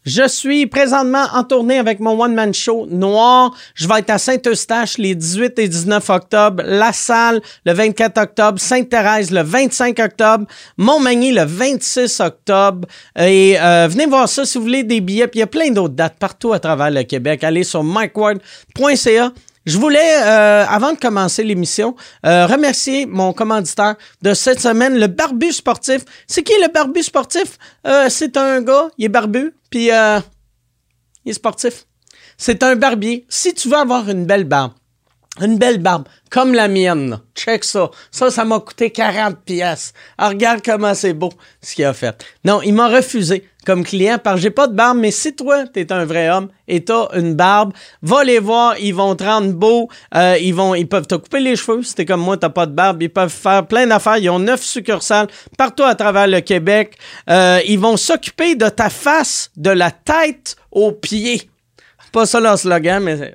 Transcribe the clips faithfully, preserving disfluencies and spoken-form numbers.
Je suis présentement en tournée avec mon one-man show Noir. Je vais être à Saint-Eustache les dix-huit et dix-neuf octobre, La Salle le vingt-quatre octobre, Sainte-Thérèse le vingt-cinq octobre, Montmagny le vingt-six octobre. Et euh, venez voir ça si vous voulez des billets. Puis il y a plein d'autres dates partout à travers le Québec. Allez sur mike ward point c a. Je voulais, euh, avant de commencer l'émission, euh, remercier mon commanditaire de cette semaine, le Barbu Sportif. C'est qui le Barbu Sportif? Euh, c'est un gars, il est barbu, puis euh, il est sportif. C'est un barbier. Si tu veux avoir une belle barbe, une belle barbe, comme la mienne, là. Check ça. Ça, ça m'a coûté quarante piastres. Alors, regarde comment c'est beau, ce qu'il a fait. Non, il m'a refusé comme client parce que j'ai pas de barbe, mais si toi, t'es un vrai homme et t'as une barbe, va les voir, ils vont te rendre beau, euh, ils vont, ils peuvent te couper les cheveux, si t'es comme moi, t'as pas de barbe, ils peuvent faire plein d'affaires, ils ont neuf succursales partout à travers le Québec, euh, ils vont s'occuper de ta face, de la tête aux pieds. Pas ça leur slogan, mais...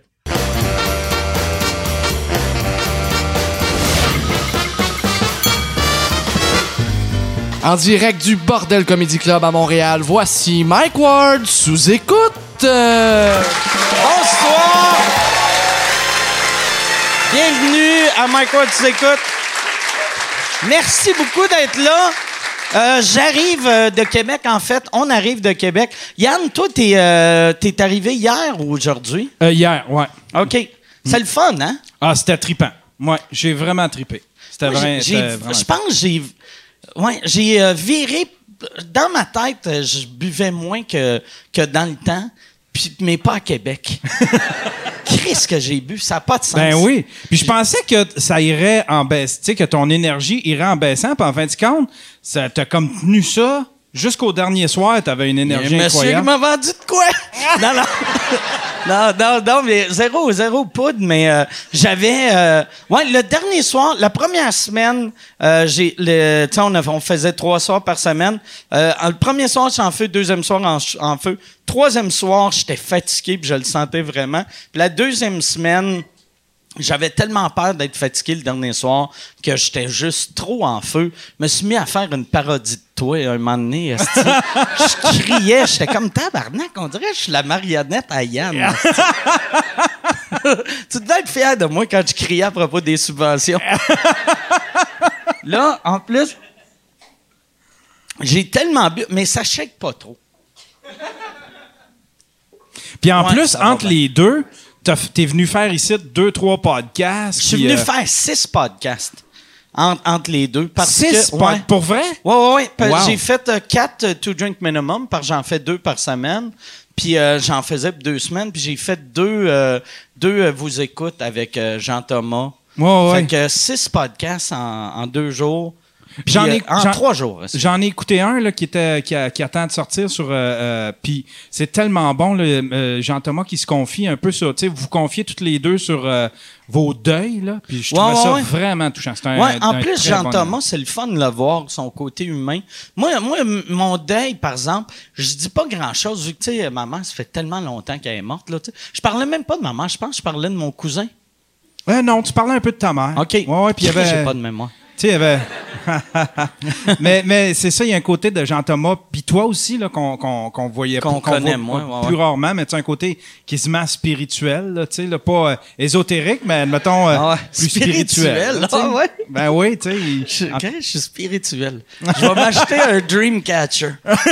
En direct du Bordel Comedy Club à Montréal, voici Mike Ward sous écoute. Euh... Bonsoir! Bienvenue à Mike Ward sous écoute. Merci beaucoup d'être là. Euh, j'arrive de Québec, en fait. On arrive de Québec. Yann, toi, t'es, euh, t'es arrivé hier ou aujourd'hui? Euh, hier, ouais. OK. C'est mm. le fun, hein? Ah, c'était trippant. Ouais, j'ai vraiment trippé. C'était Moi, vrai, j'ai, j'ai, vraiment je pense que j'ai... Ouais, j'ai euh, viré... Dans ma tête, je buvais moins que, que dans le temps, puis, mais pas à Québec. Qu'est-ce que j'ai bu? Ça n'a pas de sens. Ben oui. Puis je pensais que ça irait en baissant, tu sais, que ton énergie irait en baissant, puis en fin de compte, ça t'a comme tenu ça jusqu'au dernier soir, t'avais une énergie monsieur incroyable. Monsieur m'a vendu de quoi? non, non. non, non, non, mais zéro, zéro poudre, mais euh, j'avais... Euh, ouais, le dernier soir, la première semaine, euh, j'ai... Tu sais, on, on faisait trois soirs par semaine. Euh, le premier soir, j'étais en feu. Deuxième soir, en, en feu. Troisième soir, j'étais fatigué, puis je le sentais vraiment. Puis la deuxième semaine... J'avais tellement peur d'être fatigué le dernier soir que j'étais juste trop en feu. Je me suis mis à faire une parodie de toi un moment donné. Je criais, j'étais comme tabarnak, on dirait que je suis la marionnette à Yann. Tu devais être fier de moi quand je criais à propos des subventions. Là, en plus, j'ai tellement bu, mais ça shake pas trop. Puis en ouais, plus, entre les deux... T'es venu faire ici deux, trois podcasts. Je suis venu euh... faire six podcasts entre, entre les deux. Parce six? Que, ouais. Pour vrai? Oui, oui, oui. Wow. J'ai fait euh, quatre euh, to drink minimum, parce que j'en fais deux par semaine. Puis euh, j'en faisais pour deux semaines. Puis j'ai fait deux, euh, deux euh, vous écoute avec euh, Jean-Thomas. Ouais, ouais. Fait que euh, six podcasts en, en deux jours. Puis, j'en ai, euh, en j'en, trois jours. Aussi. J'en ai écouté un là, qui, était, qui, a, qui attend de sortir sur... Euh, euh, puis c'est tellement bon, là, euh, Jean-Thomas qui se confie un peu sur... Tu sais, vous confiez toutes les deux sur euh, vos deuils, là. Puis je trouvais ouais, ça ouais. vraiment touchant. C'est un, ouais, un, en un plus, Jean-Thomas, bon c'est le fun de le voir, son côté humain. Moi, moi mon deuil, par exemple, je dis pas grand-chose, vu que, tu sais, maman, ça fait tellement longtemps qu'elle est morte, là. Je parlais même pas de maman, je pense que je parlais de mon cousin. Ouais, non, tu parlais un peu de ta mère. OK. Ouais, ouais, puis il y avait... J'ai pas de mémoire. Tu sais, il y avait... mais, mais c'est ça, il y a un côté de Jean-Thomas, puis toi aussi, là, qu'on, qu'on, qu'on voyait qu'on qu'on connaît voit, moins, ouais, plus ouais. rarement, mais tu sais, un côté quasiment spirituel, là, tu sais, là, pas euh, ésotérique, mais mettons euh, ah ouais. plus spirituel. spirituel. Là, ah ouais? Ben oui, tu sais. Il... Je, okay, je suis spirituel. Je vais m'acheter un Dreamcatcher.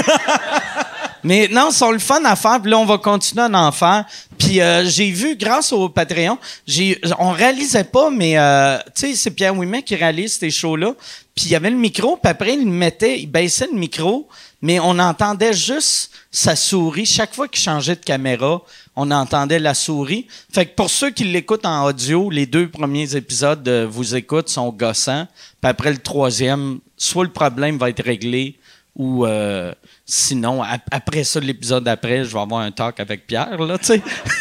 Mais non, ils sont le fun à faire. Puis là, on va continuer à en faire. Puis euh, j'ai vu, grâce au Patreon, j'ai, on réalisait pas, mais euh, tu sais, c'est Pierre Ouimet qui réalise ces shows-là. Puis il y avait le micro, puis après, il mettait, il baissait le micro, mais on entendait juste sa souris. Chaque fois qu'il changeait de caméra, on entendait la souris. Fait que pour ceux qui l'écoutent en audio, les deux premiers épisodes de Vous écoute sont gossants. Puis après le troisième, soit le problème va être réglé, ou euh, sinon, ap- après ça, l'épisode d'après, je vais avoir un talk avec Pierre, là, tu sais.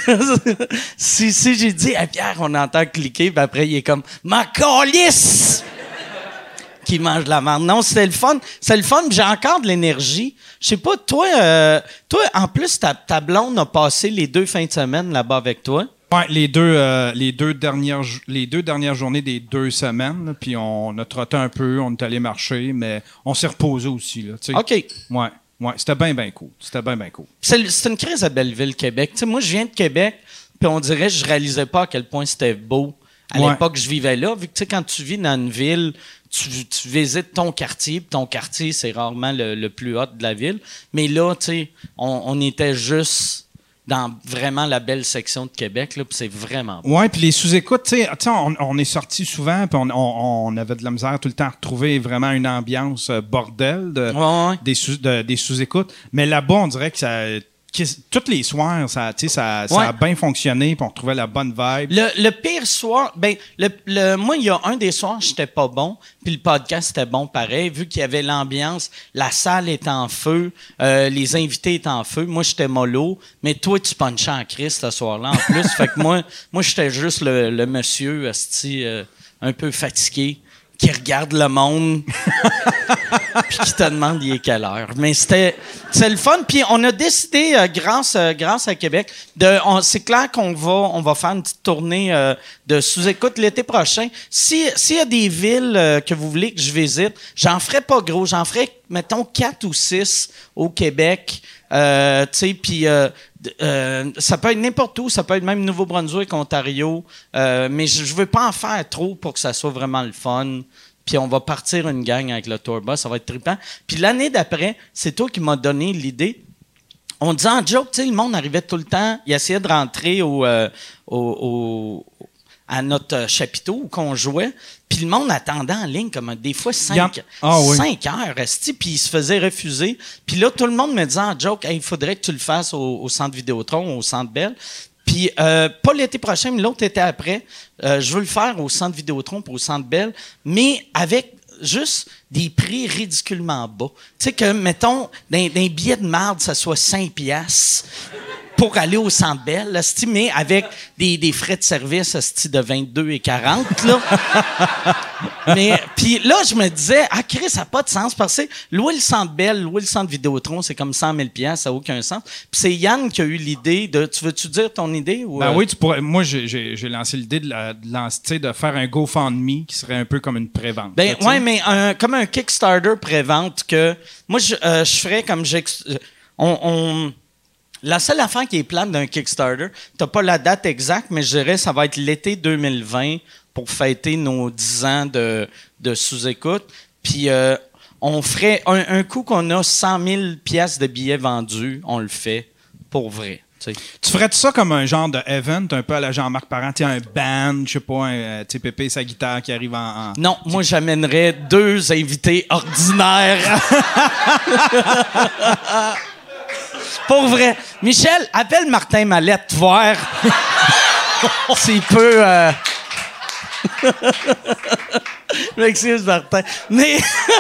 si, si j'ai dit à Pierre, on entend cliquer, puis après, il est comme « Ma calisse! » qui mange de la merde. Non, c'était le fun. C'est le fun, j'ai encore de l'énergie. Je sais pas, toi, euh, toi, en plus, ta, ta blonde a passé les deux fins de semaine là-bas avec toi. Ouais, les deux, euh, les deux dernières, les deux dernières journées des deux semaines, là, puis on a trotté un peu, on est allé marcher, mais on s'est reposé aussi, là, tu sais. OK. Ouais, Ouais, c'était bien, bien cool. C'était bien, bien cool. C'est, c'est une crise à Belleville, Québec. Tu sais, moi, je viens de Québec, puis on dirait que je réalisais pas à quel point c'était beau à Ouais. l'époque que je vivais là. Vu que, tu sais, quand tu vis dans une ville, tu, tu visites ton quartier, puis ton quartier, c'est rarement le, le plus hot de la ville. Mais là, tu sais, on, on était juste dans vraiment la belle section de Québec, là, puis c'est vraiment beau. Oui, puis les sous-écoutes, tu sais, on, on est sortis souvent, puis on, on, on avait de la misère tout le temps à retrouver vraiment une ambiance euh, bordel de, Ouais, ouais. des, sous, de, des sous-écoutes. Mais là-bas, on dirait que ça... que tous les soirs, ça, tu sais, ça, ça Ouais. a bien fonctionné, puis on retrouvait la bonne vibe. Le, le pire soir, ben, le, le, moi, il y a un des soirs, j'étais pas bon, puis le podcast était bon pareil, vu qu'il y avait l'ambiance, la salle était en feu, euh, les invités étaient en feu. Moi, j'étais mollo, mais toi, tu punchais en Christ ce soir-là en plus. Fait que moi, moi j'étais juste le, le monsieur, asti, euh, un peu fatigué, qui regarde le monde puis qui te demande il est quelle heure. Mais c'était c'est le fun. Puis on a décidé, euh, grâce, euh, grâce à Québec, de, on, c'est clair qu'on va, on va faire une petite tournée euh, de sous-écoute l'été prochain. Si, s'il y a des villes euh, que vous voulez que je visite, j'en ferai pas gros. J'en ferai, mettons, quatre ou six au Québec. Euh, tu sais, puis euh, euh, ça peut être n'importe où. Ça peut être même Nouveau-Brunswick, Ontario. Euh, mais je je veux pas en faire trop pour que ça soit vraiment le fun. Puis on va partir une gang avec le tour bus, ça va être trippant. Puis l'année d'après, c'est toi qui m'as donné l'idée. On disait en joke, tu sais, le monde arrivait tout le temps, il essayait de rentrer au, euh, au, au, à notre euh, chapiteau où qu'on jouait, puis le monde attendait en ligne comme des fois cinq, Ah oui. cinq heures, esti, puis il se faisait refuser. Puis là, tout le monde me disait en joke, hey, il faudrait que tu le fasses au, au Centre Vidéotron, au Centre Bell. Puis, euh, pas l'été prochain, mais l'autre été après. Euh, je veux le faire au Centre Vidéotron pour au Centre Bell, mais avec juste des prix ridiculement bas. Tu sais que, mettons, d'un, d'un billet de marde, ça soit cinq piastres pour aller au Centre Bell, asti, mais avec des, des frais de service asti, de vingt-deux et quarante. Là. Mais puis là, je me disais, ah, Chris, ça n'a pas de sens parce que louer le Centre Bell, louer le Centre Vidéotron, c'est comme cent mille piastres, ça n'a aucun sens. Puis c'est Yann qui a eu l'idée de. Tu veux-tu dire ton idée? Ou, Ben euh? oui, tu pourrais, moi, j'ai, j'ai, j'ai lancé l'idée de, la, de, lancer, tu sais, de faire un GoFundMe qui serait un peu comme une pré-vente. Ben, là, tu sais. ouais, mais un, comme un Kickstarter pré-vente que. Moi, je, euh, je ferais comme j'ex. On. on La seule affaire qui est plate d'un Kickstarter, t'as pas la date exacte, mais je dirais ça va être l'été deux mille vingt pour fêter nos dix ans de, de sous-écoute. Puis euh, on ferait un, un coup qu'on a cent mille piastres de billets vendus, on le fait pour vrai. T'sais. Tu ferais-tu ça comme un genre de event, un peu à la Jean-Marc Parent, tu sais, un band, je sais pas, un, tu sais, Pépé, sa guitare qui arrive en... en... Non, moi j'amènerais deux invités ordinaires. Pour vrai. Michel, appelle Martin Mallette, voir s'il peut... Euh... M'excuse, Martin. Mais...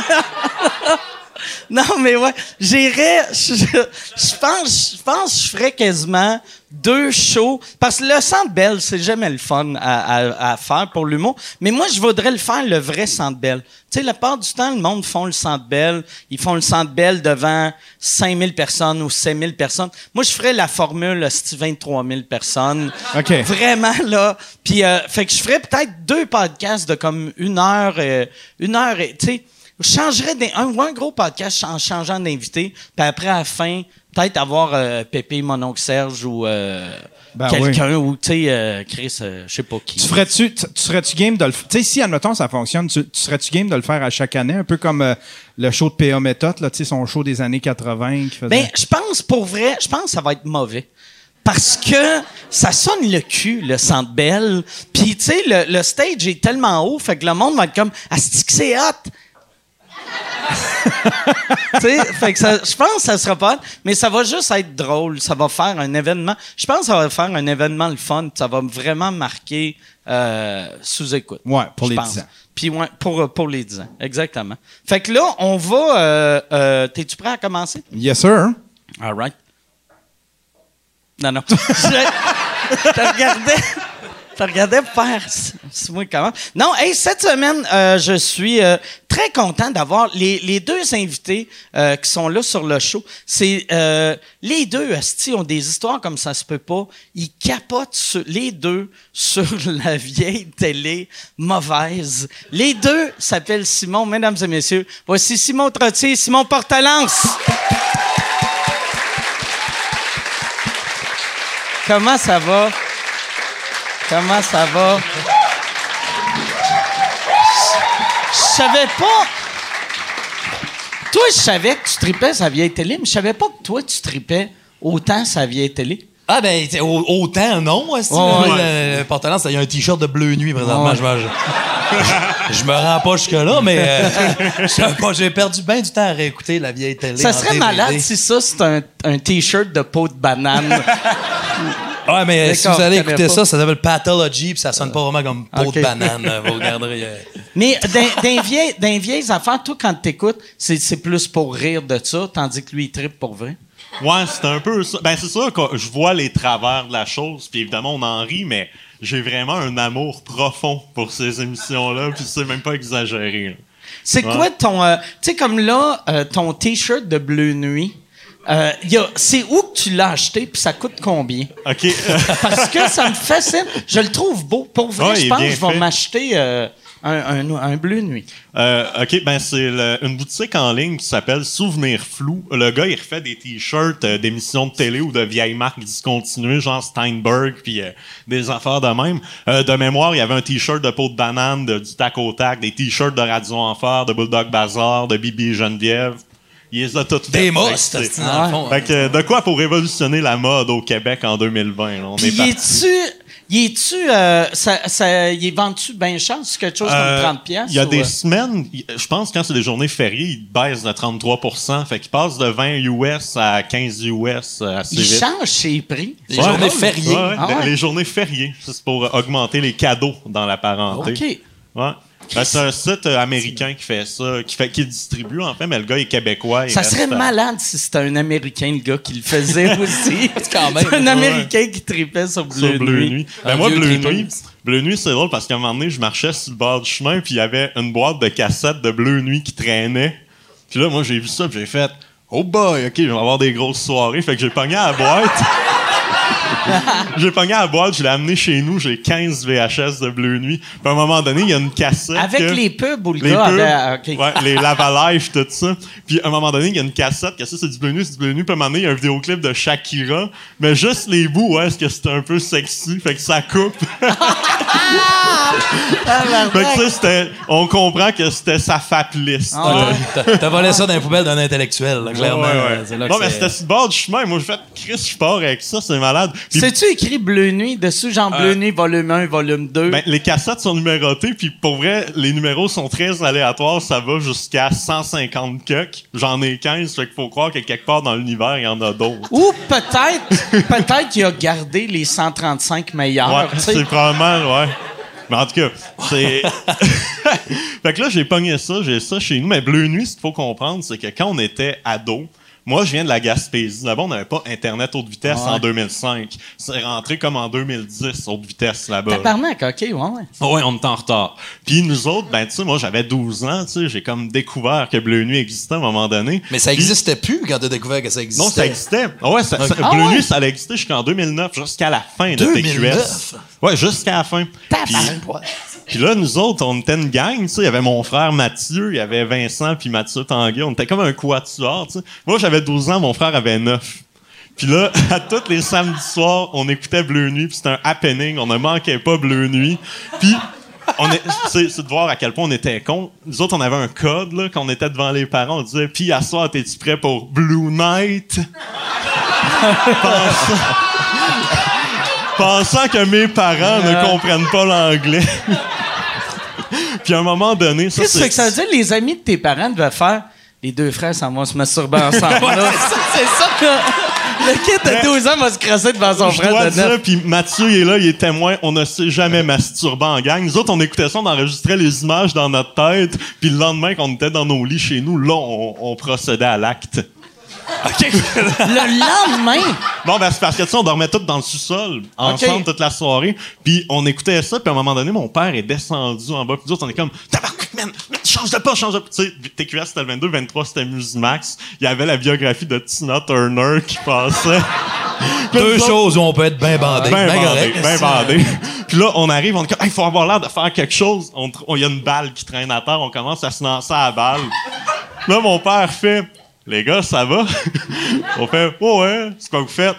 non, mais ouais, j'irais... Je, je pense je pense que je ferais quasiment deux shows. Parce que le Centre Bell, c'est jamais le fun à, à, à faire pour l'humour. Mais moi, je voudrais le faire, le vrai Centre Bell. Tu sais, la part du temps, le monde font le Centre Bell. Ils font le Centre Bell devant cinq mille personnes ou sept mille personnes. Moi, je ferais la formule, c'est vingt-trois mille personnes. OK. Vraiment, là. Puis, euh, fait que je ferais peut-être deux podcasts de comme une heure, euh, une heure, et, tu sais, je changerais des, un, un gros podcast en changeant d'invité, puis après, à la fin, peut-être avoir euh, Pépé, Mononcle Serge ou euh, Ben quelqu'un, ou, tu sais, euh, Chris, euh, je sais pas qui. Tu ferais-tu, tu, tu serais-tu game de le faire? Tu sais, si, admettons, ça fonctionne, tu, tu serais-tu game de le faire à chaque année, un peu comme euh, le show de P A Méthode, là, tu sais, son show des années quatre-vingts qui faisait... Ben, je pense, pour vrai, je pense que ça va être mauvais. Parce que ça sonne le cul, le Centre Bell. Puis, tu sais, le, le stage est tellement haut, fait que le monde va être comme « Asti que c'est hot! » Tu sais, fait que ça, je pense que ça sera pas, mais ça va juste être drôle. Ça va faire un événement. Je pense que ça va faire un événement le fun. Ça va vraiment marquer euh, sous-écoute. Ouais, pour je les pense. dix ans. Puis ouais, pour, pour les dix ans. Exactement. Fait que là, on va. Euh, euh, t'es-tu prêt à commencer? Yes, sir. All right. Non, non. je, je te regardais. Je te regardais faire. C'est moi comment. Non, hey, cette semaine, euh, je suis euh, très content d'avoir les, les deux invités euh, qui sont là sur le show. C'est euh, les deux, asti, ont des histoires comme ça se peut pas. Ils capotent sur, les deux sur la vieille télé mauvaise. Les deux s'appellent Simon, mesdames et messieurs. Voici Simon Trottier et Simon Portalance. Comment ça va? Comment ça va? Je savais pas... Toi, je savais que tu tripais sa vieille télé, mais je savais pas que toi, tu tripais autant sa vieille télé. Ah, ben, t'sais, au- autant, non. Aussi, Ouais, là, ouais. le porte il y a un T-shirt de bleu nuit présentement. Ouais. Je, me, je, je me rends pas jusque-là, mais euh, je sais pas, j'ai perdu bien du temps à réécouter la vieille télé. Ça en serait D V D. malade si ça, c'est un, un T-shirt de peau de banane. Ouais, mais euh, si D'accord, vous allez je savais écouter pas. ça, ça s'appelle Pathology, puis ça sonne pas vraiment comme peau Ok. de banane. euh, Vous regarderez. euh. Mais dans des vieilles, dans les vieilles affaires, toi, quand t'écoutes, c'est, c'est plus pour rire de ça, tandis que lui, il trippe pour vrai. Ouais, c'est un peu ça. Ben, c'est ça que je vois les travers de la chose, puis évidemment, on en rit, mais j'ai vraiment un amour profond pour ces émissions-là, puis c'est même pas exagéré. Là. C'est Ouais. quoi ton... euh, tu sais, comme là, euh, ton T-shirt de Bleu Nuit, euh, y a, c'est où que tu l'as acheté, puis ça coûte combien? OK. euh, Parce que ça me fascine. Je le trouve beau. Pour vrai, Ouais, il je est pense que bien je vais fait. m'acheter euh, un, un, un Bleu Nuit. euh, OK, ben c'est le- une boutique en ligne qui s'appelle Souvenir Flou. Le gars, il refait des t-shirts euh, d'émissions de télé ou de vieilles marques discontinuées, genre Steinberg, puis euh, des affaires de même. Euh, de mémoire, il y avait un t-shirt de peau de banane, de, du tac au tac, des t-shirts de Radio Enfer, de Bulldog Bazar, de Bibi et Geneviève. Il les a toutes Des faites. mosses, Fait que c'est c'est- dans le fond. Fait que, euh, de quoi pour révolutionner la mode au Québec en deux mille vingt? Là, on Puis, est y parti. est-tu... Y est-tu... Euh, ça, ça, y est vendu bien cher? C'est quelque chose Euh, comme trente piastres? Il y a ou, des euh? semaines, y- je pense que quand c'est des journées fériées, ils baissent de trente-trois pour cent. Fait qu'ils passent de vingt U S à quinze U S euh, assez Ils vite. changent ses prix. Les journées fériées. Ouais, ouais, Ah ben, ouais? Les journées fériées. Ça, c'est pour euh, augmenter les cadeaux dans la parenté. OK. Ouais. Ben, c'est un site euh, américain qui fait ça, qui fait qui le distribue en fait, mais le gars est québécois. il Ça reste serait à- malade si c'était un Américain, le gars, qui le faisait aussi. quand même. C'est un Ouais. Américain qui tripait sur Bleu, Sur Bleu Nuit. Nuit. Ben Un moi, vieux Bleu tripeux. Nuit, Bleu Nuit, c'est drôle parce qu'à un moment donné, je marchais sur le bord du chemin, puis il y avait une boîte de cassettes de Bleu Nuit qui traînait. Puis là, moi, j'ai vu ça, puis j'ai fait « Oh boy, OK, je vais avoir des grosses soirées. » Fait que j'ai pogné à la boîte. J'ai pogné à la boîte, je l'ai amené chez nous, j'ai quinze V H S de Bleu Nuit. Puis à un moment donné, il y a une cassette. Avec que- les pubs où le les gars pubs, avait... OK. ouais, les Lavalife, tout ça. Puis à un moment donné, il y a une cassette, que ça, c'est du Bleu Nuit, c'est du Bleu Nuit. Puis à un moment donné, il y a un vidéoclip de Shakira, mais juste les bouts, ouais, est-ce que c'était un peu sexy, fait que ça coupe. Fait que ça, c'était... On comprend que c'était sa fap list. Ah, là. ouais. T'as t'as volé ça dans les poubelles d'un intellectuel, là, clairement. Ouais, ouais. euh, c'est là que Non, mais c'est- c'était sur le bord du chemin. Moi, j'ai fait, Chris, je pars avec ça, c'est malade. Puis, C'est-tu écrit Bleu Nuit dessus, genre Bleu Euh, Nuit, volume un, volume deux? ben, les cassettes sont numérotées, puis pour vrai, les numéros sont très aléatoires. Ça va jusqu'à cent cinquante cucks. J'en ai quinze, fait qu'il faut croire que quelque part dans l'univers, il y en a d'autres. Ou peut-être peut-être qu'il a gardé les cent trente-cinq meilleurs. Ouais, tu sais. c'est probablement, ouais. Mais en tout cas, c'est. Fait que là, j'ai pogné ça, j'ai ça chez nous. Mais Bleu Nuit, ce qu'il faut comprendre, c'est que quand on était ado, moi, je viens de la Gaspésie. Là-bas, on n'avait pas Internet haute vitesse Ouais. en deux mille cinq. C'est rentré comme en deux mille dix, haute vitesse là-bas. Tabarnak, OK, ouais, ouais. Oui, on est en retard. Puis nous autres, ben, tu sais, moi, j'avais douze ans, tu sais, j'ai comme découvert que Bleu Nuit existait à un moment donné. Mais ça Puis- existait plus quand t'as découvert que ça existait. Non, ça existait. Ah ouais, ça, ça- Ah Bleu ouais? Nuit, ça allait exister jusqu'en deux mille neuf, jusqu'à la fin de T Q S. Ouais, jusqu'à la fin. Puis, puis là, nous autres, on était une gang, tu sais. Il y avait mon frère Mathieu, il y avait Vincent, puis Mathieu Tanguay. On était comme un quatuor, tu sais. Moi, j'avais douze ans, mon frère avait neuf. Puis là, à tous les samedis soirs, on écoutait Bleu Nuit, puis c'était un happening. On ne manquait pas Bleu Nuit. Puis, on est, c'est, c'est de voir à quel point on était cons. Nous autres, on avait un code, là, quand on était devant les parents. On disait, puis à soir, t'es-tu prêt pour Blue Night? Pensant, pensant que mes parents ne comprennent pas l'anglais. Puis à un moment donné, ça, Qu'est-ce que c'est... ça veut dire? Les amis de tes parents devaient faire les deux frères s'en vont se masturber ensemble. là. C'est ça que... Le kid de douze ans va se crasser devant son Je frère dois de neuf. dire, puis Mathieu il est là, il est témoin, on ne s'est jamais masturbé en gang. Nous autres, on écoutait ça, on enregistrait les images dans notre tête, puis le lendemain, quand on était dans nos lits chez nous, là, on, on procédait à l'acte. Le lendemain, Bon, ben, c'est parce que, tu sais, on dormait tous dans le sous-sol, ensemble, Ok. toute la soirée, puis on écoutait ça, puis à un moment donné, mon père est descendu en bas, puis nous autres, on est comme, tabarnak, man, man, change de pas, change de pas. Tu sais, T Q S, c'était le vingt-deux, vingt-trois, c'était Musimax. Il y avait la biographie de Tina Turner qui passait. Deux choses où on peut être bien bandé. Ben Ben bandé, correct. ben bandé. Puis là, on arrive, on est comme, il faut avoir l'air de faire quelque chose. On tr- on- Il y a une balle qui traîne à terre, on commence à se lancer à la balle. Là, mon père fait, les gars, ça va? On fait, oh ouais, c'est quoi que vous faites?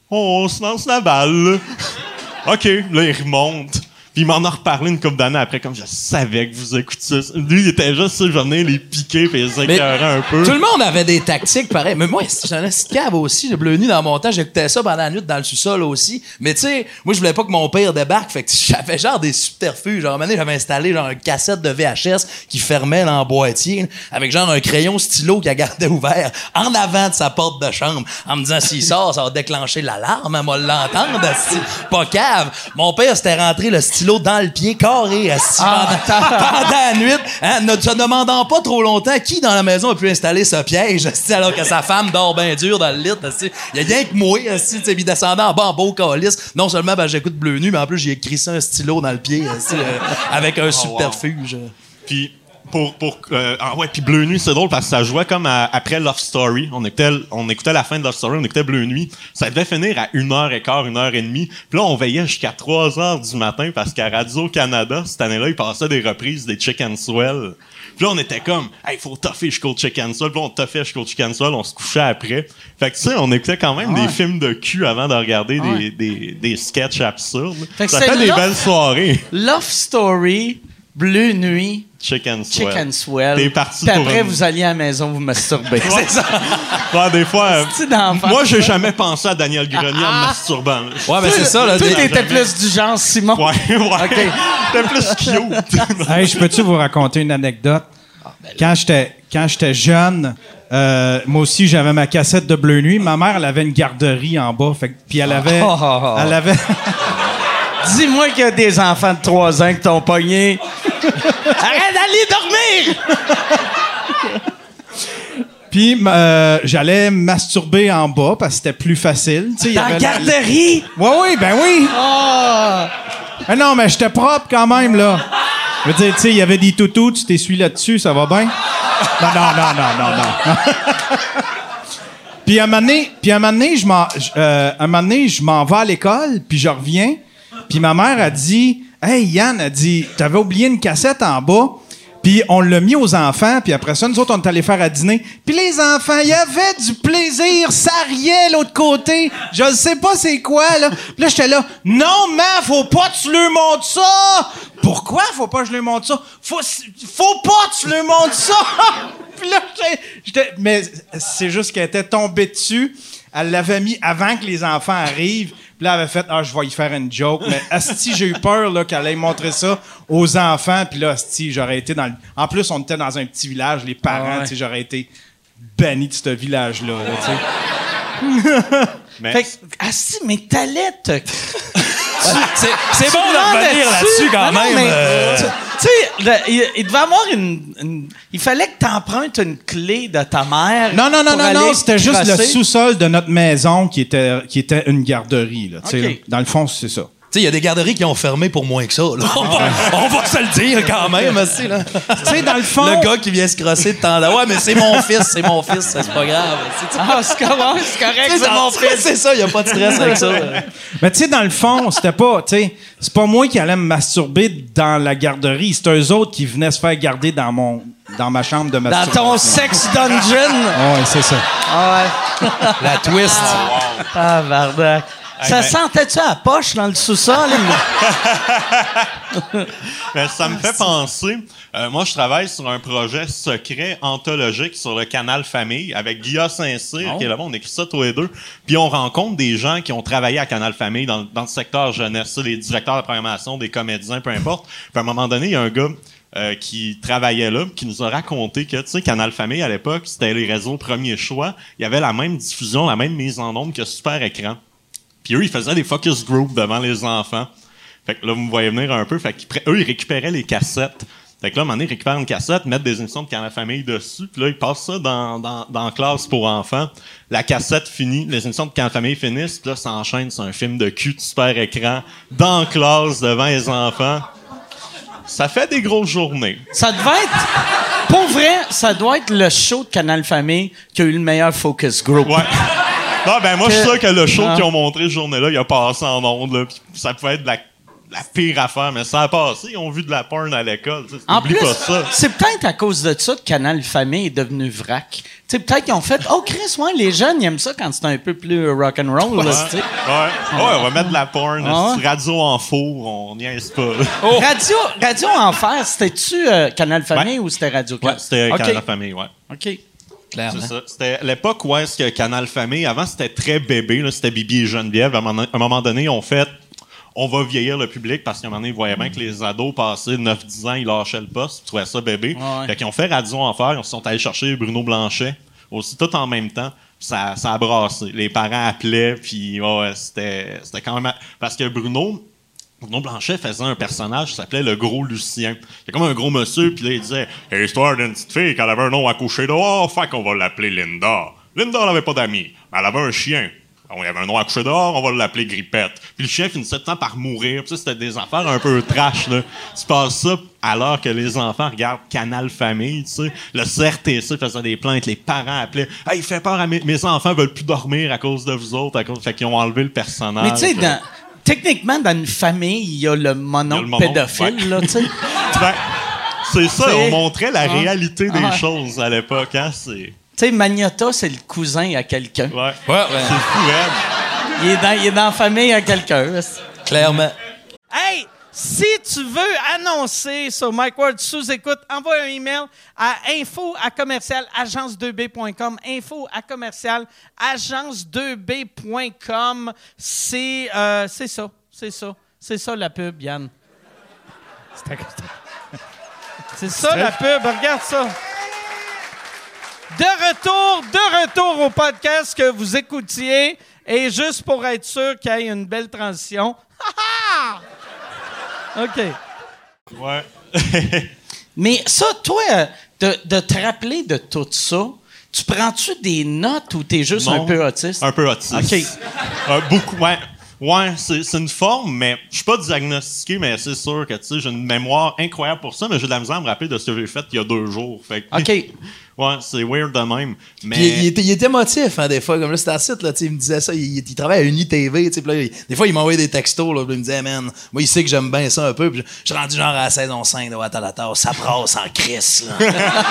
oh, on se lance la balle. Là. OK, là, il remonte. Puis il m'en a reparlé une couple d'années après, comme je savais que vous écoutiez ça. Lui, il était juste, je venais les piquer, puis il s'écœurait un peu. Tout le monde avait des tactiques pareilles. Mais moi, j'en ai cette cave aussi, le bleu nu dans mon temps. J'écoutais ça pendant la nuit dans le sous-sol aussi. Mais tu sais, moi, je voulais pas que mon père débarque. Fait que j'avais genre des subterfuges. Genre, à un moment donné, j'avais installé genre une cassette de V H S qui fermait dans le boîtier, avec genre un crayon stylo qui a gardé ouvert en avant de sa porte de chambre, en me disant, s'il sort, ça va déclencher l'alarme. Elle va l'entendre. Pas cave. Mon père s'était rentré le stylo dans le pied carré asti, ah, pendant, pendant la nuit, hein, ne te demandant pas trop longtemps qui dans la maison a pu installer ce piège asti, alors que sa femme dort bien dur dans le lit. Il y a rien que moi, asti, il descendait en bas en beau calice. Non seulement ben, j'écoute Bleu Nu, mais en plus j'ai écrit ça un stylo dans le pied asti, euh, avec un oh, subterfuge. Wow. Puis Pour, pour, euh, ah ouais, puis Bleu Nuit, c'est drôle parce que ça jouait comme à, après Love Story. On écoutait, on écoutait la fin de Love Story, on écoutait Bleu Nuit. Ça devait finir à une heure et quart, une heure et demie. Puis là, on veillait jusqu'à trois heures du matin parce qu'à Radio-Canada, cette année-là, ils passaient des reprises des Chicken Swell. Puis là, on était comme, hey, faut toffer jusqu'au Chicken Swell. Puis là, on toffait jusqu'au Chicken Swell, on se couchait après. Fait que tu sais, on écoutait quand même ah ouais. des films de cul avant de regarder ah ouais. des, des, des sketchs absurdes. Fait ça fait des love, belles soirées. Love Story, Bleu Nuit, Chicken Swell. Chicken Swell. T'es parti Puis pour après, une... vous alliez à la maison vous masturber. C'est ça. Ouais, des fois. Euh, moi, j'ai jamais pensé à Daniel Grenier ah, en me masturbant. Ouais, mais c'est ça, là. Toi, t'étais jamais... plus du genre Simon. Ouais, ouais. Okay. T'étais plus cute. Hey, je peux-tu vous raconter une anecdote? Ah, ben quand j'étais, quand j'étais jeune, euh, moi aussi, j'avais ma cassette de Bleu Nuit. Ma mère, elle avait une garderie en bas. Fait, puis elle avait. Oh, oh, oh. Elle avait. Dis-moi qu'il y a des enfants de trois ans qui t'ont pogné. Arrête d'aller dormir! Puis euh, j'allais masturber en bas parce que c'était plus facile. Dans la garderie? Oui, oui, ben oui. Oh. Ah non, mais j'étais propre quand même, là. Je veux dire, tu sais, il y avait des toutous, tu t'essuies là-dessus, ça va bien? Non, non, non, non, non, non. Puis à un moment donné, puis à un moment donné, je m'en, euh, un moment donné, je m'en vais à l'école, puis je reviens, puis ma mère a dit... Hey, Yann a dit, t'avais oublié une cassette en bas, puis on l'a mis aux enfants, puis après ça, nous autres, on est allés faire à dîner. Puis les enfants, il y avait du plaisir, ça riait l'autre côté. Je ne sais pas c'est quoi, là. Puis là, j'étais là, non, man, faut pas que tu leur montres ça! Pourquoi faut pas que je leur montre ça? Faut, faut pas que tu leur montres ça! Puis là, j'étais, j'étais... Mais c'est juste qu'elle était tombée dessus. Elle l'avait mis avant que les enfants arrivent. Puis là, elle avait fait « Ah, je vais y faire une joke. » Mais asti, j'ai eu peur là, qu'elle aille montrer ça aux enfants. Puis là, asti, j'aurais été dans le... En plus, on était dans un petit village, les parents, ouais. J'aurais été banni de ce village-là. Là, mais... Fait que, asti, mais t'allais te... c'est, c'est bon de revenir là-dessus quand non, même. Mais, euh... Tu sais, il, il devait avoir une, une... Il fallait que t'empruntes une clé de ta mère. Non, non, non, non, non, c'était juste le sous-sol de notre maison qui était, qui était une garderie. Là, okay. Dans le fond, c'est ça. Tu sais, il y a des garderies qui ont fermé pour moins que ça. Là. On, va, on va se le dire quand même. Tu sais, dans le fond... Le gars qui vient se crosser de temps là. Ouais, mais c'est mon fils, c'est mon fils, c'est pas grave. Ah, c'est correct, c'est correct, c'est, c'est mon fils. C'est ça, il n'y a pas de stress avec ça. Mais tu sais, dans le fond, c'était pas... Tu sais, c'est pas moi qui allais me masturber dans la garderie. C'est eux autres qui venaient se faire garder dans mon... Dans ma chambre de masturbation. Dans ton sex dungeon? Ah ouais, c'est ça. Ah ouais. La twist. Ah, wow. Ah, bardac. Ça hey, sentait-tu à la poche dans le sous-sol? Ben, ça me fait penser... Euh, moi, je travaille sur un projet secret anthologique sur le canal Famille avec Guillaume Saint-Cyr, oh. qui est là-bas. On écrit ça tous les deux. Puis on rencontre des gens qui ont travaillé à Canal Famille dans, dans le secteur jeunesse, les directeurs de programmation, des comédiens, peu importe. Puis à un moment donné, il y a un gars... Euh, qui travaillait là, qui nous a raconté que, tu sais, Canal Famille, à l'époque, c'était les réseaux premier choix. Il y avait la même diffusion, la même mise en onde que Super Écran. Puis eux, ils faisaient des focus group devant les enfants. Fait que là, vous me voyez venir un peu. Fait qu'eux, ils récupéraient les cassettes. Fait que là, à un moment donné, ils récupèrent une cassette, mettent des émissions de Canal Famille dessus. Puis là, ils passent ça dans, dans, dans classe pour enfants. La cassette finit, les émissions de Canal Famille finissent. Puis là, ça enchaîne sur un film de cul de Super Écran dans classe devant les enfants. Ça fait des grosses journées. Ça devait être... Pour vrai, ça doit être le show de Canal Famille qui a eu le meilleur focus group. Ouais. Non, ben moi, que... je suis sûr que le show ah. qu'ils ont montré ce journée-là, il a passé en ondes. Là, ça pouvait être de la la pire affaire, mais ça a passé. Ils ont vu de la porn à l'école. En plus, pas ça. c'est peut-être à cause de ça que Canal Famille est devenu vrac. Tu sais, peut-être qu'ils ont fait « Oh, Chris, ouais, les jeunes, ils aiment ça quand c'est un peu plus rock'n'roll. » Ouais. Ouais. Ouais, on va mettre de la porn. Ah ouais. Radio en four, on niaise pas. Oh. Radio, Radio Enfer, c'était-tu euh, Canal Famille Ouais. ou c'était Radio Ouais, Canal? c'était OK. Canal Famille, ouais. OK. Clairement. C'est ça. C'était l'époque où est-ce que Canal Famille, avant, c'était très bébé. Là, c'était Bibi et Geneviève. À un moment, à un moment donné, ils ont fait on va vieillir le public parce qu'à un moment donné, ils voyaient bien que les ados passaient neuf dix ans, ils lâchaient le poste, ils trouvaient ça bébé. Ouais. Fait qu'ils ont fait Radio Enfer, ils se sont allés chercher Bruno Blanchet, aussi tout en même temps. Puis ça, ça a brassé. Les parents appelaient, puis ouais, c'était, c'était quand même... Parce que Bruno... Bruno Blanchet faisait un personnage qui s'appelait le Gros Lucien. C'est comme un gros monsieur, puis là, il disait « Hey, histoire d'une petite fille qui avait un nom à coucher dehors, fait qu'on va l'appeler Linda. Linda, elle n'avait pas d'amis, mais elle avait un chien. On avait un nom à coucher dehors, on va l'appeler Grippette. Puis le chien finissait tout le temps par mourir. Puis ça, c'était des affaires un peu trash, là. Tu passes ça alors que les enfants regardent Canal Famille, tu sais. Le C R T C faisait des plaintes, les parents appelaient « Hey, il fait peur à mes... mes enfants veulent plus dormir à cause de vous autres. » à cause... Fait qu'ils ont enlevé le personnage. Mais tu sais, dans... techniquement, dans une famille, il y a le mononcle pédophile, ouais. là, tu sais. Ben, c'est ça, T'sais, on montrait la ah, réalité des ah, choses à l'époque, hein, c'est... Tu sais, Magnota, c'est le cousin à quelqu'un. Ouais. Ouais, ouais. C'est fou, hein? Il est dans, il est dans la famille à quelqu'un. Clairement. Hey, si tu veux annoncer sur Mike Ward sous écoute, envoie un email à info à commercial agence deux b point com. info à commercial agence deux b point com. C'est euh, c'est ça, c'est ça, c'est ça la pub, Yann. C'est ça la pub. Regarde ça. De retour, de retour au podcast que vous écoutiez. Et juste pour être sûr qu'il y ait une belle transition. OK. Ouais. Mais ça, toi, euh, de, de te rappeler de tout ça, tu prends-tu des notes ou t'es juste Non, un peu autiste? Un peu autiste. OK. Euh, beaucoup, ouais. Ouais, c'est, c'est une forme, mais je suis pas diagnostiqué, mais c'est sûr que, tu sais, j'ai une mémoire incroyable pour ça, mais j'ai de la misère à me rappeler de ce que j'ai fait il y a deux jours. Fait que, OK. ouais, c'est weird de même. Mais... Puis il, il était, il était émotif, hein, des fois. Comme là, c'était à site, là, tu sais, il me disait ça. Il, il travaille à UniTV, tu sais. Puis là, il- des fois, il m'envoyait des textos, là. Puis il me disait, man, moi, il sait que j'aime bien ça un peu. Puis je je suis rendu genre à la saison cinq de Watatata. Ça brasse en crisse, là.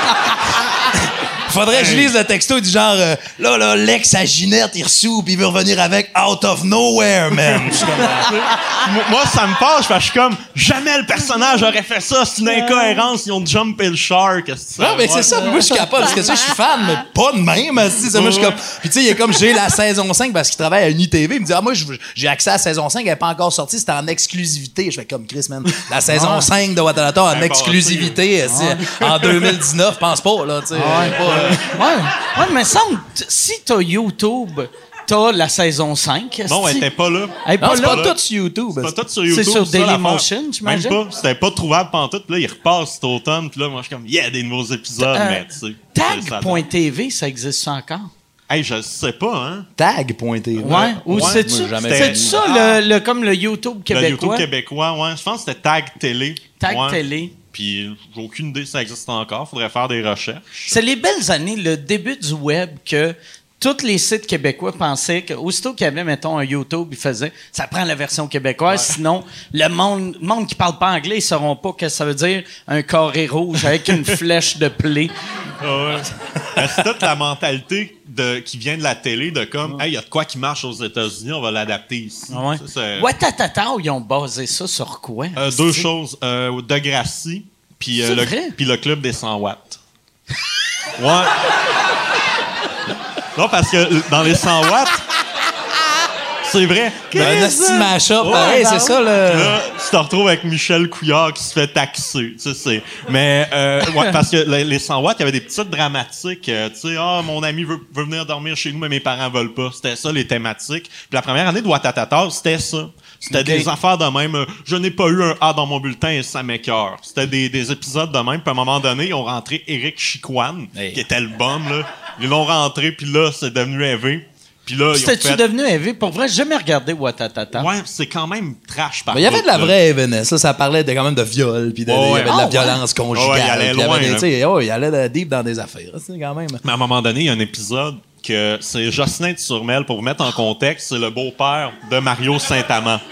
Faudrait que je lise le texto du genre, euh, là, là, l'ex à Ginette, il reçoit, puis il veut revenir avec Out of Nowhere, man. Je suis comme, Moi, moi, ça me fâche parce que je suis comme, jamais le personnage aurait fait ça. C'est une incohérence. Ils ont jumpé le shark. est-ce que non, mais c'est ouais. ça. Puis moi, je suis capable. Parce que, tu sais, je suis fan, mais pas de même. asti. Ça, moi, je suis comme... Puis, tu sais, il est comme, j'ai la saison cinq parce qu'il travaille à UniTV. Il me dit, ah, moi, je- j'ai accès à la saison cinq. Elle n'est pas encore sortie. C'était en exclusivité. Je fais comme Chris, man. La saison cinq de Watatata en Ben, exclusivité. asti, En deux mille dix-neuf, pense pas, là, tu sais. Pas- Ouais, ouais, mais semble, t- si t'as YouTube, t'as la saison cinq. Non, elle esti. était pas là. Elle est Non, pas c'est là. pas tout sur YouTube. C'est pas asti. tout sur YouTube. C'est sur ça, Dailymotion, l'affaire. j'imagine? Même pas. C'était pas trouvable pantoute. Puis là, il repasse cet automne. Puis là, moi, je suis comme, yeah, des nouveaux épisodes. Euh, mais, tu sais. c'est ça. Tag point t v, ça existe encore? Hey, je sais pas, hein. Tag.tv. Ouais. Ou ouais, c'est-tu moi, jamais c'est fait. ça, Ah. le, le, comme le YouTube Le québécois? YouTube québécois, ouais. Je pense que c'était Tag Télé. Tag Ouais. Télé. Puis j'ai aucune idée si ça existe encore. Faudrait faire des recherches. C'est les belles années, le début du web, que tous les sites québécois pensaient qu'aussitôt qu'il y avait, mettons, un YouTube, ils faisaient « ça prend la version québécoise, sinon le monde, le monde qui parle pas anglais, ils sauront pas que ça veut dire un carré rouge avec une flèche de plaie. Ah ouais. Ben, c'est toute la mentalité de, qui vient de la télé, de comme, hey, il y a de quoi qui marche aux États-Unis, on va l'adapter ici. Ah ouais. Ça, c'est- Watatata, ils ont basé ça sur quoi? Euh, deux c'est- choses. Euh, de Gracie, puis euh, C'est le, vrai? puis le club des cent watts. Ouais. Non, parce que dans les cent watts, c'est vrai. Un asti mash-up, Ouais, pareil, ben c'est ça, là. Là, tu te retrouves avec Michel Couillard qui se fait taxer. Tu sais, c'est... Mais, euh, ouais, parce que les, les cent watts, il y avait des petites dramatiques. euh, tu sais, ah, mon ami veut, veut venir dormir chez nous, mais mes parents veulent pas. C'était ça, les thématiques. Puis la première année de Watatata, c'était ça. C'était Ok. des affaires de même. euh, Je n'ai pas eu un A dans mon bulletin et ça m'écœure. C'était des, des épisodes de même. Puis à un moment donné, ils ont rentré Éric Chicoine, Hey. qui était le bum, là. Ils l'ont rentré, puis là, c'est devenu Évé. Puis là, ils ont C'était-tu fait... devenu élevé? Pour vrai, j'ai jamais regardé Watatata. Ouais, c'est quand même trash par Mais il y avait de la bout, là. vraie Evanescence. Ça, ça parlait de, quand même de viol, puis de, Ouais, il y ouais. avait de la Ah, violence conjugale. Ouais, il allait puis il y avait loin, des- là. tu sais, oh, il allait de deep dans des affaires, c'est quand même. Mais à un moment donné, il y a un épisode que c'est Jocelyn de Turmel, pour vous mettre en contexte, c'est le beau-père de Mario Saint-Amand.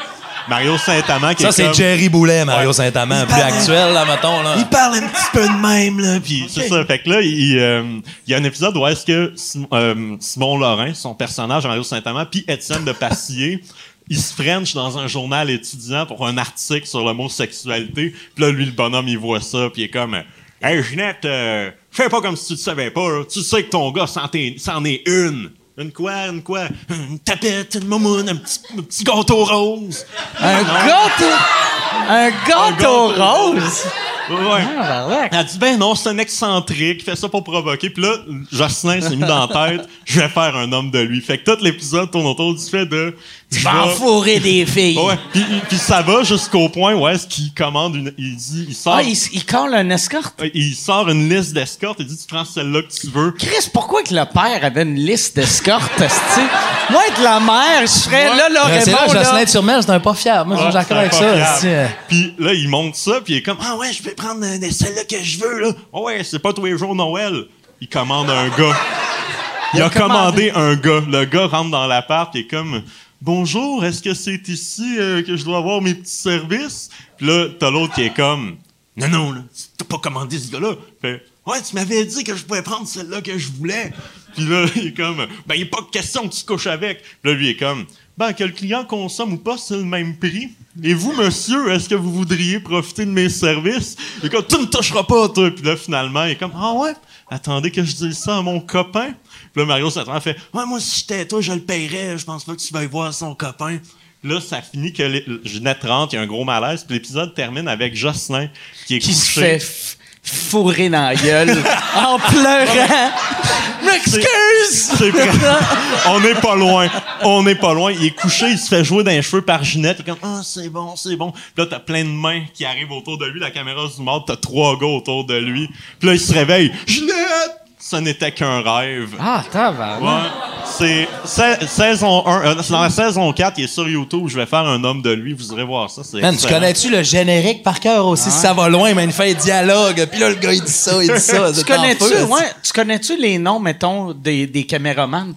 Mario Saint-Amand qui Ça, est c'est comme... Jerry Boulet, Mario Ouais. Saint-Amand, plus actuel, là, mettons. Là. Il parle un petit peu de même, là, puis c'est ça. Fait que là, il, euh, il y a un épisode où est-ce que Sim- euh, Simon Lorrain, son personnage, Mario Saint-Amand, puis Étienne de Passillé, ils se frenchent dans un journal étudiant pour un article sur l'homosexualité. Puis là, lui, le bonhomme, il voit ça, puis il est comme... Hey, Ginette, euh, fais pas comme si tu le savais pas, là. Tu sais que ton gars, c'en est, c'en est une. Une quoi, une quoi? Une tapette, une moumoune, un petit, un petit gâteau rose. Un gâteau... Un gâteau gâteau rose? Ouais. Ah, ben ouais. Elle a dit, ben non, c'est un excentrique, il fait ça pour provoquer. Puis là, Jocelyn s'est mis dans la tête, je vais faire un homme de lui. Fait que tout l'épisode tourne autour du fait de... Tu vas fourrer des filles. Ouais, puis, puis ça va jusqu'au point où est-ce qu'il commande une... Il dit, il sort... Ah, il, il colle un escorte? Il sort une liste d'escortes, il dit, tu prends celle-là que tu veux. Chris, pourquoi que le père avait une liste d'escortes, esti? Moi, être la mère, je serais Ouais. là, là, Ben, c'est là, Raymond, là. Jocelyn Turmel, c'est un pas fiable. Moi, Ah, je suis d'accord c'est avec pas ça. fiable. esti, euh. Puis là, il monte ça, puis il est comme, ah ouais, je vais prendre euh, celle-là que je veux, là. Ah ouais, c'est pas tous les jours Noël. Il commande un gars. Il, a commandé un gars. Le gars rentre dans l'appart, il est comme, bonjour, est-ce que c'est ici euh, que je dois avoir mes petits services? Puis là, t'as l'autre qui est comme, non, non, là, t'as pas commandé ce gars-là. Fait, ouais, tu m'avais dit que je pouvais prendre celle-là que je voulais. Puis là, il est comme, ben, il n'est pas question que tu couches avec. Puis là, lui, il est comme, ben, que le client consomme ou pas, c'est le même prix. Et vous, monsieur, est-ce que vous voudriez profiter de mes services? Il est comme, tu ne toucheras pas, toi. Puis là, finalement, il est comme, ah ouais? Attendez que je dise ça à mon copain. Puis là, Mario Saint-Amand fait, ouais, moi, si j'étais toi, je le paierais. Je pense pas que tu vas y voir son copain. Là, ça finit que les, Ginette rentre, il y a un gros malaise. Puis l'épisode termine avec Jocelyn qui est Qui se couché. fait f- fourrer dans la gueule en pleurant. M'excuse! C'est vrai. On n'est pas loin. On n'est pas loin. Il est couché, il se fait jouer dans les cheveux par Ginette. Il est comme, ah, c'est bon, c'est bon. Puis là, t'as plein de mains qui arrivent autour de lui. La caméra se montre, t'as trois gars autour de lui. Puis là, il se réveille. Ginette! Ce n'était qu'un rêve. Ah, tabarnak. Ouais. C'est sa- saison un. euh, c'est dans la saison quatre, il est sur YouTube. Je vais faire un homme de lui. Vous irez voir ça. C'est Man, tu excellent. connais-tu le générique par cœur aussi? Si ça va loin, mais il fait un dialogue. Puis là, le gars, il dit ça, il dit ça. Tu connais-tu, ouais, tu connais-tu les noms, mettons, des, des caméramans?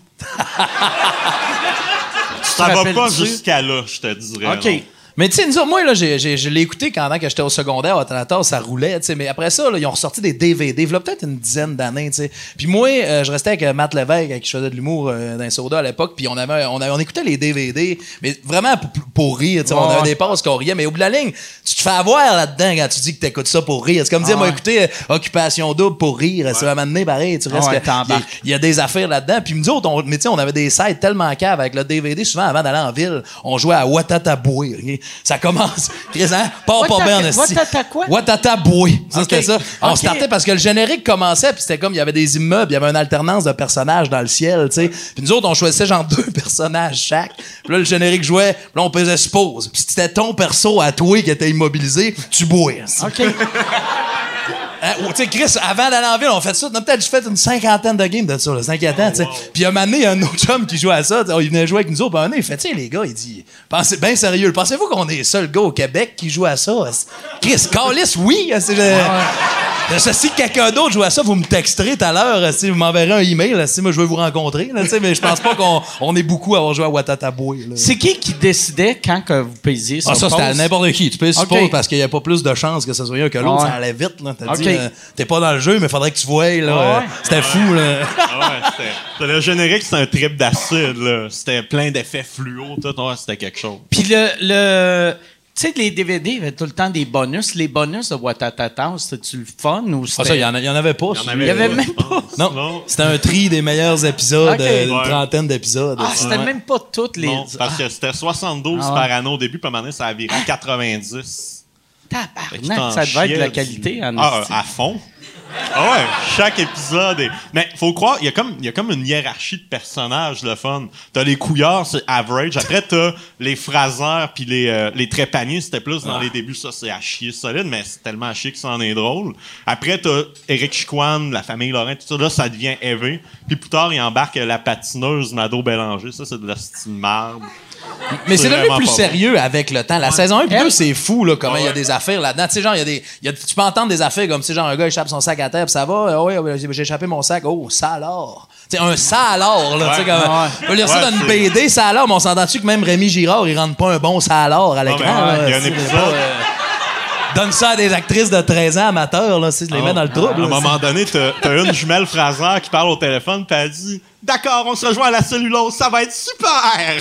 Ça va pas rappelles-tu? jusqu'à là, je te dirais. OK. non. Mais tu sais, nous autres, moi, là, j'ai, j'ai, je l'ai écouté pendant que j'étais au secondaire, au Atlanta, ça roulait, tu sais. Mais après ça, là, ils ont ressorti des D V D, il y a peut-être une dizaine d'années, tu sais. Puis moi, euh, je restais avec euh, Matt Lévesque, avec qui je faisais de l'humour euh, dans les sodas à l'époque, puis on avait, on avait, on écoutait les D V D, mais vraiment pour, pour rire, tu sais. On Ouais. avait des passes qu'on riait, mais au bout de la ligne, tu te fais avoir là-dedans quand tu dis que t'écoutes ça pour rire. C'est comme dire, moi, ouais. écouter euh, Occupation Double pour rire, ça va m'amener pareil, tu restes Ouais, que- il y a- t'embarques. il y a des affaires là-dedans. Puis nous autres, on, mais tu sais, on avait des sites tellement caves avec le D V D. Souvent, avant d'aller en ville, on jouait à Watataboué. ok? Ça commence, Chris, hein? Pas pas bien en esti. Watata quoi? Watataboué. Ça, c'était Ok. ça. On Ok. startait parce que le générique commençait, puis c'était comme, il y avait des immeubles, il y avait une alternance de personnages dans le ciel, tu sais. Puis nous autres, on choisissait genre deux personnages chaque. Puis là, le générique jouait, puis là, on faisait suppose. Puis c'était ton perso à toi qui était immobilisé, tu bois. esti. OK. Hein, ou, tu sais, Chris, avant d'aller en ville, on fait ça. On a peut-être fait une cinquantaine de games de ça, là, cinquantaine, tu sais. Puis un moment donné, il y a un autre chum qui jouait à ça. Il venait jouer avec nous autres. Puis un moment donné, il fait, tiens, les gars, il dit, pensez bien sérieux, pensez-vous qu'on est les seuls gars au Québec qui joue à ça? Chris, Carlis, oui. C'est, je sais si quelqu'un d'autre joue à ça, vous me texterez tout à l'heure, si vous m'enverrez un email, là, si moi je veux vous rencontrer, là, tu sais, mais je pense pas qu'on on est beaucoup à avoir joué à Watataboué. là. C'est qui qui décidait quand que vous paisiez sur Ah, ça, c'était à pause? n'importe qui. Tu peux Ok. supposer parce qu'il n'y a pas plus de chances que ce soit un que l'autre. Ouais. Ça allait vite, là. T'as Ok. dit, euh, t'es pas dans le jeu, mais faudrait que tu voyes, là. Ouais. Euh, C'était fou, là. Ah ouais, c'était, c'était le générique, c'était un trip d'acide, là. C'était plein d'effets fluo, tout. Ouais, c'était quelque chose. Puis le... le tu sais, les D V D, il y avait tout le temps des bonus. Les bonus de Watatata, c'était-tu le fun ou c'était... Ah, ça, il y, en a- il y en avait pas. Il y en celui-là. avait Il y avait pas, même je pas. pense. Non, c'était un tri des meilleurs épisodes, Ok. euh, d'une Ouais. trentaine d'épisodes. Ah, c'était Ouais. même pas toutes les... Non, parce que c'était soixante-douze Ah ouais. par année au début, puis à un moment donné, ça a viré à quatre-vingt-dix. Fait que tu Tabarnak, t'en ça devait être de la chiais qualité, du- en Ah, esti. à fond. Ah ouais, chaque épisode est... Mais faut croire, il y a comme, il y a comme une hiérarchie de personnages, le fun. T'as les couillards, c'est average. Après, t'as les phraseurs puis les, euh, les trépaniers, c'était plus dans les débuts, ça, c'est à chier solide, mais c'est tellement à chier que ça en est drôle. Après, t'as Éric Chicoine, la famille Laurent, tout ça, là, ça devient élevé. Puis plus tard, il embarque la patineuse Mado Bélanger. Ça, c'est de la style marde. Mais c'est C'est devenu vraiment plus pas sérieux avec le temps. La saison un puis Elle- deux, c'est fou, là, comment il y a Ouais. des affaires là-dedans. Tu sais, genre, il y a des. il y a- tu peux entendre des affaires comme, tu sais, genre, un gars échappe son sac à terre, puis ça va. Ah ouais, ouais, j'ai échappé mon sac. Oh, ça alors. T'sais, un salard, là. Ouais. Tu sais, comme. Ouais. On peut lire ça Ouais, dans une c'est- B D, salard, mais on s'entend-tu que même Rémi Girard, il rentre pas un bon salard à l'écran? mais, là, il y a un t'sais, épisode- pas, euh, Donne ça à des actrices de treize ans amateurs, là, si tu les mets dans le trouble. À un là, moment donné, t'as t'as une jumelle Fraser qui parle au téléphone, puis elle dit « D'accord, on se rejoint à la cellulose, ça va être super! »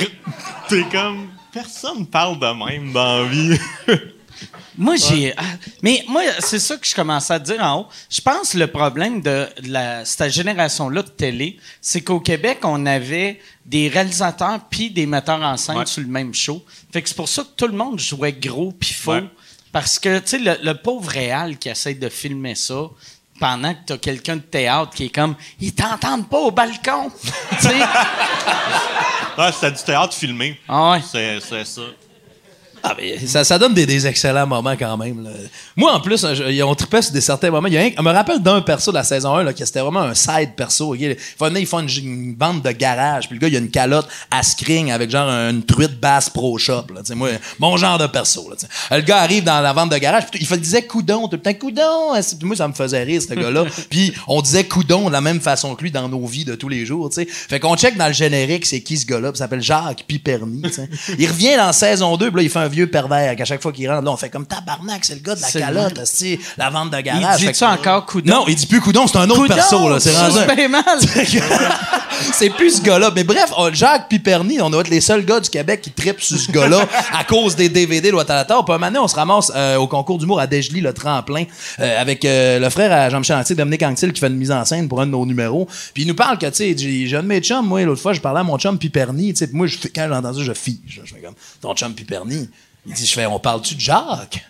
T'es comme... Personne parle de même dans la vie. Moi, j'ai. ah, mais moi, c'est ça que je commençais à dire en haut. Je pense que le problème de la, cette génération-là de télé, c'est qu'au Québec, on avait des réalisateurs puis des metteurs en scène Ouais. sur le même show. Fait que c'est pour ça que tout le monde jouait gros puis faux. Ouais. Parce que, tu sais, le, le pauvre réal qui essaie de filmer ça, pendant que t'as quelqu'un de théâtre qui est comme « Ils t'entendent pas au balcon! » Tu sais? Ouais, c'était du théâtre filmé. Ah ouais. C'est c'est ça. Ah, mais ça, ça donne des, des excellents moments quand même. Là. Moi, en plus, je, on trippait sur des certains moments. Il y a un, je me rappelle d'un perso de la saison un, là, qui c'était vraiment un side perso. Okay? Il venait, il fait une, une bande de garage. Puis le gars, il a une calotte à screen avec genre une truite basse pro shop. Là, moi, mon genre de perso. Là, le gars arrive dans la vente de garage. Puis il disait coudon tout le temps. Coudon! Puis moi, ça me faisait rire, ce gars-là. Puis on disait coudon de la même façon que lui dans nos vies de tous les jours. T'sais. Fait qu'on check dans le générique, c'est qui ce gars-là. Puis il s'appelle Jacques Piperny. T'sais. Il revient dans saison deux. Puis là, il fait un vieux pervers qu'à chaque fois qu'il rentre, là, on fait comme tabarnak, c'est le gars de la C'est calotte, c'est la vente de garage. Il Fait dit-tu que- encore coudon? Non, il dit plus coudon, c'est un autre Coudon, perso, là. C'est ça, rendu un- c'est bien mal. c'est plus ce gars-là. Mais bref, on- Jacques Piperny, on doit être les seuls gars du Québec qui trippent sur ce gars-là à cause des D V D de Ouattara. Puis un moment donné, on se ramasse euh, au concours d'humour à Desjely, le tremplin, euh, avec euh, le frère à Jean-Michel Antier, Dominique Anctil, qui fait une mise en scène pour un de nos numéros. Puis il nous parle que, tu sais, j'ai j'ai un de mes chums, moi, l'autre fois, je parlais à mon chum Piperny, tu sais, puis moi, je fais- quand j'ai entendu, je fie. Je, je fais comme, ton chum Piperny. Il dit, je fais, on parle-tu de Jacques?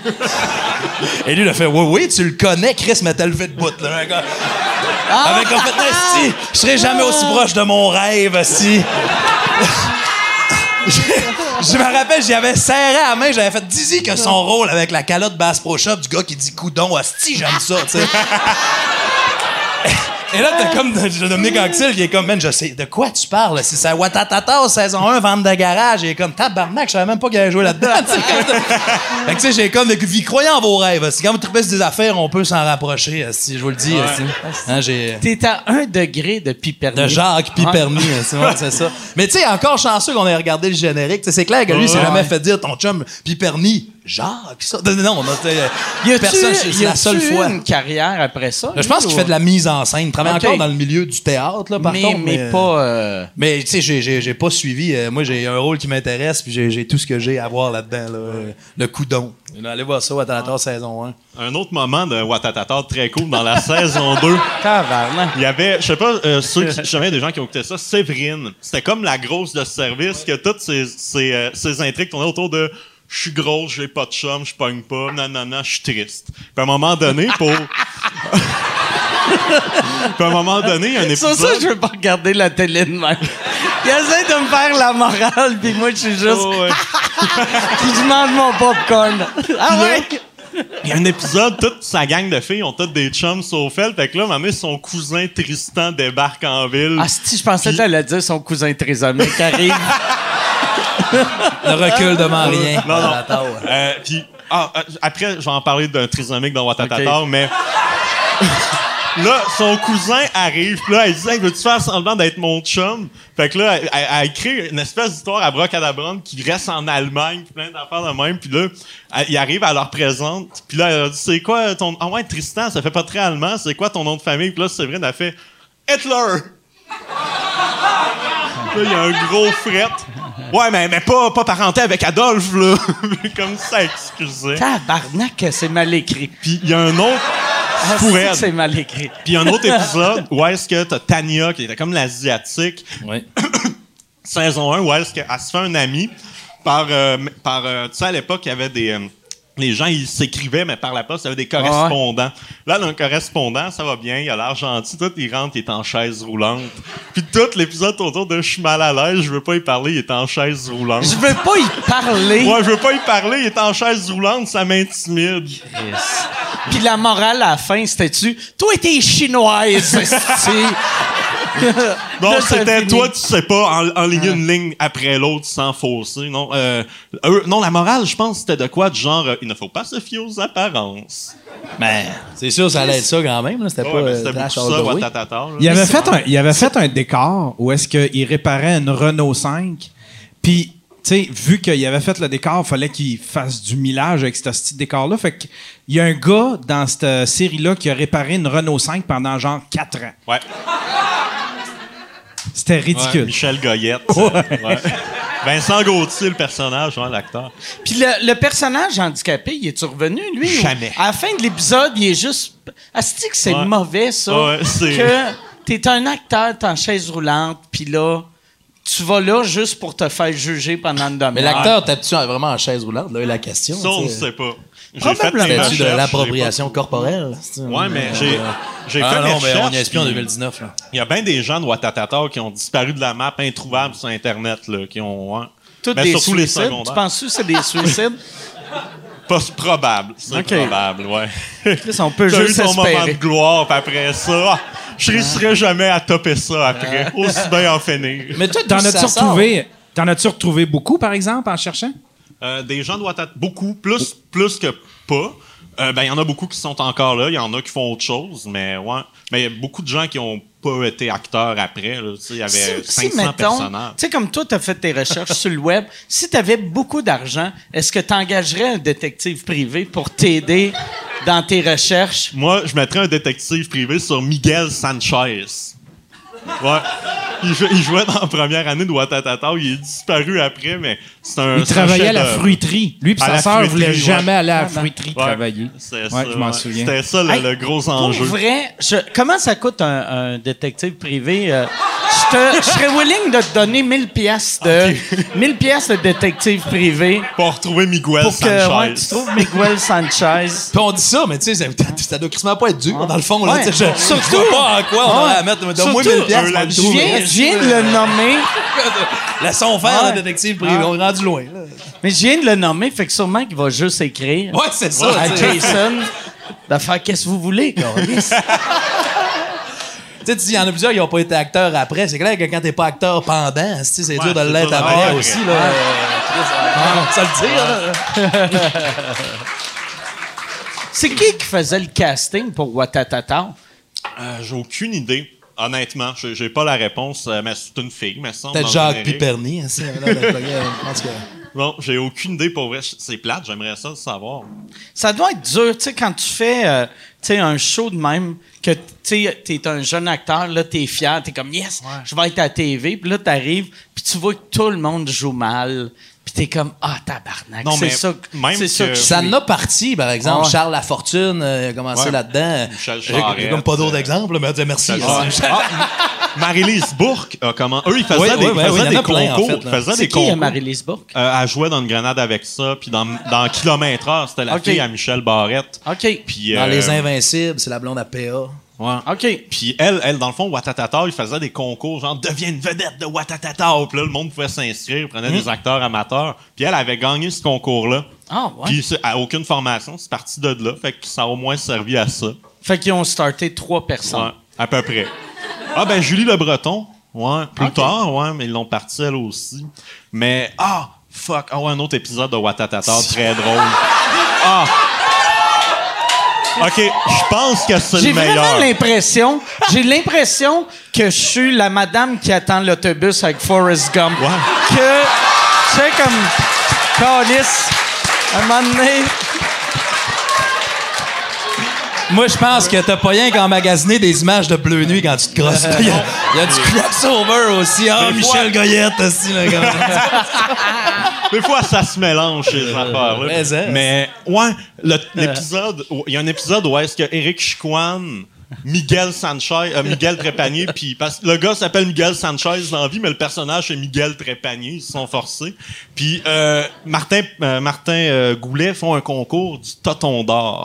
Et lui, il a fait, oui, oui, tu le connais, Chris, mais t'as levé de bout, là, un gars. Avec en fait, si, je serais jamais aussi proche de mon rêve, si. je, je me rappelle, j'y avais serré à la main, j'avais fait dizzy que son rôle avec la calotte Bass Pro Shop du gars qui dit coudon, asti, j'aime ça, tu sais. Et là, t'as comme Dominique Anctil qui est comme, man, je sais, de quoi tu parles? C'est ça, Ouattatata, saison un, vente de garage. Il est comme, tabarnak, je savais même pas qu'il allait jouer là-dedans. Fait que, tu sais, j'ai comme, vous croyez en vos rêves. Si quand vous trouvez des affaires, on peut s'en rapprocher, si je vous le dis. esti. Hein, j'ai... T'es à un degré de Piperny. De Jacques Piperny, c'est ouais, c'est ça. Mais tu sais, encore chanceux qu'on ait regardé le générique. T'sais, c'est clair que lui, il s'est Ouais. jamais fait dire ton chum Piperny. Jacques, ça. Non, non, on a, t'sais, Y a-tu, personne, c'est y la a-tu seule fois. une carrière après ça? Je pense qu'il fait de la mise en scène. Il travaille Ok. encore dans le milieu du théâtre, là, par mais, contre. mais pas. euh, Mais tu sais, j'ai, j'ai, j'ai pas suivi. Euh, moi, j'ai un rôle qui m'intéresse, puis j'ai, j'ai tout ce que j'ai à voir là-dedans. Là, euh, le coudon. Là, allez voir ça, Ouattara, saison un. Un autre moment de Ouattatata très cool dans la saison deux. Tabarnak. Il y avait, je sais pas, euh, ceux qui, jamais des gens qui ont écouté ça, Séverine. C'était comme la grosse de service, que toutes ces, ces, euh, ces intrigues tournaient autour de je suis grosse, j'ai pas de chum, je pogne pas, non, non, non, je suis triste. Puis à un moment donné, pour. Puis à un moment donné, il y a un Sur épisode. ça, je veux pas regarder la télé de même. Il essaie de me faire la morale, puis moi, je suis juste. Oh, ouais. Puis je mange mon popcorn. Ah ouais? Il y a un épisode, toute sa gang de filles ont toutes des chums sauf elle. Fait que là, à un moment donné, son cousin Tristan débarque en ville. Ah, si, je pensais que t'allais dire son cousin Trésomé qui arrive. Le recul devant rien. Non, non. Ouattara. Euh, puis, ah, euh, après, je vais en parler d'un trisomique dans Ouattatata, Ok. mais. Là, son cousin arrive, puis là, elle dit hey, veux-tu faire semblant d'être mon chum? Fait que là, elle, elle, elle écrit une espèce d'histoire à brocadabron qui reste en Allemagne, puis plein d'affaires de même. Puis là, elle- il arrive, elle leur présente. Puis là, elle a dit c'est quoi ton. Ah ouais, Tristan, ça fait pas très allemand, c'est quoi ton nom de famille? Puis là, Séverine a fait Hitler! Là, il y a un gros fret. Ouais, mais, mais pas, pas parenté avec Adolphe, là. Comme ça, excusez. Tabarnak, que c'est mal écrit. Puis il y a un autre. Ah, Pour c'est elle. que c'est mal écrit. Puis il y a un autre épisode où est-ce que t'as Tania, qui était comme l'asiatique, Ouais. saison un, où est-ce qu'elle se fait un ami par... euh, par euh, tu sais, à l'époque, il y avait des... euh, les gens, ils s'écrivaient, mais par la poste, il y avait des correspondants. Là, un correspondant, ça va bien, il a l'air gentil. Tout, il rentre, il est en chaise roulante. Puis tout l'épisode autour de « Je suis mal à l'aise, je veux pas y parler », il est en chaise roulante. Je veux pas y parler. Ouais, je veux pas y parler, il est en chaise roulante, ça m'intimide. Puis la morale à la fin, c'était-tu? Toi, t'es chinoise, esti. Non, Là, ça c'était finit. toi, tu sais pas, en, enligner une ligne après l'autre sans fausser. Non, euh, eux- non la morale, je pense, c'était de quoi? Du genre, euh, il ne faut pas se fier aux apparences. Ben, c'est sûr, ça allait être ça quand même. Là. C'était Ouais, pas mais euh, c'était beaucoup Trash ça, All the Way. Watatata. là. Il avait, fait un, il avait fait un décor où est-ce qu'il réparait une Renault cinq. Puis, tu sais, vu qu'il avait fait le décor, il fallait qu'il fasse du millage avec ce petit décor-là. Fait qu'il y a un gars dans cette série-là qui a réparé une Renault cinq pendant genre quatre ans. Ouais. C'était Ouais, ridicule. Michel Goyette. Ouais. Vincent Gauthier, le personnage, ouais, l'acteur. Puis le, le personnage handicapé, il est-tu revenu, lui? Jamais. Ou, à la fin de l'épisode, il est juste... Asti que c'est Ouais. mauvais, ça. Ouais, c'est- Que t'es un acteur, t'es en chaise roulante, puis là, tu vas là juste pour te faire juger pendant une demi-heure. Mais l'acteur, t'as-tu vraiment en chaise roulante? Là, est la question. Ça, on ne tu sais. sait pas. J'ai fait Probablement. mes Fais-tu de recherches, l'appropriation j'ai pas- corporelle? Ouais, mais j'ai, j'ai Ah fait mes non, mais on y a recherches, espion en puis deux mille dix-neuf. Là. Il y a bien des gens de Watatata qui ont disparu de la map, introuvables sur Internet, là, qui ont... ouais. Tous Mais des surtout les suicides. secondaires. Tu penses que c'est des suicides? Pas probable. C'est Ok. probable, ouais. Chris, on peut T'as eu juste ton moment de espérer. gloire, puis après ça, ah, je réussirais jamais à topper ça après. Aussi bien en finir. Mais toi, T'en d'où as-tu ça sort? retrouvé, t'en as-tu retrouvé beaucoup, par exemple, en cherchant? Euh, des gens de Watatata, beaucoup, plus, plus que pas. Euh, ben, il y en a beaucoup qui sont encore là. Il y en a qui font autre chose, mais ouais. Mais il y a beaucoup de gens qui ont pas été acteurs après. là. Tu sais, il y avait Si, cinq cents si, mettons, personnages. tu sais, comme toi, tu as fait tes recherches sur le web, si tu avais beaucoup d'argent, est-ce que tu engagerais un détective privé pour t'aider dans tes recherches? Moi, je mettrais un détective privé sur Miguel Sanchez. Ouais. Il, jou- il jouait dans la première année de Watatata. Il est disparu après, mais c'est un. Il c'est un travaillait à la chef-d'œuvre. fruiterie. Lui et À sa la sœur fruiterie, voulaient ouais. jamais aller à la Ah, ben. fruiterie Ouais. travailler. C'est Ouais, ça, je m'en ouais. souviens. C'était ça le, Hey, le gros Pour enjeu. vrai, je- comment ça coûte un, un détective privé? Euh, je te- je serais willing de te donner mille pièces de mille pièces de détective privé Pour retrouver Miguel pour que Sanchez. ouais, tu trouves Miguel Sanchez. Puis on dit ça, mais tu sais, ça, ça doit crissement pas être dur, dans le fond. Là, Ouais. tu sais, je, Surtout- je vois pas en quoi on Ouais. aurait à mettre. Donne-moi Surtout, mille piastres euh, pour la- le Je trouver. viens, je viens de le nommer, Laissons faire Ouais. le détective privé. Ouais. On est rendu loin. Là. mais je viens de le nommer, fait que sûrement qu'il va juste écrire Ouais, c'est ça. à tu sais. Jason de faire qu'est-ce que vous voulez, câlisse. Tu sais, il y en a plusieurs qui n'ont pas été acteurs après. C'est clair que quand t'es pas acteur pendant, tu sais, c'est Ouais, dur de c'est l'être ça, après ouais, aussi. ouais. Là. Euh, ça le dire, là. C'est qui qui faisait le casting pour Watatata? Euh, J'ai aucune idée. Honnêtement, j'ai j'ai pas la réponse, euh, mais c'est une fille, mais ça. Peut-être Jacques Piperny. Hein, ça, là, là, je pense que- Non, j'ai aucune idée pour vrai. C'est plate, j'aimerais ça le savoir. Ça doit être dur, tu sais, quand tu fais euh, tu sais, un show de même, que tu sais, t'es un jeune acteur, là, t'es fier, t'es comme, yes, je vais être à la T V, puis là, t'arrives, puis tu vois que tout le monde joue mal, puis t'es comme, ah, tabarnak, Non, c'est mais ça, que- même c'est ça que- que je Ça suis. en a parti, par exemple. Ah ouais. Charles Lafortune euh, a commencé Ouais. là-dedans. Michel J'ai Charette, j'ai comme pas d'autres exemples, mais merci. Michel Ah, Charette. Ah, Marie-Lise Bourque a comment. Eux, ils faisaient Oui, des, oui, oui, faisaient oui, il y en des a plein, en concours. fait, là. faisaient C'est des qui, concours. euh, Marie-Lise Bourque? Euh, elle jouait dans une grenade avec ça, puis dans, dans Kilomètre Heure, c'était la Ok. fille à Michel Barrette. OK. Puis, Dans euh, Les Invincibles, c'est la blonde à P A. ouais. OK. Puis elle, elle, dans le fond, Watatata, il faisait des concours, genre, deviens une vedette de Watatata. Puis là, le monde pouvait s'inscrire, prenait des acteurs amateurs. Puis elle avait gagné ce concours-là. Ah, ouais. Puis c'est- elle a aucune formation, c'est parti de là. Fait que ça a au moins servi à ça. Fait qu'ils ont starté trois personnes. Ouais, à peu près. Ah, ben, Julie Le Breton. Ouais, plus Ok. tard, ouais, mais ils l'ont parti elle aussi. Mais, ah, fuck. Ah, ouais, un autre épisode de Watatata, très drôle. Ah! OK, je pense que c'est J'ai le meilleur. vraiment l'impression, j'ai l'impression que je suis la madame qui attend l'autobus avec Forrest Gump. Ouais. Que, tu sais, comme, calice, à un moment donné, Moi, je pense que t'as pas rien qu'à emmagasiner des images de Bleu Nuit quand tu te crosses. Il y a, il y a du crossover aussi. Ah, Des Michel fois- Goyette aussi. Là, comme- Des fois, ça se mélange, ces affaires-là. mais ça, Mais, ouais, le- l'épisode... Il y a un épisode où est-ce que Eric Chicoine, Miguel Sanchez, euh, Miguel Trépanier, puis parce que le gars s'appelle Miguel Sanchez dans la vie, mais le personnage c'est Miguel Trépanier, ils se sont forcés. Puis euh, Martin, euh, Martin euh, Goulet font un concours du Toton d'or.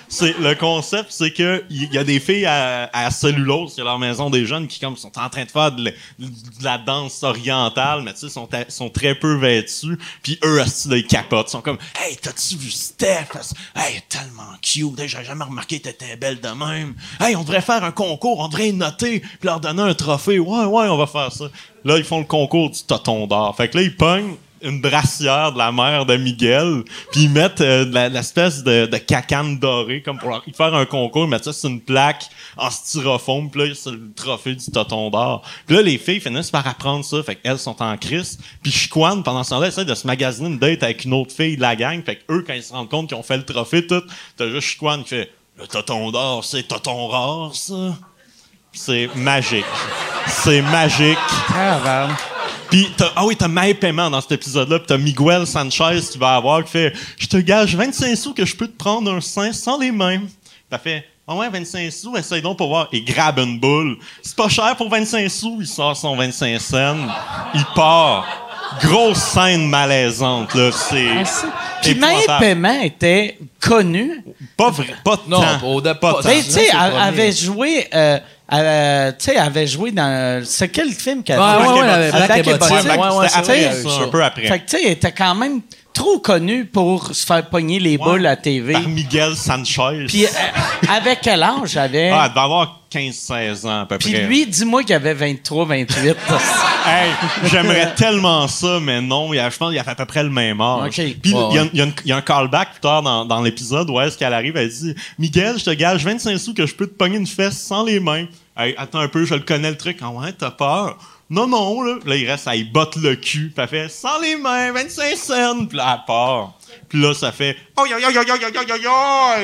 c'est, le concept, c'est que il y a des filles à, à cellulose, c'est leur maison des jeunes, qui comme sont en train de faire de, la, de la danse orientale, mais tu sais, sont, sont très peu vêtus, puis eux, là, ils capotent. Ils sont comme, hey, t'as-tu vu Steph? Hey, tellement cute. Hey, j'ai jamais remarqué que t'étais belle de même. Hey, on devrait faire un concours, on devrait noter, puis leur donner un trophée. Ouais, ouais, on va faire ça. Là, ils font le concours du toton d'or. Fait que là, ils pognent une brassière de la mère de Miguel, puis ils mettent euh, de la, l'espèce de, de cacane dorée, comme pour leur, faire un concours, ils mettent ça sur une plaque en styrofoam, puis là, c'est le trophée du toton d'or. Puis là, les filles finissent par apprendre ça, fait qu'elles sont en crise, puis Chicoine, pendant ce temps-là, essaie de se magasiner une date avec une autre fille de la gang, fait qu'eux, quand ils se rendent compte qu'ils ont fait le trophée, tout, t'as juste Chicoine qui fait « Le toton d'or, c'est toton rare, ça? » C'est magique. C'est magique. Ah, Puis t'as, ah oui, t'as Maë Paiement dans cet épisode-là, puis t'as Miguel Sanchez qui va avoir, qui fait « Je te gage vingt-cinq sous que je peux te prendre un sein sans les mains. » T'as fait « Ah ouais, vingt-cinq sous, essaye donc pour voir. » Il grabe une boule. C'est pas cher pour vingt-cinq sous. Il sort son vingt-cinq cents. Il part. Grosse scène malaisante, là. C'est... Puis Maë Paiement était connu. Pas vrai, pas de Non, temps. pas au départ. Pas de temps. Ben, tu sais, elle avait joué... Euh, euh, tu sais, elle avait joué dans... C'est quel film qu'elle Ah, a fait? ouais, ouais, elle avait Black Black et et Bottom. Bottom. Ouais, ouais, C'était après, après, ça, un peu après. Fait que, tu sais, elle était quand même trop connue pour se faire pogner les boules à T V. Par Miguel Sanchez. Puis, euh, avec quel âge avait... Ah, elle devait avoir quinze seize ans, à peu Puis près. lui, dis-moi qu'il avait vingt-trois vingt-huit. Hey, j'aimerais tellement ça, mais non, il a, je pense qu'il a fait à peu près le même âge. OK. Puis il Ouais, y, a- ouais. il y a une- il y a un callback plus tard dans, dans l'épisode où est-ce qu'elle arrive, elle dit « Miguel, je te gage vingt-cinq sous que je peux te pogner une fesse sans les mains. » Hey, attends un peu, je le connais le truc. Ah ouais, t'as peur? Non, non, là. Là, il reste, elle botte le cul. Puis elle fait « Sans les mains, vingt-cinq cents. » Puis là, elle part. Puis là, ça fait « Oi, oi, oi, oi, oi, oi, oi, oi. »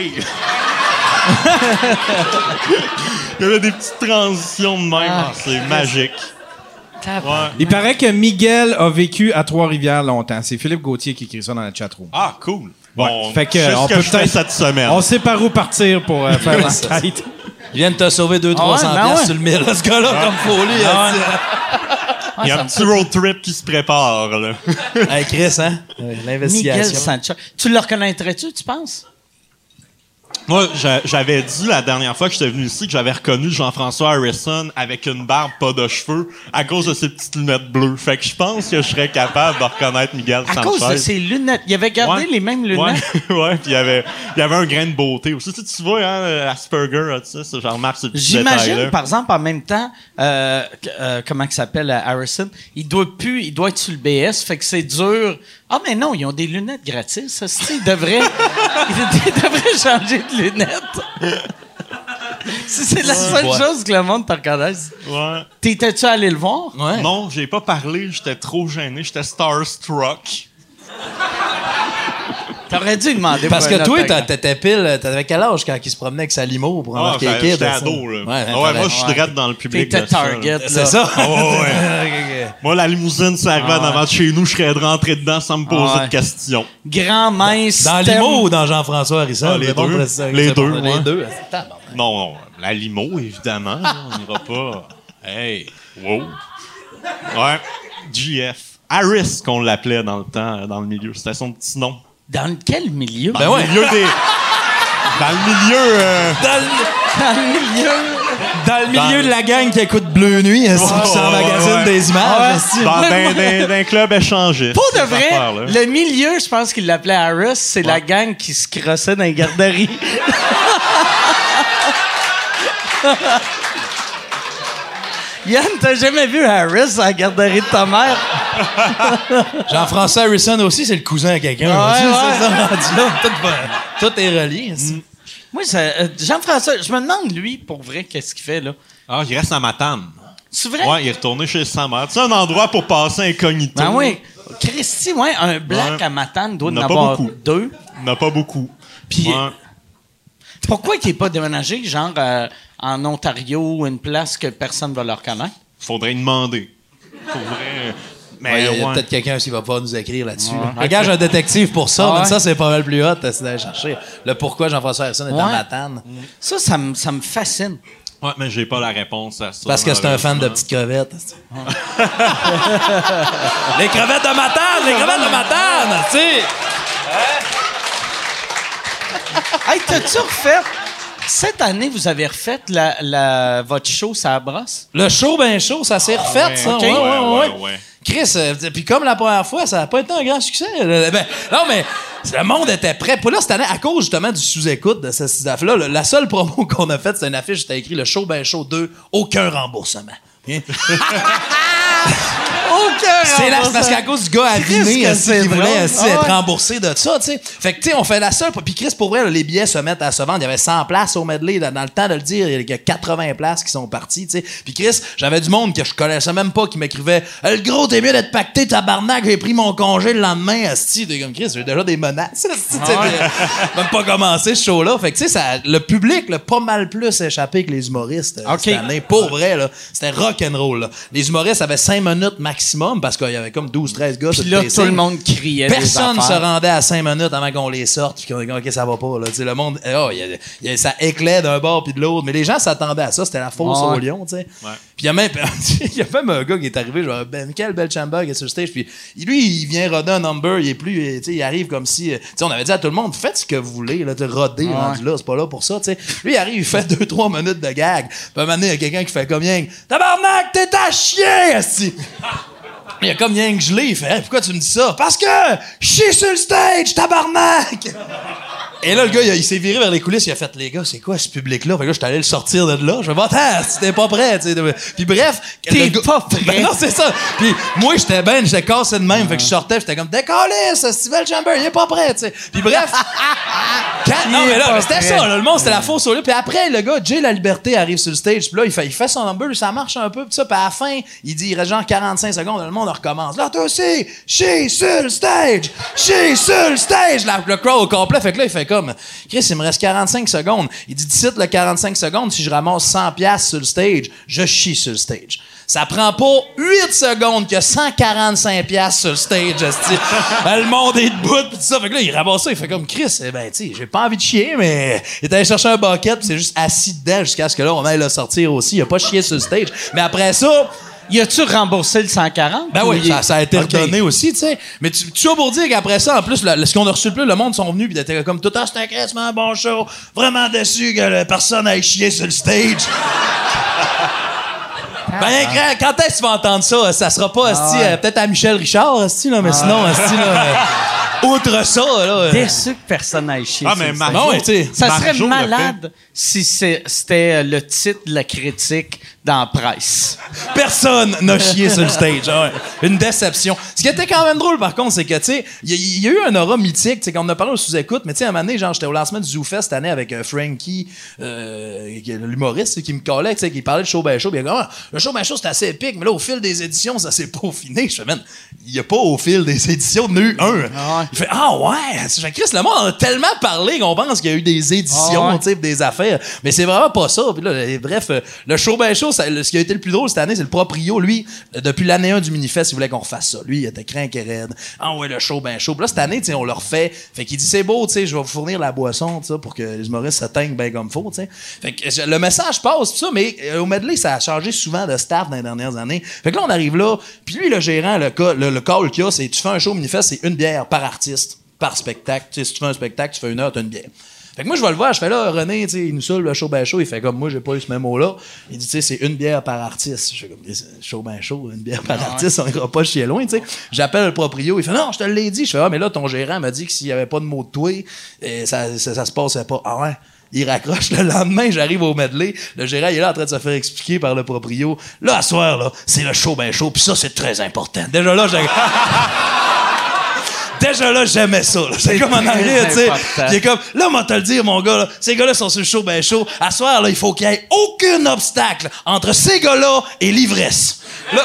Il y avait des petites transitions de même. Ah, c'est magique. Ouais. Il paraît que Miguel a vécu à Trois-Rivières longtemps. C'est Philippe Gauthier qui écrit ça dans la chatroom. Ah, cool. Bon, Ouais. Fait que, je sais on ce que peut je fais peut-être- cette semaine. On sait par où partir pour euh, faire l'enquête. Il vient de te sauver deux cents trois cents Ah ouais, ben piastres ouais. sur le mille. Ce gars-là, comme folie. Ah ouais. Il y a un petit road trip qui se prépare, là. Hey, Chris, hein? Euh, Miguel L'investigation. Sanchez. Tu le reconnaîtrais-tu, tu penses? Moi, j'a- j'avais dit la dernière fois que j'étais venu ici que j'avais reconnu Jean-François Harrison avec une barbe pas de cheveux à cause de ses petites lunettes bleues. Fait que je pense que je serais capable de reconnaître Miguel À Sanchez. cause de ses lunettes. Il avait gardé Ouais. les mêmes lunettes. Ouais, ouais, puis il y avait, il y avait un grain de beauté aussi. Tu, sais, tu vois, hein, Asperger, tu sais, ça, je remarque ce petit J'imagine, détail-là. par exemple, en même temps, euh, euh, comment il s'appelle, euh, Harrison, il doit plus, il doit être sur le B S, fait que c'est dur. Ah, mais non, ils ont des lunettes gratis. Ça, c'est- ils devraient, ils devraient changer de lunettes. C'est c'est la seule Ouais. chose que le monde te reconnaisse. Ouais. T'étais-tu allé le voir? Ouais. Non, j'ai pas parlé, j'étais trop gêné, j'étais starstruck. T'aurais dû demander Parce pour que un toi, autographe. t'as- t'étais pile. T'avais quel âge quand il se promenait avec sa limo pour Ah, embarquer les j'étais kids? j'étais ça? ado, là. Ouais, Ah ouais, moi, je suis ouais. direct dans le public. T'étais de ça, là. target, là. C'est ça? Ah ouais, ouais. Moi, la limousine, ça arrivait en avant de chez nous, je serais rentré dedans sans me poser Ah ouais. de questions. Grand, mince. Dans thème- Limo ou dans Jean-François Harrison? Ah, les C'est bon deux. de préciser. Les C'est bon. deux, Les ouais. deux. Tabarnak. Non, non, la limo, évidemment. là, on n'ira pas. Hey, wow. Ouais, G F. Harris, qu'on l'appelait dans le temps, euh, dans le milieu. C'était son petit nom. Dans quel milieu? Dans Ben le ouais. milieu des... Dans le milieu... euh, Dans le, Dans le milieu. dans le milieu Dans- de la gang qui écoute Bleu Nuit, est-ce Ouais, qui s'en ouais, magasine ouais. des images? est-ce que- dans Ouais, d'un, ouais. d'un- d'un club échangiste. Pour de cette vrai, affaire-là. le milieu, je pense qu'il l'appelait Harris, c'est la gang qui se crossait dans les garderies. Yann, t'as jamais vu Harris à la garderie de ta mère? Jean-François Harrison aussi, c'est le cousin à quelqu'un. Ouais, aussi, ouais. c'est ça, rendu là. Tout, va- tout est relié. c'est- Moi, ça, euh, Jean-François, je me demande, lui, pour vrai, qu'est-ce qu'il fait, là? Ah, il reste à Matane. C'est vrai? Ouais, il est retourné chez sa mère. C'est un endroit pour passer incognito. Ben oui. Christy, ouais, un black Ouais. à Matane doit Il en n'y en a pas avoir beaucoup. deux. Il n'y en a pas beaucoup. Puis, Ouais. pourquoi il n'est pas déménagé, genre, euh, en Ontario, une place que personne ne va leur connaître? Faudrait lui demander. Faudrait... Mais Ouais, il y a ouais. peut-être quelqu'un qui va pouvoir nous écrire là-dessus. là. Engage un détective pour ça, Ah mais ouais. ça, c'est pas mal plus hot, c'est d'aller chercher le pourquoi Jean-François Harrison est dans Ouais. Matane. Ça, ça me, ça me fascine. Ouais, mais j'ai pas la réponse à ça. Parce que c'est un fan de malheureusement. petites crevettes. Les crevettes de Matane! Les crevettes de Matane! Tu sais! Hey, t'as-tu refait... Cette année, vous avez refait la, la, votre show, ça brosse? Le show, ben chaud, ça s'est refait, ouais, ça. okay. Ouais, ouais, ouais. ouais, ouais. Chris, euh, puis comme la première fois, ça n'a pas été un grand succès. Euh, ben, non, mais le monde était prêt. Puis là, cette année, à cause justement du sous-écoute de cette affaire-là, la seule promo qu'on a faite, c'est une affiche, c'était écrit « Le show, ben chaud deux, aucun remboursement ». C'est là, c'est parce qu'à cause du gars aviné aussi qui voulait aussi ah, être ouais. remboursé de ça, tu sais. Fait que, tu sais, on fait la seule. Puis Chris, pour vrai, là, les billets se mettent à se vendre. Il y avait cent places au medley. Dans, dans le temps de le dire, il y a quatre-vingts places qui sont parties, tu sais. Puis Chris, j'avais du monde que je connaissais même pas qui m'écrivait le gros, t'es mieux d'être pacté, tabarnak, j'ai pris mon congé le lendemain, asti. T'es comme Chris, j'ai déjà des menaces, asti, tu sais. Même pas commencé ce show-là. Fait que, tu sais, ça, le public l'a pas mal plus échappé que les humoristes euh, okay. cette année. Pour vrai, là. C'était rock'n'roll, là. Les humoristes avaient cinq minutes maximum parce qu'il y avait comme douze treize gars. Puis là, tout le monde criait. Personne des se affaires. rendait à cinq minutes avant qu'on les sorte puis qu'on dit OK, ça va pas. Là. Le monde, oh, y a, y a, ça éclait d'un bord puis de l'autre. Mais les gens s'attendaient à ça. C'était la fosse ouais. au lion. T'sais. Ouais. Puis il y a même y a même un gars qui est arrivé, genre Ben Michael Belchamber qui est sur le stage. Puis lui, il vient roder un number. Il est plus. Il arrive comme si. T'sais, on avait dit à tout le monde faites ce que vous voulez. Là, roder, ouais. rendu là. C'est pas là pour ça. T'sais. Lui, il arrive, il fait deux trois minutes de gag. Puis à un moment donné, il y a quelqu'un qui fait combien tabarnak, t'es à chier, asti. Il y a comme rien que gelé, il fait hey, pourquoi tu me dis ça? Parce que je suis sur le stage, tabarnak! Et là, le gars, il, il s'est viré vers les coulisses, il a fait les gars, c'est quoi ce public-là? Fait que là, j'étais allé le sortir de là. Je vais attends, si t'es pas prêt, tu sais. Puis bref. T'es gars, pas prêt? Ben non, c'est ça. Puis moi, j'étais ben, j'étais cassé de même. Fait que je sortais, j'étais comme décalisse, Steven Chamber, il est pas prêt, tu sais. Puis bref. Quand, non, mais là, mais c'était ça, là, le monde, c'était la fausse au lieu. Puis après, le gars, Jay La Liberté arrive sur le stage, puis là, il fait, il fait son number, ça marche un peu, puis ça. Puis à la fin, il dit, il reste genre quarante-cinq secondes, le monde recommence. Là, toi aussi, je suis sur le stage, je suis sur le stage. La, le crowd au complet, fait que là, il fait comme, Chris, il me reste quarante-cinq secondes. Il dit, d'ici le quarante-cinq secondes, si je ramasse cent piastres sur le stage, je chie sur le stage. Ça prend pas huit secondes que cent quarante-cinq piastres sur le stage, esti. Le monde est debout pis tout ça. Fait que là, il ramasse ça, il fait comme Chris, eh ben, tu sais, j'ai pas envie de chier, mais il est allé chercher un bucket pis c'est juste assis dedans jusqu'à ce que là, on aille le sortir aussi. Il a pas chié sur le stage. Mais après ça, y a-tu remboursé le cent quarante? ben oui, il... ça, ça a été okay. redonné aussi, tu sais. Mais tu, tu as pour dire qu'après ça, en plus, le, ce qu'on a reçu le plus, le monde sont venus pis t'étais comme tout à c'était un bon show. Vraiment déçu que la personne aille chier sur le stage. Ben, quand est-ce que tu vas entendre ça? Ça sera pas, ah ouais. euh, peut-être à Michel Richard, esti, là, mais ah sinon, ouais. esti, là, euh, outre ça, là. Déçu que personne n'aille chier. Ah, mais Marjo, non, ouais, ça serait Marjo malade si c'était le titre de la critique dans la presse. Personne n'a chié sur le stage. Ouais. Une déception. Ce qui était quand même drôle, par contre, c'est que, tu sais, il y, y a eu un aura mythique, tu sais, quand on a parlé au sous-écoute, mais tu sais, à un moment donné, genre, j'étais au lancement du ZooFest cette année avec euh, Frankie, euh, l'humoriste, qui me collait, tu sais, qui parlait de show ben show, puis il a dit, ah, le show ben show, c'est assez épique, mais là, au fil des éditions, ça s'est peaufiné. Je fais, man, il n'y a pas au fil des éditions, il y en a eu un. Ah ouais. Il fait, ah ouais, je Chris, le monde en a tellement parlé qu'on pense qu'il y a eu des éditions, ah ouais. tu sais, des affaires, mais c'est vraiment pas ça. Puis là, bref, le show ben show, ça, ce qui a été le plus drôle cette année, c'est le proprio. Lui, depuis l'année un du Minifest, il voulait qu'on refasse ça. Lui, il était craint et raide. Ah ouais, le show ben show. Puis là, cette année, on le refait. Fait qu'il dit, c'est beau, tu sais, je vais vous fournir la boisson, tu sais, pour que les humoristes se teignent bien comme faut, tu sais. Fait que le message passe, tout ça, mais euh, au medley, ça a changé souvent de staff dans les dernières années. Fait que là, on arrive là, puis lui, le gérant, le, le, le call qu'il y a, c'est tu fais un show Minifest, c'est une bière par artiste, par spectacle. Tu sais, si tu fais un spectacle, tu fais une heure, t'as une bière. Fait que moi, je vais le voir, je fais là, René, tu sais, il nous saoule le show ben chaud. Il fait comme moi, j'ai pas eu ce mémo-là. Il dit, tu sais, c'est une bière par artiste. Je fais comme, show ben chaud, une bière par ah, artiste, ouais. On ira pas chier loin, tu sais. J'appelle le proprio, il fait, non, je te l'ai dit. Je fais, ah, mais là, ton gérant m'a dit que s'il y avait pas de mot de toi, et ça, ça, ça se passait pas. Ah ouais? Il raccroche le lendemain, j'arrive au medley. Le gérant, il est là en train de se faire expliquer par le proprio. Là, à soir, là, c'est le show ben chaud, puis ça, c'est très important. Déjà là, j'ai. Déjà là, j'aimais ça. Là. C'est comme en anglais, tu sais. J'ai comme, là, moi, te le dire, mon gars, là, ces gars-là sont sur le show ben chaud. À soir, là, il faut qu'il y ait aucun obstacle entre ces gars-là et l'ivresse. Là...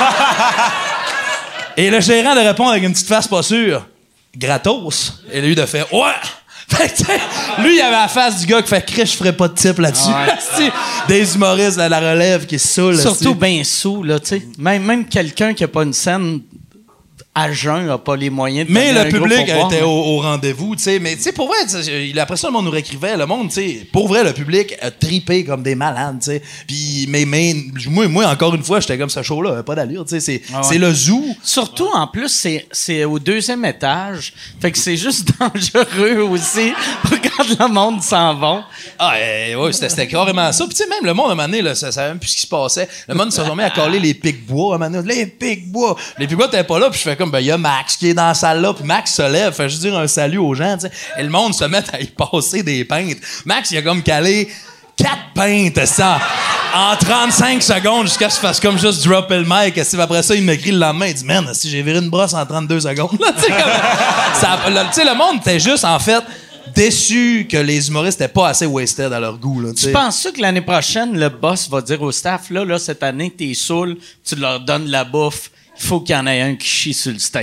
Et le gérant de répondre avec une petite face pas sûre. Gratos. Et lui de faire, ouais! Fait que, lui, il avait la face du gars qui fait Chris, je ferais pas de type là-dessus. Ouais. Des humoristes à la relève qui est saoul. Surtout bien sous, là, tu sais. Même, même quelqu'un qui a pas une scène à jeun n'a pas les moyens de Mais donner le un gros public pourboire, était mais- au, au rendez-vous, tu sais. Mais tu sais, pour vrai, t'sais, après ça, le monde nous réécrivait. Le monde, tu sais, pour vrai, le public a tripé comme des malades, tu sais. Puis, mais, mais moi, moi, encore une fois, j'étais comme ce show-là, pas d'allure, tu sais. C'est, Ah ouais. c'est le zoo. Surtout, en plus, c'est, c'est au deuxième étage. Fait que c'est juste dangereux aussi pour quand le monde s'en va. Ah, euh, ouais, c'était, c'était carrément ça. Puis, tu sais, même le monde, à un moment donné, là, ça savait même plus ce qui se passait. Le monde se remet à coller les pics-bois, à un moment donné. Les pics-bois. Les pics-bois n'étaient pas là, puis je fais comme, ben, il y a Max qui est dans la salle là, puis Max se lève, fait juste dire un salut aux gens, tu sais. Et le monde se met à y passer des pintes. Max, il a comme calé quatre pintes, ça, en trente-cinq secondes, jusqu'à ce qu'il fasse comme juste dropper le mic. Et après ça, il m'écrit le lendemain, il dit, man, si j'ai viré une brosse en trente-deux secondes, là, tu sais, comme, ça, là, tu sais, le monde était juste, en fait, déçu que les humoristes n'étaient pas assez wasted à leur goût, là, tu Tu sais. penses-tu que l'année prochaine, le boss va dire au staff, là, là, cette année, t'es saoul, tu leur donnes la bouffe, il faut qu'il y en ait un qui chie sur le stage.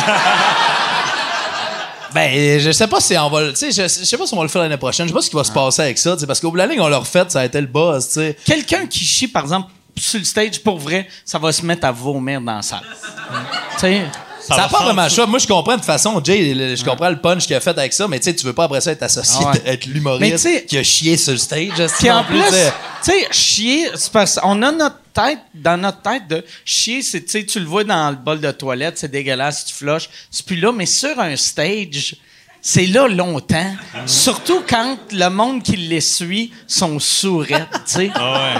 Ben, je sais pas si on va, le- tu sais, je, je sais pas si on va le faire l'année prochaine. Je sais pas ce qui va se passer avec ça, tu sais, parce qu'au bout de la ligne, on l'a refait, ça a été le buzz, tu sais. Quelqu'un qui chie, par exemple, sur le stage, pour vrai, ça va se mettre à vomir dans la salle. Tu sais... Ça n'a va pas changer. vraiment choix. Moi, je comprends de toute façon, Jay, le- je comprends le punch qu'il a fait avec ça, mais tu sais, tu veux pas après ça être associé, Ah ouais. être Mais l'humoriste tu sais- qui a chié sur le stage. Puis en non plus, tu sais. tu sais, chier, c'est parce qu'on a notre tête, dans notre tête de chier, c'est, tu sais, tu le vois dans le bol de toilette, c'est dégueulasse, tu flushes, c'est plus là, mais sur un stage, c'est là longtemps. Surtout quand le monde qui l'essuie sont sourds-raides, tu sais.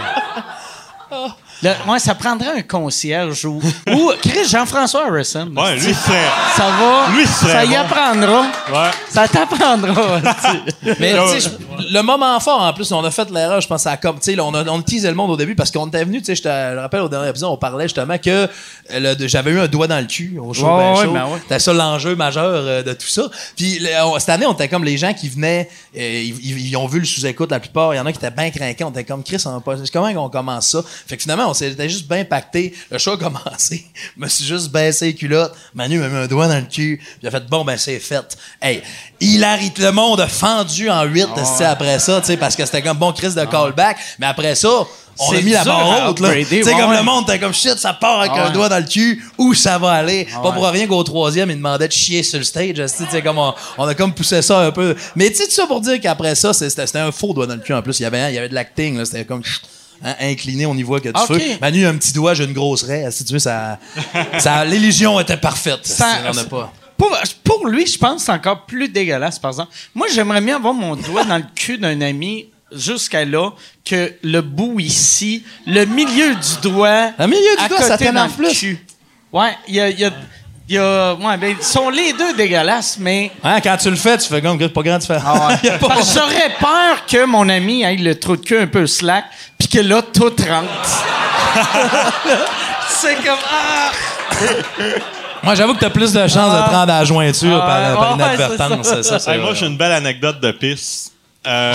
Ah ouais. Le- ouais, ça prendrait un concierge ou, ou Chris Jean-François Harrison. Ouais, lui, serait. Ça va, Lui, serait ça y bon. apprendra. Ouais. Ça t'apprendra. tu sais. Mais tu sais, je- le moment fort, en plus, on a fait l'erreur, je pense, à comme, tu sais, là, on a, on teasait le monde au début parce qu'on était venu, tu sais, je te je me rappelle au dernier épisode, on parlait justement que euh, le- de- j'avais eu un doigt dans le cul au show, Ouais, ben ouais, show. ben ouais. C'était ça l'enjeu majeur euh, de tout ça. Puis le- on- cette année, on était comme les gens qui venaient, euh, ils, ils- ils ont vu le sous-écoute la plupart. Il y en a qui étaient bien craquants. On était comme Chris, on a pas- comment on commence ça? Fait que finalement, on s'était juste bien pacté. Le show a commencé. Je me suis juste baissé les culottes. Manu m'a mis un doigt dans le cul. Puis il a fait bon, ben c'est fait. Hey, hilarité. Le monde a fendu en huit Ah après ça, tu sais, parce que c'était comme bon Chris de callback. Mais après ça, on a C'est mis la dur barre à haute, là. Tu upgrader, sais, ouais, comme ouais. le monde, t'es comme shit, ça part avec Ah un ouais. doigt dans le cul. Où ça va aller? Pas ouais. pour rien qu'au troisième, il demandait de chier sur le stage. Tu sais, comme on, on a comme poussé ça un peu. Mais tu sais, tout ça pour dire qu'après ça, c'est- c'était c'était un faux doigt dans le cul en plus. Il y avait, il y avait de l'acting, là. C'était comme hein, incliné, on y voit qu'il y a du Ok. feu. Manu a un petit doigt, j'ai une grosse raie. Si tu veux, ça, ça, l'illusion était parfaite. Ça- on a pas. Pour, pour lui, je pense que c'est encore plus dégueulasse, par exemple. Moi, j'aimerais bien avoir mon doigt dans le cul d'un ami jusqu'à là que le bout ici, le milieu du doigt. Le milieu du à doigt, ça côté t'énerve dans le plus. cul. Ouais, il y a. il y a- il y a- ouais, ben, ils sont les deux dégueulasses, mais. Hein, quand tu le fais, tu fais comme pas grand différence. Ah Il y a ouais. pas- Parce que j'aurais peur que mon ami ait le trou de cul un peu slack, puis que là, tout rentre. C'est comme. Ah! Moi, j'avoue que t'as plus de chances de te rendre à la jointure Ah, par, par ouais, inadvertance. c'est C'est ça, c'est Hey, moi, vrai. j'ai une belle anecdote de pisse. Euh...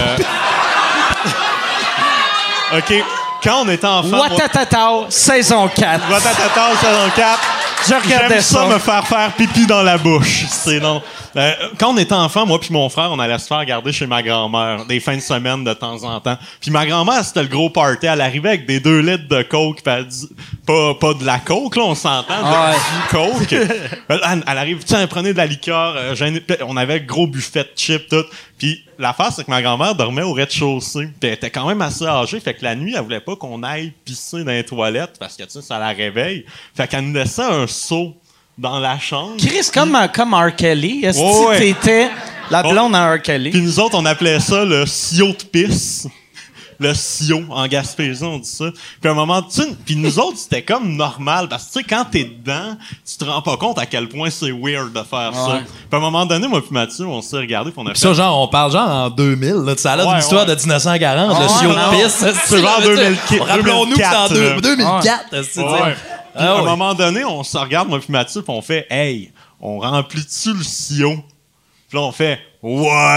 OK. Quand on était enfant... moi- Watatata, saison quatre. Watatata, saison quatre. Je regardais J'aime ça, ça. me faire faire pipi dans la bouche. C'est non. Euh, quand on était enfant, moi puis mon frère, on allait se faire garder chez ma grand-mère des fins de semaine de temps en temps. Puis ma grand-mère, c'était le gros party. Elle arrivait avec des deux litres de coke. Puis elle dit, pas, pas de la coke, là, on s'entend, de Ah du coke. elle, elle arrive, tiens, prenez de la liqueur. euh, j'en ai- puis on avait un gros buffet de chips, tout. Puis l'affaire, c'est que ma grand-mère dormait au rez-de-chaussée. Puis elle était quand même assez âgée. Fait que la nuit, elle voulait pas qu'on aille pisser dans les toilettes parce que, tu sais, ça la réveille. Fait qu'elle nous laissait un seau dans la chambre. Chris, comme, euh, comme R. Kelly. Est-ce Ouais, que ouais. t'étais la blonde à R. Kelly? Puis nous autres, on appelait ça le sio de pisse. Le sio, en Gaspésie, on dit ça. Puis à un moment, tu sais, puis nous autres, c'était comme normal. Parce que, tu sais, quand t'es dedans, tu te rends pas compte à quel point c'est weird de faire ça. Ouais. Puis à un moment donné, moi puis Mathieu, on s'est regardé, puis on a Puis fait... ça, genre, on parle genre en deux mille. Là, ça a l'air Ouais, d'une histoire ouais. de dix-neuf cent quarante, le Ouais, sio non. de pisse. C'est genre deux mille quatre, Rappelons-nous que c'est en deux mille quatre, deux- deux mille quatre. c'est- c'est- Ouais. Puis, Ah à un ouais. moment donné, on se regarde, moi puis Mathieu, puis on fait « Hey, on remplit-tu le sio? » Puis là, on fait « Ouais! »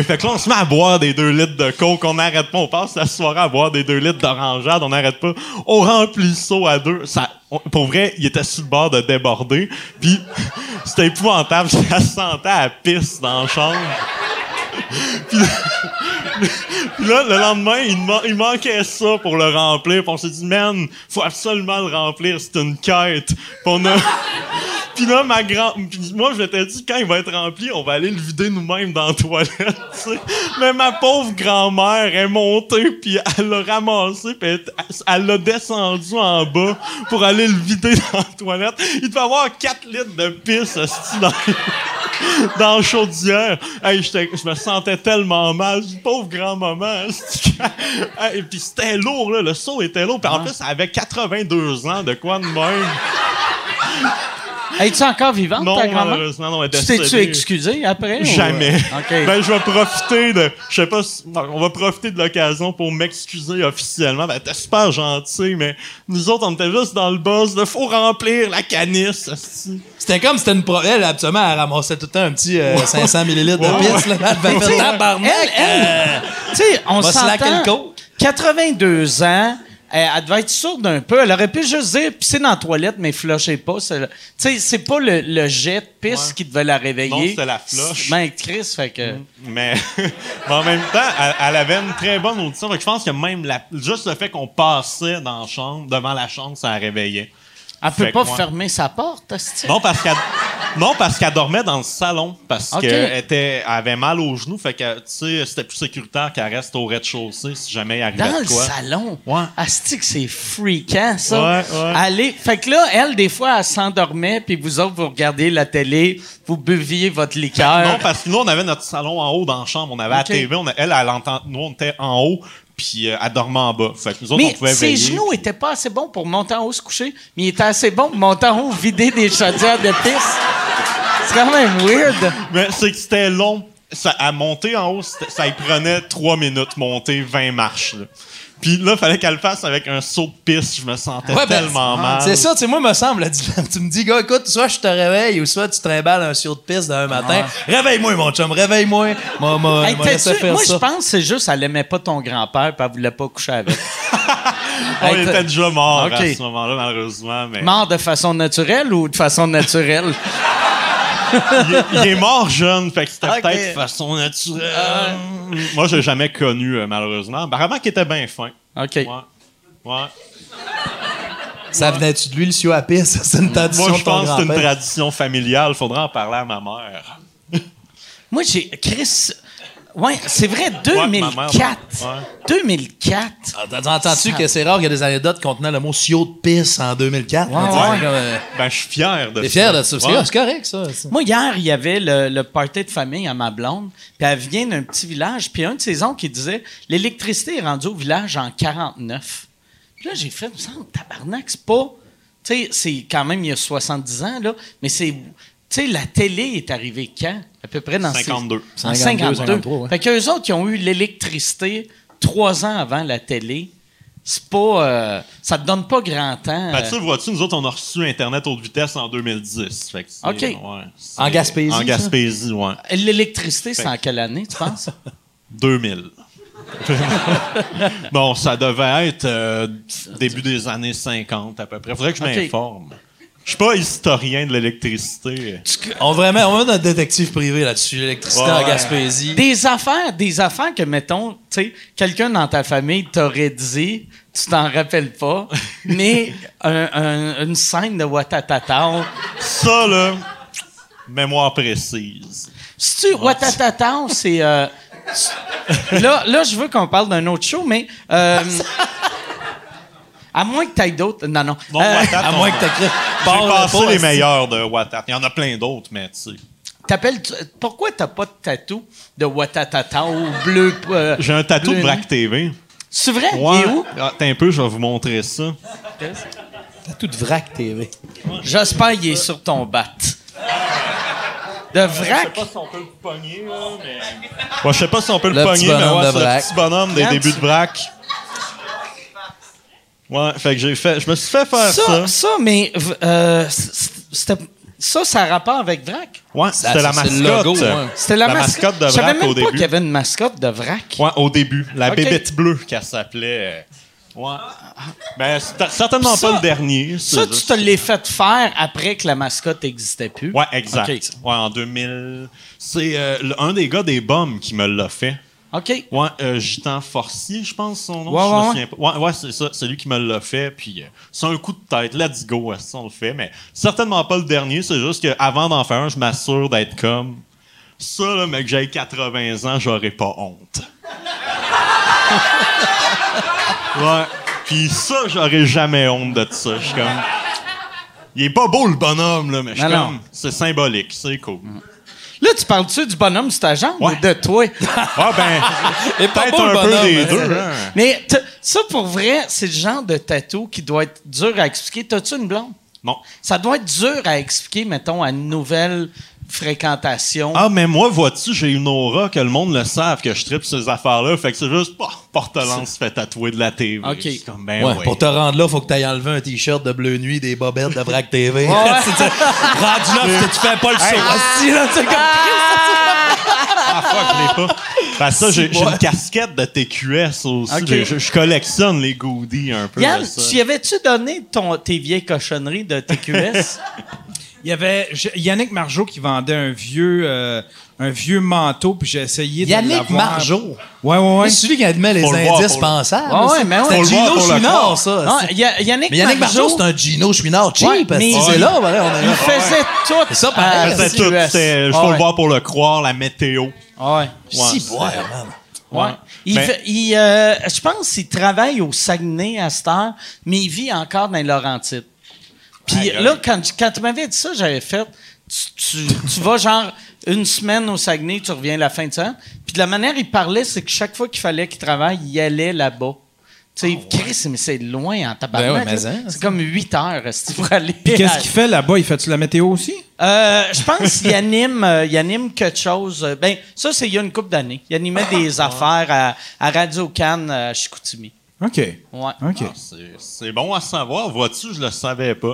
Fait que là, on se met à boire des deux litres de coke, on n'arrête pas. On passe la soirée à boire des deux litres d'orangeade, on n'arrête pas. On remplit le seau à deux. Ça, on- pour vrai, il était sur le bord de déborder. Puis c'était épouvantable. Ça sentait à la pisse dans la chambre. Puis Puis là, le lendemain, il, man- il manquait ça pour le remplir. Puis on s'est dit, man, faut absolument le remplir, c'est une quête. Puis on a... Puis là, ma grand... Puis moi, je m'étais dit, quand il va être rempli, on va aller le vider nous-mêmes dans la toilette, tu sais. Mais ma pauvre grand-mère est montée, puis elle l'a ramassé, puis elle, elle l'a descendu en bas pour aller le vider dans la toilette. Il devait avoir quatre litres de pisse, hostie, dans, dans la chaudière. Hey, je me sentais tellement mal. Je dis, pauvre grand-maman, hostie. Et puis c'était lourd, là. Le seau était lourd. Puis en plus, elle avait quatre-vingt-deux ans, de quoi de même. Es-tu encore vivante, non, ta grand-mère? Malheureusement, non, elle est Tu décédée. t'es-tu excusé après? Jamais. Ou... Okay. Ben, je vais profiter de... Je sais pas si... On va profiter de l'occasion pour m'excuser officiellement. Ben, t'es super gentil, mais nous autres, on était juste dans le buzz de faut remplir la canisse. Asti. C'était comme c'était une pro... Elle, absolument, elle ramassait tout le temps un petit euh, cinq cents millilitres de Ouais, pisse. ouais. Là, elle fait tabarnak. Elle, elle, euh, tu sais, on va slacker s'entend... le coke. quatre-vingt-deux ans... Elle, elle devait être sourde un peu. Elle aurait pu juste dire pisser dans la toilette, mais flushez pas. Tu sais, c'est pas le, le jet de pisse Ouais. qui devait la réveiller. Non, c'était la flush. Ben, Chris, fait que. Mm. Mais, mais en même temps, elle, elle avait une très bonne audition. Fait que je pense que même la, juste le fait qu'on passait dans la chambre, devant la chambre, ça la réveillait. Elle peut Fait pas que moi- fermer sa porte, hostie. Non, parce qu'elle non, parce qu'elle dormait dans le salon. Parce Ok. qu'elle était, elle avait mal aux genoux. Fait que, tu sais, c'était plus sécuritaire qu'elle reste au rez-de-chaussée si jamais il arrivait Dans de le quoi. salon. Ouais. Asti que c'est freakant, ça. Ouais, ouais. Allez. Fait que là, elle, des fois, elle s'endormait, puis vous autres, vous regardiez la télé, vous buviez votre liqueur. Non, parce que nous, on avait notre salon en haut dans la chambre. On avait Ok. la T V. On a- elle, elle entend, nous, on était en haut. Puis euh, elle dormait en bas. Fait que nous autres, on Mais pouvait ses veiller. genoux étaient pas assez bons pour monter en haut se coucher, mais ils étaient assez bons pour monter en haut vider des chaudières de pisse. C'est quand même weird. Mais c'est que c'était long. Ça, à monter en haut, c'était- ça y prenait trois minutes, monter vingt marches. Là. Puis là, il fallait qu'elle le fasse avec un saut de pisse. Je me sentais Ouais, ben, tellement mal. C'est ça, tu sais, moi, me semble, là, tu tu me dis, gars, écoute, soit je te réveille ou soit tu trimbales un siot de pisse d'un matin. Réveille-moi, mon chum, réveille-moi. Moi, moi, Hey, moi, t'as-tu- laisse faire moi, ça. je pense que c'est juste qu'elle aimait pas ton grand-père et elle voulait pas coucher avec. On Hey, t'as- était déjà mort Ok. à ce moment-là, malheureusement. Mais Mort de façon naturelle ou de façon naturelle? il, est, il est mort jeune, fait que c'était Ok. peut-être de façon naturelle. Moi, j'ai jamais connu, euh, malheureusement. Apparemment qu'il était bien fin. OK. Ouais. Ouais. Ça venait-tu de lui, le siot à pisse? C'est une tradition Moi, de je ton pense que c'est une grand-père. tradition familiale. Faudra en parler à ma mère. Moi, j'ai. Chris. Ouais, c'est vrai, deux mille quatre. Ouais. deux mille quatre. Ah, Entends-tu Ça- que c'est rare qu'il y a des anecdotes contenant le mot siot de pisse en deux mille quatre? Ouais, Tu sais, ouais. c'est comme, euh, Ben, je suis fier de T'es ça. fier de ça? C'est Ouais. c'est correct, ça. ça. Moi, hier, il y avait le, le party de famille à ma blonde, puis elle vient d'un petit village, puis un de ses oncles qui disait l'électricité est rendue au village en quarante-neuf. Puis là, j'ai fait, il me semble, tabarnak, c'est pas. Tu sais, c'est quand même il y a soixante-dix ans, là, mais c'est. Tu sais, la télé est arrivée quand? À peu près dans ces- cinquante-deux. En cinquante-deux, cinquante-deux. cinquante-trois, ouais. Fait qu'eux autres, qui ont eu l'électricité trois ans avant la télé, c'est pas. euh, ça te donne pas grand temps. Ben, euh, tu sais, vois-tu, nous autres, on a reçu Internet haute vitesse en deux mille dix. Fait que c'est- OK. ouais, c'est- En Gaspésie, En ça? Gaspésie, ouais. L'électricité, c'est Fait- en quelle année, tu penses? deux mille. Bon, ça devait être euh, début des années cinquante à peu près. Faudrait que je OK. m'informe. Je suis pas historien de l'électricité. On vraiment, on a notre détective privé là-dessus, l'électricité Ouais, en ouais. Gaspésie. Des affaires, des affaires que, mettons, tu sais, quelqu'un dans ta famille t'aurait dit, tu t'en rappelles pas, mais un- un- une scène de Watatata. Ça, là, mémoire précise. Si tu Watatata, c'est. euh, c'est- là, là, je veux qu'on parle d'un autre show, mais. euh, à moins que tu aies d'autres. Non, non. Non, Euh, Watat, À on- moins que t'as créé. J'ai passé les meilleurs de Watat. Il y en a plein d'autres, mais tu sais. t'appelles- tu- pourquoi t'as pas de tatou de Watatata ou bleu? euh, J'ai un tatou bleu de nuit? Braque T V. C'est vrai? Ouais. Il est où? Ah, Attends un peu, je vais vous montrer ça. T'as tout de vrac T V. J'espère qu'il est sur ton bat. De vrac? si on peut le pogner, là, mais... Bon, je sais pas si on peut le, Le pogner, petit mais bonhomme ouais, de c'est le vrac. petit bonhomme des Regarde débuts ça. de Braque. Ouais, fait que j'ai fait... Je me suis fait faire ça. Ça, ça, mais euh, c'était- ça, ça a rapport avec Vrac? Ouais, Ça, c'était la c'est mascotte. le logo, ouais. C'était la, La mascotte. mascotte de Je savais Vrac même au pas début. qu'il y avait une mascotte de Vrac. Ouais, au début. La Ok. bébête bleue, qu'elle s'appelait. Ouais. Ben, c'est certainement Ça- pas le dernier. c'est Ça, tu juste- te l'as fait faire après que la mascotte n'existait plus. Ouais, exact. Ok. Ouais, en deux mille. C'est euh, le- un des gars des Bombs qui me l'a fait. OK. Ouais, euh, Gitan Forcier, je pense son nom. Ouais, je ouais, me ouais. souviens pas. Ouais, ouais, c'est ça. C'est lui qui me l'a fait. Puis euh, c'est un coup de tête. Let's go, ça, on le fait. Mais certainement pas le dernier. C'est juste qu'avant d'en faire un, je m'assure d'être comme ça, là, mais que j'ai quatre-vingts ans, j'aurais pas honte. Ouais. Puis ça, j'aurais jamais honte de ça. Je suis comme. Il est pas beau, le bonhomme, là, mais je suis Non, comme. non. C'est symbolique. C'est cool. Là, tu parles-tu du bonhomme sur ta jambe Ouais. ou de toi? Ah, ben. Et pas Peut-être beau, le un peu bonhomme, des hein. deux, hein. Mais t- ça, pour vrai, c'est le genre de tatou qui doit être dur à expliquer. T'as-tu une blonde? Non. Ça doit être dur à expliquer, mettons, à une nouvelle fréquentation. Ah, mais moi, vois-tu, j'ai une aura que le monde le savent que je tripe ces affaires-là. Fait que c'est juste, oh, Portelance se fait tatouer de la T V. OK. C'est comme, ben Ouais, ouais. pour te rendre là, faut que tu ailles enlever un t-shirt de bleu nuit, des bobettes de Vrac T V. C'est- c'est- Rendu là, tu fais pas le saut. Asti, là, c'est comme- Ah, fuck, je l'ai pas. Fait que ça, j'ai j'ai une casquette de T Q S aussi. OK. Je, je collectionne les goodies un peu. Yann, de ça. tu y avais-tu donné ton, tes vieilles cochonneries de T Q S? Il y avait J- Yannick Margeau qui vendait un vieux, euh, un vieux manteau, puis j'ai essayé de Yannick l'avoir. Margeau. Ouais, ouais, ouais. C'est celui qui admet les Faut le voir indices pour le- pensables. Ouais, ouais, ça. mais ouais. C'était Faut le voir Gino pour le Chouinard, croire. ça. Non, C'est- y a- Yannick, Mais Yannick Margeau, c'est un Gino Chouinard cheap. Ouais, parce que mais- c'est là, voilà, on il est faisait tout. C'est ça, à pareil. C'était T tout, Q S. c'était- je Ah faut ouais. le voir pour le croire, la météo. Ah ouais. Si, c'est- ouais, man. Ouais. Il Mais- fait- il, euh, je pense qu'il travaille au Saguenay à cette heure, mais il vit encore dans les Laurentides. Puis Aïe, aïe. là, quand, quand tu m'avais dit ça, j'avais fait... Tu, tu, tu vas genre une semaine au Saguenay, tu reviens la fin de semaine. Puis de la manière il parlait, c'est que chaque fois qu'il fallait qu'il travaille, il allait là-bas. Tu sais, Chris, mais c'est loin en tabarnak. Ben ouais, mais là. hein, c'est comme huit heures c'est pour aller. Puis à- qu'est-ce qu'il fait là-bas? Il fait-tu la météo aussi? Euh, je pense qu'il anime, euh, il anime quelque chose. euh, ben, ça, c'est il y a une couple d'années. Il animait des affaires à, à Radio-Can à Chicoutimi. OK. Ouais. OK. Ah, c'est- c'est bon à savoir. Vois-tu, je le savais pas.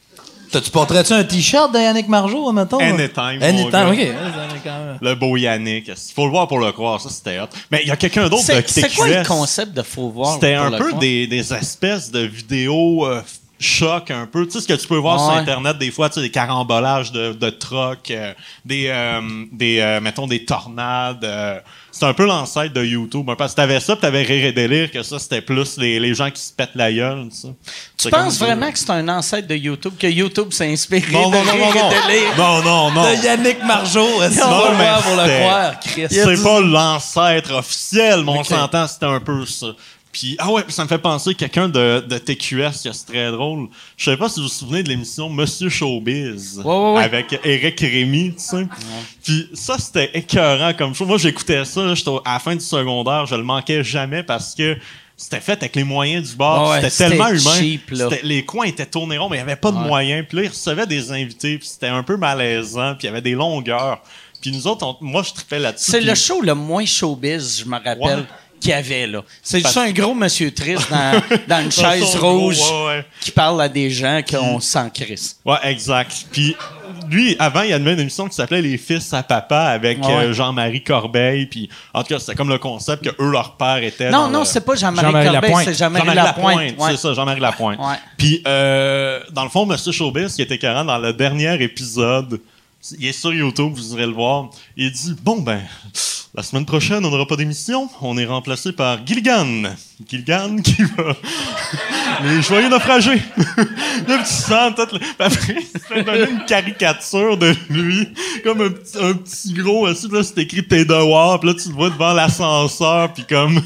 Tu porterais-tu un t-shirt de Yannick Margeau, mettons? Anytime, mon Anytime, gars. OK. Ouais, ça en est quand même- Le beau Yannick. Il faut le voir pour le croire. Ça, c'était hot. Mais il y a quelqu'un d'autre de C'est, T Q S. c'est quoi le concept de Faut voir? C'était pour un le peu croire? des, des espèces de vidéos euh, choc un peu. Tu sais ce que tu peux voir Ouais. sur Internet des fois, tu sais, des carambolages de, de trucks, euh, des, euh, des euh, mettons, des tornades. euh, c'est un peu l'ancêtre de YouTube. Parce que t'avais ça, puis t'avais Rire et Délire, que ça, c'était plus les, les gens qui se pètent la gueule. Tu sais. Tu C'est penses comme- vraiment que c'est un ancêtre de YouTube, que YouTube s'est inspiré Non, de non, non, Rire non, et non. Délire? Non, non, non. De Yannick Margeau. Est-ce qu'on Non, va le mais voir pour le c'était- croire, Chris? C'est pas l'ancêtre officiel, mais on Ok. s'entend, c'était un peu ça. Puis, ah ouais, ça me fait penser quelqu'un de, de T Q S, que c'est très drôle. Je sais pas si vous vous souvenez de l'émission Monsieur Showbiz. Ouais, ouais, ouais. Avec Éric Rémy, tu sais. Puis ça, c'était écœurant comme chose. Moi, j'écoutais ça, là, j'étais au- à la fin du secondaire, je le manquais jamais parce que c'était fait avec les moyens du bord. Ouais, c'était c'était tellement humain. cheap, là. C'était- les coins étaient tournés ronds, mais il n'y avait pas de moyens. Puis là, ils recevaient des invités, puis c'était un peu malaisant, puis il y avait des longueurs. Puis nous autres, on- moi, je trippais là-dessus. C'est puis- le show le moins showbiz, je me rappelle, Ouais. qu'il y avait, là. C'est Parce- juste un gros monsieur triste dans, dans une Dans chaise son gros, rouge ouais, ouais. qui parle à des gens qu'on s'en crisse. Ouais, exact. Puis lui, avant, il y avait une émission qui s'appelait Les Fils à Papa avec Ouais. euh, Jean-Marie Corbeil. Puis en tout cas, c'était comme le concept que eux, leur père était. Non, dans non, le- c'est pas Jean-Marie, Jean-Marie Corbeil, Lapointe. c'est Jean-Marie, Jean-Marie Lapointe. Lapointe, ouais. c'est ça, Jean-Marie Lapointe. Ouais. Puis, euh, dans le fond, Monsieur Showbiz, qui était écœurant dans le dernier épisode, il est sur YouTube, vous irez le voir, il dit « Bon, ben, la semaine prochaine, on n'aura pas d'émission. On est remplacé par Gilligan. Gilligan qui va... Les joyeux naufragés. » Là, tu sens tout... Le... Puis après, il se fait donner une caricature de lui, comme un petit, un petit gros, aussi, puis là, c'est écrit « Tes devoirs », puis là, tu le vois devant l'ascenseur, puis comme...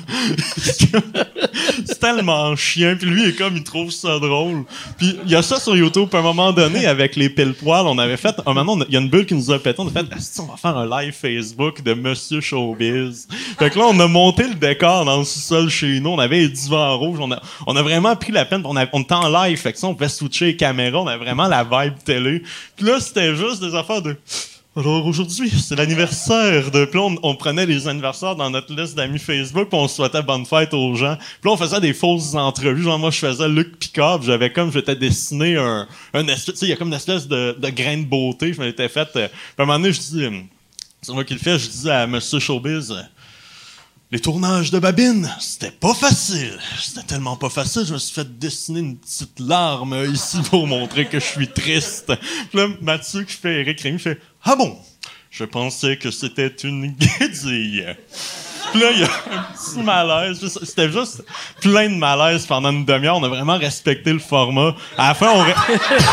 C'est tellement chien. Puis lui, il est comme, il trouve ça drôle. Puis il y a ça sur YouTube. Puis à un moment donné, avec les pile-poils, on avait fait... Un moment, il y a une bulle qui nous a pété. On a fait, Asti, on va faire un live Facebook de Monsieur Showbiz. Fait que là, on a monté le décor dans le sous-sol chez nous. On avait les divans rouges. On a, on a vraiment pris la peine. On, a, on était en live. Fait que ça, on pouvait switcher les caméras. On avait vraiment la vibe télé. Puis là, c'était juste des affaires de... Alors aujourd'hui, c'est l'anniversaire de... Puis là, on, on prenait les anniversaires dans notre liste d'amis Facebook, puis on souhaitait bonne fête aux gens. Puis là, on faisait des fausses entrevues. Genre, moi, je faisais Luc Picard, puis j'avais comme... J'étais dessiné un... un espèce, tu sais, il y a comme une espèce de, de grain de beauté. Je m'étais fait... Euh, puis à un moment donné, je dis... euh, c'est moi qui le fais, je dis à Monsieur Showbiz... euh, les tournages de Babine, c'était pas facile. C'était tellement pas facile, je me suis fait dessiner une petite larme euh, ici pour montrer que je suis triste. Puis là, Mathieu qui fait Éric Rémy fait « Ah bon, je pensais que c'était une guédille. » Puis là, il y a un petit malaise. C'était juste plein de malaise pendant une demi-heure. On a vraiment respecté le format. À la fin, on... Ré...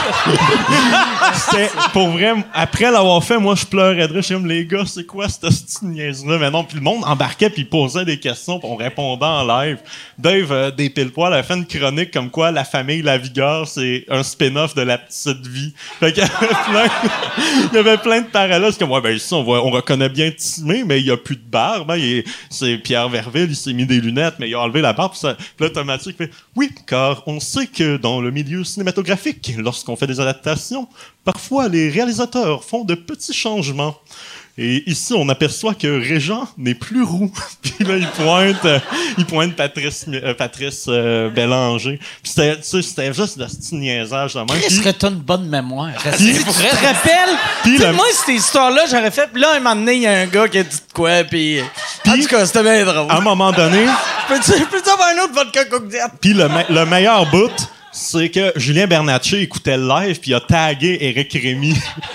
C'était, pour vrai, après l'avoir fait, moi, je pleurais de rire. Je suis comme, les gars, c'est quoi cette petite niaise-là? Mais non, puis le monde embarquait puis posait des questions puis on répondait en live. Dave, euh, des pile-poils, a fait une chronique comme quoi la famille La Vigueur, c'est un spin-off de La Petite Vie. Fait qu'il y avait plein, il y avait plein de parallèles. C'est comme, ouais, ben ici, on, voit, on reconnaît bien Timé, mais il y a plus de barbe. Hein, il est, c'est Pierre Verville, il s'est mis des lunettes, mais il a enlevé la barbe. Puis, ça, puis là, t'as Mathieu qui fait, oui, car on sait que dans le milieu cinématographique, lorsqu'on fait des adaptations, parfois les réalisateurs font de petits changements. Et ici, on aperçoit que Régent n'est plus roux. Puis là, il pointe, euh, il pointe Patrice, euh, Patrice euh, Bélanger. Puis c'était, tu sais, c'était juste de ce petit niaisage de même. Qu'est-ce que t'as une bonne mémoire? Puis, tu te rappelles? Tu sais, moi, cette histoire-là, j'aurais fait... Puis là, un moment donné, il y a un gars qui a dit de quoi, puis... En tout cas, c'était bien drôle. À un moment donné... Peux-tu, peux-tu avoir un autre vodka Coke Diet? Puis le, me- le meilleur bout... c'est que Julien Bernatchez écoutait le live puis il a tagué Éric Rémy.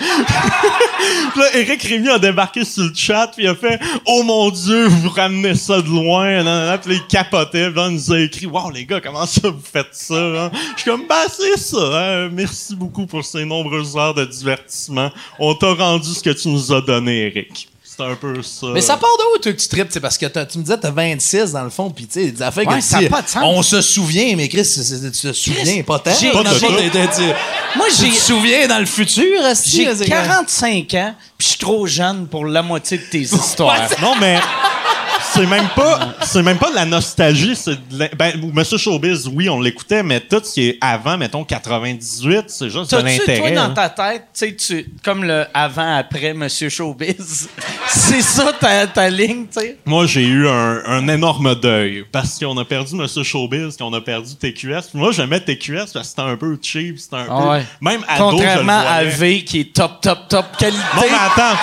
Puis là, Éric Rémy a débarqué sur le chat puis il a fait « Oh mon Dieu, vous ramenez ça de loin! » Puis là, il capotait. Puis là, il nous a écrit « Wow, les gars, comment ça vous faites ça? Hein? » Je suis comme « Ben, c'est ça. Hein? Merci beaucoup pour ces nombreuses heures de divertissement. On t'a rendu ce que tu nous as donné, Éric. » C'est un peu ça. Mais ça part de où, toi, que tu tripes? Parce que tu me disais, t'as vingt-six dans le fond, puis tu sais, des affaires ouais, que ça tu n'a pas de sens. On se souvient, mais Chris, c'est, c'est, tu te souviens pas tant. J'ai- Pas de de tout. Moi, Tu j'ai... te souviens dans le futur, esti, J'ai c'est- quarante-cinq ans, puis je suis trop jeune pour la moitié de tes histoires. Non, mais c'est même pas, c'est même pas de la nostalgie. C'est de la- ben, Monsieur Showbiz, oui, on l'écoutait, mais tout ce qui est avant, mettons quatre-vingt-dix-huit, c'est juste de T'as-tu, l'intérêt. toi, dans hein. ta tête, tu sais, tu, comme le avant-après Monsieur Showbiz, c'est ça ta, ta ligne, tu sais? Moi, j'ai eu un, un énorme deuil parce qu'on a perdu Monsieur Showbiz, qu'on a perdu T Q S. Puis moi, j'aimais T Q S parce que c'était un peu cheap, c'était un Ah peu... ouais. Même ado, Contrairement je le à voyais. V qui est top, top, top qualité. Non, mais attends.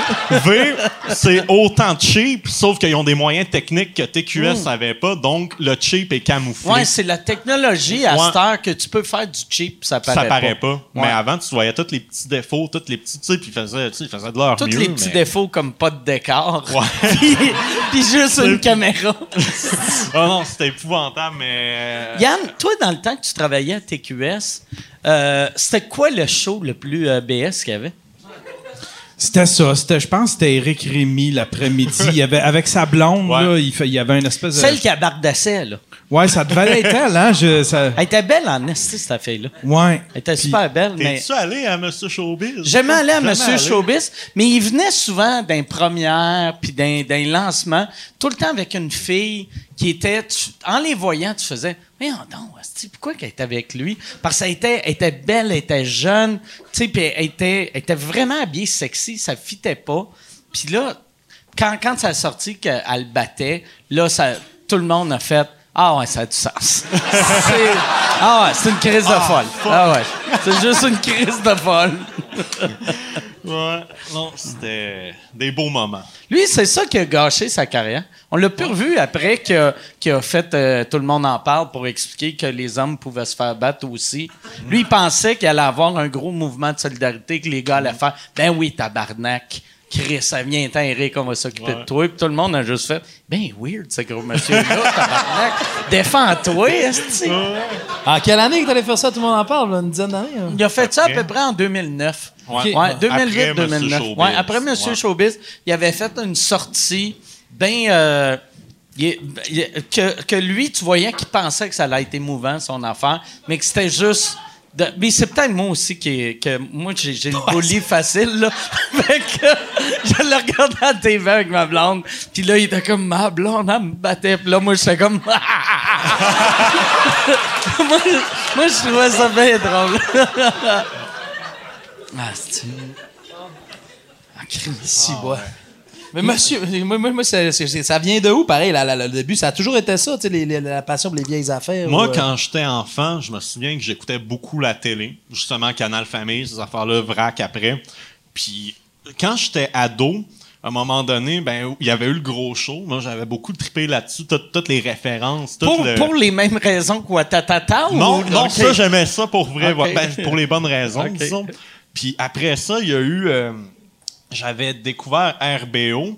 V, c'est autant cheap, sauf qu'ils ont des moyens techniques que T Q S n'avait pas, donc le cheap est camouflé. Ouais, c'est la technologie à Ouais. cette heure que tu peux faire du cheap, ça paraît ça pas. paraît pas. Ouais. Mais avant, tu voyais tous les petits défauts, tous les petits, tu sais, puis ils faisaient, tu sais, ils faisaient de leur Tous mieux. les petits mais- défauts comme pas de décor. Ouais. puis, puis juste une caméra. Ah non, c'était épouvantable, mais... Yann, toi, dans le temps que tu travaillais à T Q S, euh, c'était quoi le show le plus euh, B S qu'il y avait? C'était ça. C'était, je pense que c'était Éric Rémy l'après-midi. Il y avait, avec sa blonde, Ouais. là, il, fait, il y avait une espèce de... Celle qui abardassait, là. Ouais, ça devait être elle, hein? Je, ça... Elle était belle en esti, cette fille-là. Ouais. Elle était Puis- super belle, mais... T'es-tu allé à Monsieur Showbiz? J'aimais aller à Jamais Monsieur allé. Showbiz, mais il venait souvent d'un première puis d'un, d'un lancement, tout le temps avec une fille qui était... tu- en les voyant, tu faisais « Mais non, esti, pourquoi qu'elle était avec lui? » Parce qu'elle était, elle était belle, elle était jeune, tu sais, puis elle était, elle était vraiment habillée sexy, ça fitait pas. Puis là, quand, quand ça a sorti qu'elle le battait, là, ça, tout le monde a fait « Ah ouais, ça a du sens. » C'est- Ah ouais, c'est une crise de folle. Ah ouais, c'est juste une crise de folle. Ouais, non, c'était des beaux moments. Lui, c'est ça qui a gâché sa carrière. On l'a plus revu après qu'il a, qu'il a fait euh, Tout le monde en parle pour expliquer que les hommes pouvaient se faire battre aussi. Lui, il pensait qu'il allait avoir un gros mouvement de solidarité, que les gars allaient faire « Ben oui, tabarnak, Chris, ça vient, t'en, Eric, on va s'occuper Ouais. de toi. » Puis tout le monde a juste fait « Ben weird, ce gros monsieur-là, tabarnak. Défends-toi, esti. » En quelle année que t'allais faire ça? Tout le monde en parle, là, une dizaine d'années. hein? Il a fait ça à peu près en deux mille neuf. Ouais. Ouais, deux mille huit Après deux mille neuf. Monsieur Showbiz. Ouais, après Monsieur Ouais. Showbiz, il avait fait une sortie bien. que, que lui, tu voyais qu'il pensait que ça allait être émouvant, son affaire, mais que c'était juste. De, mais c'est peut-être moi aussi qui que moi j'ai, j'ai le bully facile là. Fait que je le regardais à la T V avec ma blonde, puis là il était comme ma blonde elle me battait, puis là moi j'étais comme moi, moi je trouvais ça bien drôle. Ah, c'est Ah, Christ, ici, ouais. Mais monsieur, moi, moi, moi, c'est- c'est- ça vient de où, pareil, la- la- la- le début? Ça a toujours été ça, tu sais, les- les- la passion pour les vieilles affaires. Moi, ou, euh, quand j'étais enfant, je me souviens que j'écoutais beaucoup la télé, justement Canal Famille, ces affaires-là, vrac après. Puis quand j'étais ado, à un moment donné, ben il y avait eu le gros show. Moi, j'avais beaucoup trippé là-dessus, tout- toutes les références. tout Pour, le... pour les mêmes raisons que Watatata ou... Non, non, Ok. ça, j'aimais ça pour vrai. Ok. Ben, pour les bonnes raisons, Ok. disons. Puis après ça, il y a eu... euh, j'avais découvert R B O.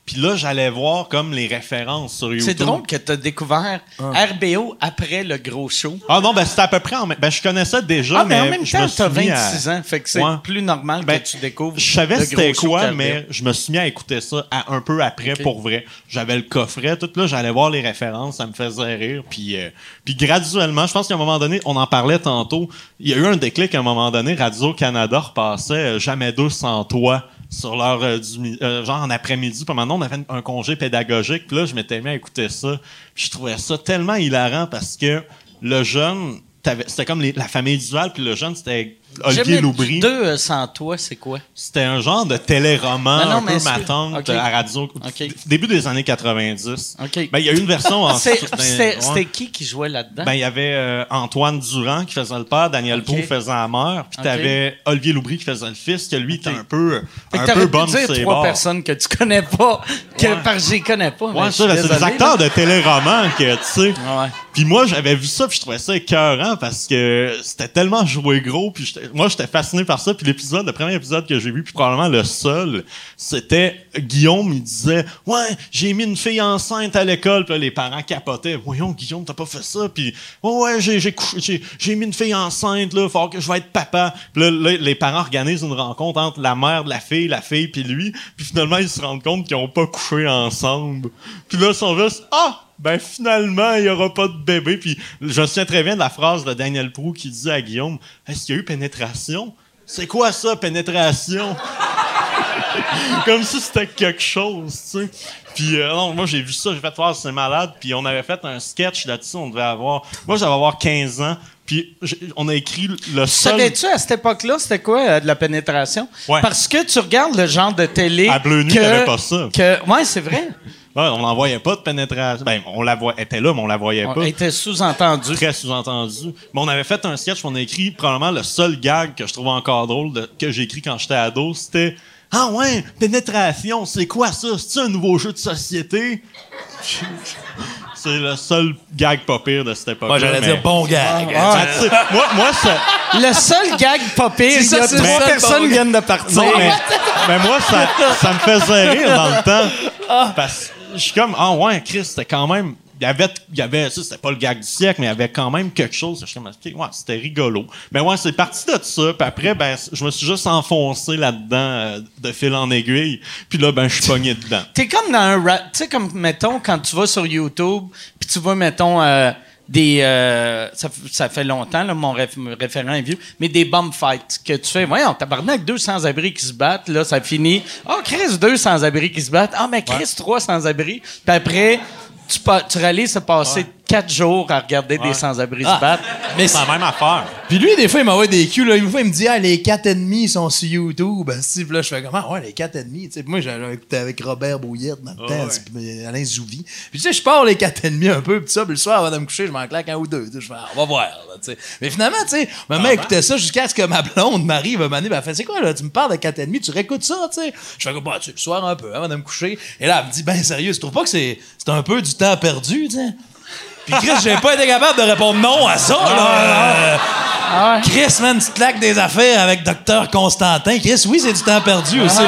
Puis là, j'allais voir comme les références sur YouTube. C'est drôle que tu as découvert R B O après le gros show. Ah non, ben c'était à peu près en même... Ben je connaissais déjà, ah, mais, mais en même je temps, me tu as suis mis vingt-six à... ans, fait que c'est Ouais. plus normal ben, que tu découvres. Je savais le c'était gros show quoi, qu'R B O. mais je me suis mis à écouter ça à, un peu après Okay. pour vrai. J'avais le coffret, tout là, j'allais voir les références, ça me faisait rire. Puis, euh, puis graduellement, je pense qu'à un moment donné, on en parlait tantôt, il y a eu un déclic à un moment donné, Radio-Canada repassait euh, Jamais deux sans toi sur l'heure euh, du euh, genre en après-midi. Puis maintenant, on avait un congé pédagogique. Puis là, je m'étais mis à écouter ça. Puis je trouvais ça tellement hilarant parce que le jeune, c'était comme les, la famille Duval, puis le jeune, c'était Olivier Loubry. Deux euh, sans toi, c'est quoi? C'était un genre de téléroman, non, non, un mais peu c'est- ma tante OK. à radio. OK. Début des années quatre-vingt-dix. OK. Ben, il y a eu une version en... C'est- ben, C'était ouais. c'était qui qui jouait là-dedans? Ben, il y avait euh, Antoine Durand qui faisait le père, Daniel OK. Pau faisait la mère, puis OK. t'avais Olivier Loubry qui faisait le fils, que lui OK. était un peu, Fait que un t'aurais peu pu bonne dire sur ses trois bords. personnes que tu connais pas, que Ouais. par j'y connais pas. mais Ouais, je ça, suis ben, c'est des désolé, acteurs là. de téléroman que, tu sais. Ouais. Puis moi, j'avais vu ça, puis je trouvais ça écœurant parce que c'était tellement joué gros, puis j'étais- moi, j'étais fasciné par ça. Puis l'épisode, le premier épisode que j'ai vu, puis probablement le seul, c'était Guillaume, il disait « Ouais, j'ai mis une fille enceinte à l'école. » Puis là, les parents capotaient. « Voyons, Guillaume, t'as pas fait ça. » Puis « Ouais, ouais, j'ai, j'ai, couché- j'ai, j'ai mis une fille enceinte, là, faut que je vais être papa. » Puis là, là, les parents organisent une rencontre entre la mère de la fille, la fille, puis lui. Puis finalement, ils se rendent compte qu'ils ont pas couché ensemble. Puis là, ils sont juste « Ah! » Ben finalement, il n'y aura pas de bébé. Puis je me souviens très bien de la phrase de Daniel Proulx qui dit à Guillaume « Est-ce qu'il y a eu pénétration? » C'est quoi ça, pénétration? Comme si c'était quelque chose, tu sais. Puis euh, non, moi j'ai vu ça, j'ai fait voir c'est malade. Puis on avait fait un sketch là-dessus, on devait avoir... Moi j'avais avoir quinze ans. Puis j'ai- on a écrit le seul... Savais-tu à cette époque-là, c'était quoi euh, de la pénétration? Ouais. Parce que tu regardes le genre de télé. À Bleu Nuit, que, il y avait pas ça. Que, ouais, c'est vrai. Ouais, on n'en voyait pas de pénétration. Ben, on la voyait, elle était là, mais on la voyait On pas. était sous-entendu. Très sous-entendu. Mais on avait fait un sketch, on a écrit probablement le seul gag que je trouve encore drôle de- que j'ai écrit quand j'étais ado, c'était « Ah ouais, pénétration, c'est quoi ça? C'est-tu un nouveau jeu de société? » C'est le seul gag pas pire de cette époque-là. Moi, j'allais mais- dire bon gag. Ah, tu sais, moi, moi, ça... Le seul gag pas pire, C'est il y ça, a c'est trois ça, personnes bon qui viennent de partir. Non, mais, mais moi, ça, ça me faisait rire dans le temps. Parce que je suis comme, ah ouais, Chris, c'était quand même. Il y avait, il y avait, ça, c'était pas le gag du siècle, mais il y avait quand même quelque chose. Je suis comme, ok, ouais, c'était rigolo. Mais ouais, c'est parti de ça. Puis après, ben, je me suis juste enfoncé là-dedans euh, de fil en aiguille. Puis là, ben, je suis pogné dedans. T'es comme dans un rap. Tu sais, comme, mettons, quand tu vas sur YouTube, puis tu vois, mettons, euh, des. euh, ça, f- ça fait longtemps, là, mon réf- référent est vieux, mais des bomb fights que tu fais. Voyons, tabarnak, deux sans-abri qui se battent, là, ça finit. Ah, oh, Chris, deux sans-abri qui se battent. Ah, mais Chris, trois sans-abri. Puis après, tu, pa- tu réalises se passer quatre jours à regarder des sans-abri se battre. Mais C'est la même affaire. Puis lui, des fois, il m'envoie des culs. Là. Une fois, il me dit, ah, les quatre ennemis sont sur YouTube. Si, puis là, je fais comment? Ouais, les quatre ennemis. Tu sais, puis moi, j'avais écouté avec Robert Bouillette dans le temps, ouais. puis Alain Zouvi. Puis tu sais, je pars les quatre ennemis un peu, puis ça, puis le soir, avant de me coucher, je m'en claque un ou deux. Tu sais, je fais, ah, on va voir. Là, tu sais. Mais finalement, tu sais, ma mère écoutait ça jusqu'à ce que ma blonde, Marie, va m'amener. Ben, elle fait, c'est quoi, là? Tu me parles de quatre ennemis, tu réécoutes ça, tu sais. Je fais, bah, tu sais, le soir un peu, avant de me coucher. Et là, elle me dit, ben, sérieux, tu trouves pas que c'est c'est un peu du temps perdu, tu sais? Puis Chris, j'ai pas été capable de répondre non à ça, là. Euh, Chris, man, tu te claques des affaires avec Docteur Constantin. Chris, oui, c'est du temps perdu aussi.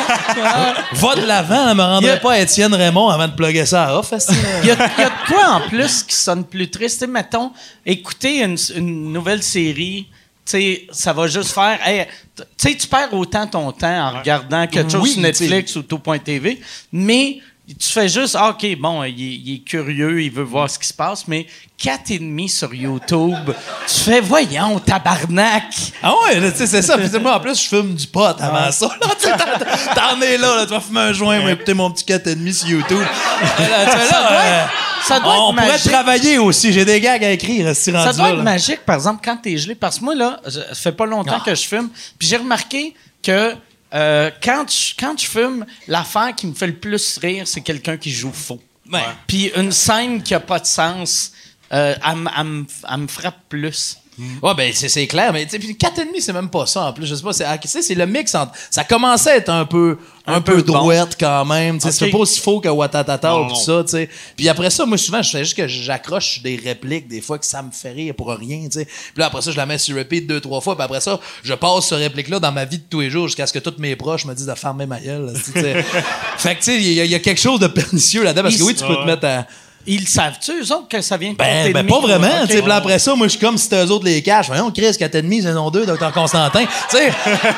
Va, va de l'avant, ne me rendrai Yeah. pas à Étienne Raymond avant de plugger ça à off. esti. Il y, a, il y a de quoi en plus qui sonne plus triste. Tu sais, mettons, écouter une, une nouvelle série, tu sais, ça va juste faire. Hey, tu sais, tu perds autant ton temps en regardant quelque chose Oui, sur Netflix ou tout point T V, mais tu fais juste, ah, OK, bon, il, est- il est curieux, il veut voir ce qui se passe, mais quatre et demi sur YouTube, tu fais, voyons, tabarnak. Ah ouais, là, tu sais, c'est ça. Puis tu sais, moi, en plus, je fume du pot avant ça. Là, tu sais, t'en- t'en es là, là, tu vas fumer un joint, moi, écouter mon petit quatre et demi sur YouTube. Là, tu sais, là, euh, Ça doit on être pourrait magique. travailler aussi. J'ai des gags à écrire. Si Ça rendu doit là, être là. magique, par exemple, quand t'es gelé. Parce que moi, là, je- ça fait pas longtemps Ah. que je fume. Puis j'ai remarqué que euh, quand, je, quand je fume, l'affaire qui me fait le plus rire, c'est quelqu'un qui joue faux. Puis une scène qui a pas de sens, euh, elle, m- elle m- elle me frappe plus. Ouais, ben, c'est, c'est clair, mais, tu sais, puis quatre et demi, c'est même pas ça, en plus. Je sais pas, c'est, tu sais, c'est le mix entre, ça commençait à être un peu, un, un peu, peu droite quand même, tu sais, okay. C'est pas aussi faux que Watatata ou tout ça, tu sais. Puis après ça, moi, souvent, je fais juste que j'accroche des répliques, des fois, que ça me fait rire pour rien, tu sais. Puis là, après ça, je la mets sur repeat deux, trois fois, puis après ça, je passe ce réplique-là dans ma vie de tous les jours jusqu'à ce que tous mes proches me disent de fermer ma gueule, tu sais. Fait que, tu sais, il y, y a quelque chose de pernicieux là-dedans, parce que oui, tu peux te mettre à... Ils savent-tu, eux autres, que ça vient de Ben, ben pas vraiment. Okay. Puis après ça, moi, je suis comme si c'était eux autres les caches. Voyons, Chris, quatre et demi, saison deux, Docteur Constantin. Tu sais,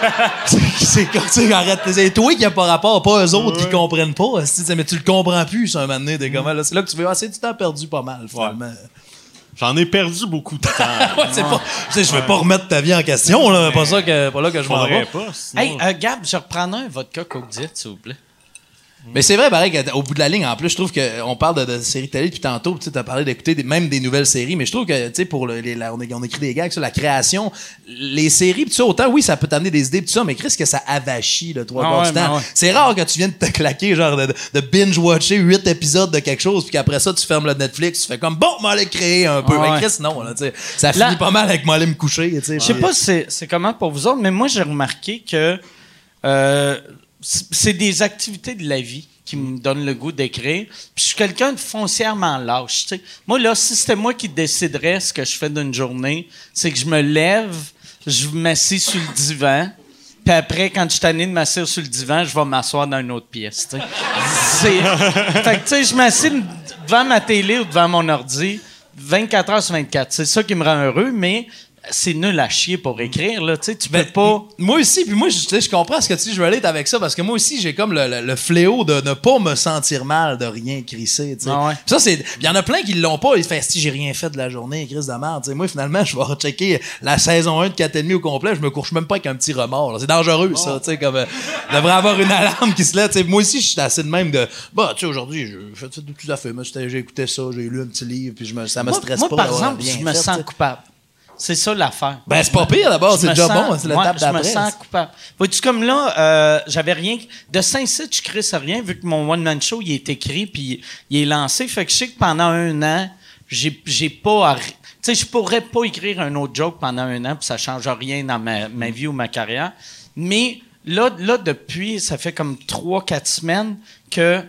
c'est comme, tu sais, arrête. C'est toi qui a pas rapport, pas eux autres ouais. qui comprennent pas. Mais tu le comprends plus, ça, un moment donné, des mm. là. C'est là que tu fais, ah, c'est du temps perdu pas mal, finalement. Ouais. J'en ai perdu beaucoup de temps. ouais, c'est ouais. pas, tu sais, je vais pas remettre ta vie en question, là. Ouais. Pas ça que, pas là que je m'en vais. Pas, sinon... Hey, euh, Gab, je reprendrai un vodka Coke Diet, s'il vous plaît. Mais c'est vrai, pareil, qu'au bout de la ligne, en plus, je trouve qu'on parle de, de séries télé depuis tantôt, tu sais, t'as parlé d'écouter des, même des nouvelles séries, mais je trouve que, tu sais, pour le, les, la, on, on écrit des gags sur la création, les séries, pis tout ça, autant, oui, ça peut t'amener des idées, pis tout ça, mais Chris, que ça avachit, le trois quarts ah ouais, du temps. Ouais. C'est rare que tu viennes de te claquer, genre, de, de binge-watcher huit épisodes de quelque chose, puis qu'après ça, tu fermes le Netflix, tu fais comme, bon, m'allez créer un peu. Ah ouais. Mais Chris, non, là, tu sais, ça finit la... pas mal avec m'aller me coucher, tu sais. Je sais pas si c'est, c'est comment pour vous autres, mais moi, j'ai remarqué que, euh, c'est des activités de la vie qui me donne le goût d'écrire. Puis je suis quelqu'un de foncièrement lâche. T'sais. Moi, là, si c'était moi qui déciderais ce que je fais d'une journée, c'est que je me lève, je m'assieds sur le divan, puis après, quand je suis tanné de m'asseoir sur le divan, je vais m'asseoir dans une autre pièce. T'sais. C'est... Fait que, tu sais, je m'assieds devant ma télé ou devant mon ordi vingt-quatre heures sur vingt-quatre. C'est ça qui me rend heureux, mais... C'est nul à chier pour écrire, là. Tu sais, tu peux ben, pas... Moi aussi, puis moi, je, je comprends ce que tu dis, je veux aller avec ça, parce que moi aussi, j'ai comme le, le, le fléau de ne pas me sentir mal de rien crisser, tu sais. Ah ouais. Ça, c'est... Il y en a plein qui l'ont pas, ils font « Si j'ai rien fait de la journée, crise de merde. » Moi, finalement, je vais rechecker la saison un de quatre et demi au complet, je me couche même pas avec un petit remords, là. C'est dangereux, oh. ça, tu sais, comme... Euh, devrait avoir une alarme qui se lève, tu sais. Moi aussi, je suis assez de même de... Bah, tu sais, aujourd'hui, j'ai fait tout à fait. Moi, j'ai écouté ça, j'ai lu un petit livre, puis je me, ça me moi, stresse moi, pas. Moi, par exemple, je me fait, sens t'sais. coupable. C'est ça l'affaire. Ben, c'est pas pire d'abord, c'est déjà sens, bon, c'est ouais, l'étape d'après. Je me sens coupable. Vois-tu, comme là, euh, j'avais rien. De Saint-Cyr, je crée ça rien, vu que mon one-man show, il est écrit puis il est lancé. Fait que je sais que pendant un an, j'ai, j'ai pas. Tu sais, je pourrais pas écrire un autre joke pendant un an, puis ça change rien dans ma, ma vie ou ma carrière. Mais là, là, depuis, ça fait comme trois, quatre semaines que.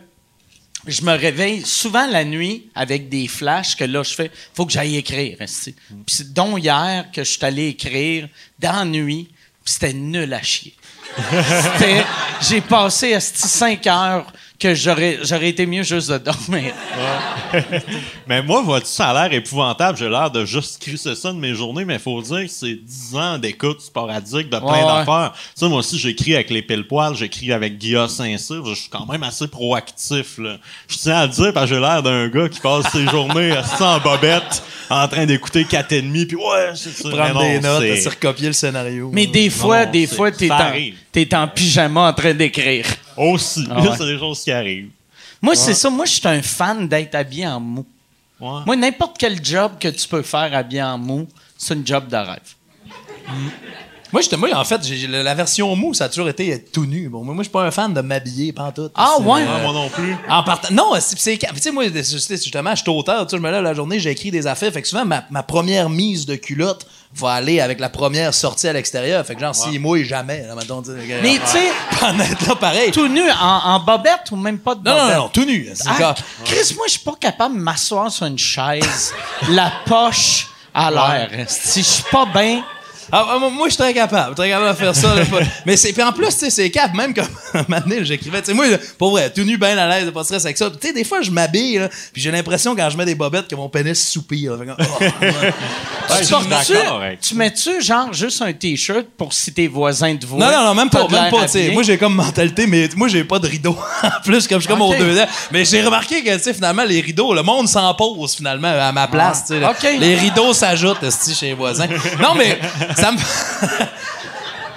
Je me réveille souvent la nuit avec des flashs que là, je fais, faut que j'aille écrire. Puis c'est donc hier que je suis allé écrire dans la nuit, puis c'était nul à chier. C'était, j'ai passé à cinq heures que j'aurais, j'aurais été mieux juste de dormir. Ouais. Mais moi, vois-tu, ça a l'air épouvantable. J'ai l'air de juste crisser ça de mes journées, mais il faut dire que c'est dix ans d'écoute sporadique de plein ouais, d'affaires. Tu sais, moi aussi, j'écris avec les pile-poils, j'écris avec Guillaume Saint-Cyr. Je suis quand même assez proactif, là. Je tiens à le dire parce que j'ai l'air d'un gars qui passe ses journées en bobette, en train d'écouter quatre et demi, puis ouais, c'est ça. Prendre non, des notes, c'est... de recopier le scénario. Mais des fois, non, des fois, t'es en, t'es en pyjama en train d'écrire. Aussi. Ah ouais. C'est des choses qui arrivent. Moi, ouais. c'est ça. Moi, je suis un fan d'être habillé en mou. Ouais. Moi, n'importe quel job que tu peux faire habillé en mou, c'est un job de rêve. Mm. Moi, j'étais, moi, en fait, j'ai, la version mou, ça a toujours été tout nu. Bon, moi, je suis pas un fan de m'habiller pantoute. Ah ouais? Euh, moi non plus. En partant, non, c'est, c'est tu sais, moi, justement, je suis auteur, tu sais, je me lève la journée, j'écris des affaires. Fait que souvent, ma, ma première mise de culotte va aller avec la première sortie à l'extérieur. Fait que genre, ouais. s'il mouille jamais, là, mettons. Mais tu sais, là, pareil. Tout nu, en, en bobette ou même pas de bobette? Non, non, non, tout nu. Ah, cas... Chris, moi, je suis pas capable de m'asseoir sur une chaise, la poche à l'air. Ouais. Si je suis pas bien... Ah, moi, je suis très capable, très capable de faire ça. Là, mais c'est, puis en plus, tu sais, c'est cap, même comme maintenant, j'écrivais, tu sais, moi, pour vrai, tout nu, bien à l'aise, pas de stress avec ça. Tu sais, des fois, je m'habille, là, puis j'ai l'impression, quand je mets des bobettes, que mon pénis soupire. Là, oh, ouais. ouais, tu, tu, tu mets-tu, genre, juste un T-shirt pour si tes voisins te voient? Non, non, non, même pas, même pas, tu sais. Moi, j'ai comme mentalité, mais moi, j'ai pas de rideau. En plus, comme je suis comme okay. aux deux ans. Mais j'ai remarqué que, tu sais, finalement, les rideaux, le monde s'en pose, finalement, à ma place, tu sais. Okay. Les rideaux s'ajoutent, chez les voisins. Non, mais... Ça me...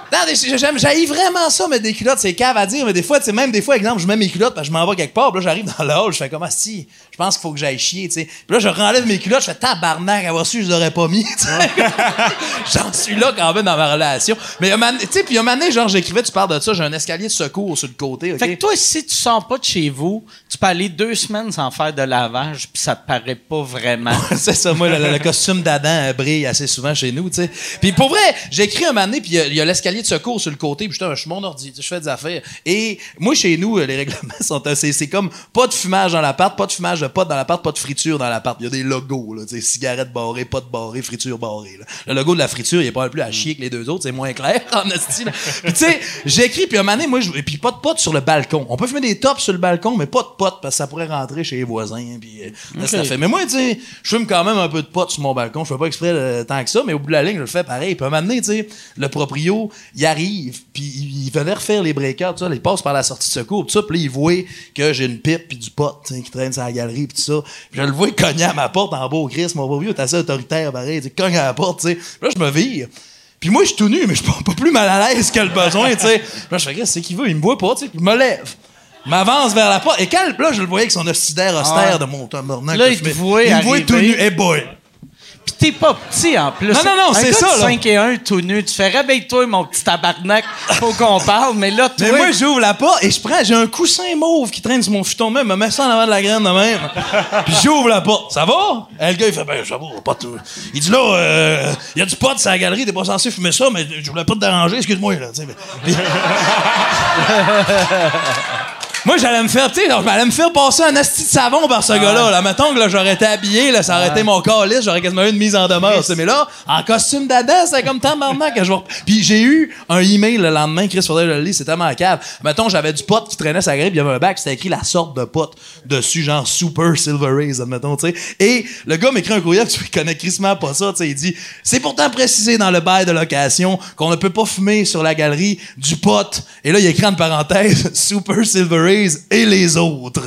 Non, j'aime, j'haïs vraiment ça, mettre des culottes, c'est cave à dire, mais des fois, tu sais, même des fois, exemple, je mets mes culottes, parce que je m'en vais quelque part, puis là, j'arrive dans le hall, je fais comme, ah, si, je pense qu'il faut que j'aille chier, tu sais. Puis là, je renlève mes culottes, je fais tabarnak, avoir su, je les aurais pas mis, tu sais. J'en suis là quand même dans ma relation. Mais, tu sais, puis un moment donné, genre, j'écrivais, tu parles de ça, j'ai un escalier de secours sur le côté, OK? Fait que toi, si tu sors pas de chez vous, tu peux aller deux semaines sans faire de lavage, puis ça te paraît pas vraiment. C'est ça, moi, le, le costume d'Adam brille assez souvent chez nous, tu sais. Puis pour vrai, j'ai écrit un moment donné, puis il y a, a l'escalier de secours sur le côté, puis je suis mon ordi, je fais des affaires. Et moi, chez nous, les règlements sont assez... C'est comme pas de fumage dans l'appart, pas de fumage de pot dans l'appart, pas de friture dans l'appart. Il y a des logos, là, tu sais, cigarette barrée, pot barré, friture barrée. Là. Le logo de la friture, il est pas plus à chier que les deux autres, c'est moins clair, en esti. Puis tu sais, j'ai écrit, puis un moment donné, moi, je... puis pas de pot sur le balcon. On peut fumer des tops sur le balcon, mais pas de pot, parce que ça pourrait rentrer chez les voisins, puis euh, okay. Ça fait. Mais moi, tu sais, je fume quand même un peu de pot sur mon balcon. Je fais pas exprès euh, tant que ça, mais au bout de la ligne, je le fais pareil. Puis un moment donné, tu sais, le proprio, il arrive, puis il venait refaire les breakouts, tout ça, il passe par la sortie de secours, tout ça, puis là, il voit que j'ai une pipe puis du pot, tu sais, qui traîne sur la galerie, puis tout ça. Puis je le vois cogner à ma porte en beau Christ, mon proprio est assez autoritaire, pareil, tu sais, cogne à la porte, tu sais. Puis là, je me vire. Puis moi, je suis tout nu, mais je suis pas plus mal à l'aise que le besoin, tu sais. Puis là, je fais, qu'est-ce c'est qu'il veut? Il me voit pas, tu sais, puis je me lève. M'avance vers la porte. Et quand, là, je le voyais avec son oxydaire austère ah. de mon tabarnak. Là, il te voit Il me voit tout nu. Hey boy! Pis t'es pas petit, en plus. Non, non, non, c'est ça, là. cinq et un, tout nu. Tu fais, réveille-toi, mon petit tabarnak. Faut qu'on parle. Mais là, toi... Mais moi, j'ouvre la porte et je prends... J'ai un coussin mauve qui traîne sur mon futon même. Me met ça en avant de la graine de même. Puis j'ouvre la porte. Ça va? Et le gars, il fait, ben, ça va, pas tout. Il dit, là, il euh, y a du pot sur la galerie. T'es pas censé fumer ça, mais je voulais pas te déranger. Excuse-moi, là. Puis... Moi, j'allais me faire, tu sais, j'allais me faire passer un asti de savon par ce ah. gars-là. Là, mettons que là, j'aurais été habillé, là, ça aurait ah. été mon calice, j'aurais quasiment eu une mise en demeure. Mais là, en costume d'Adam, c'est comme tabarnak que je vois. Puis j'ai eu un email le lendemain, Chris, faudrait que je le lise, c'est tellement cave. Mettons, j'avais du pot qui traînait sa grippe, il y avait un bac, c'était écrit la sorte de pot dessus, genre Super Silver Rays, admettons, tu sais. Et le gars m'écrit un courriel, tu connais crissement pas ça, tu sais, il dit, c'est pourtant précisé dans le bail de location qu'on ne peut pas fumer sur la galerie du pot. Et là, il écrit en parenthèse, Super Silver Rays et les autres.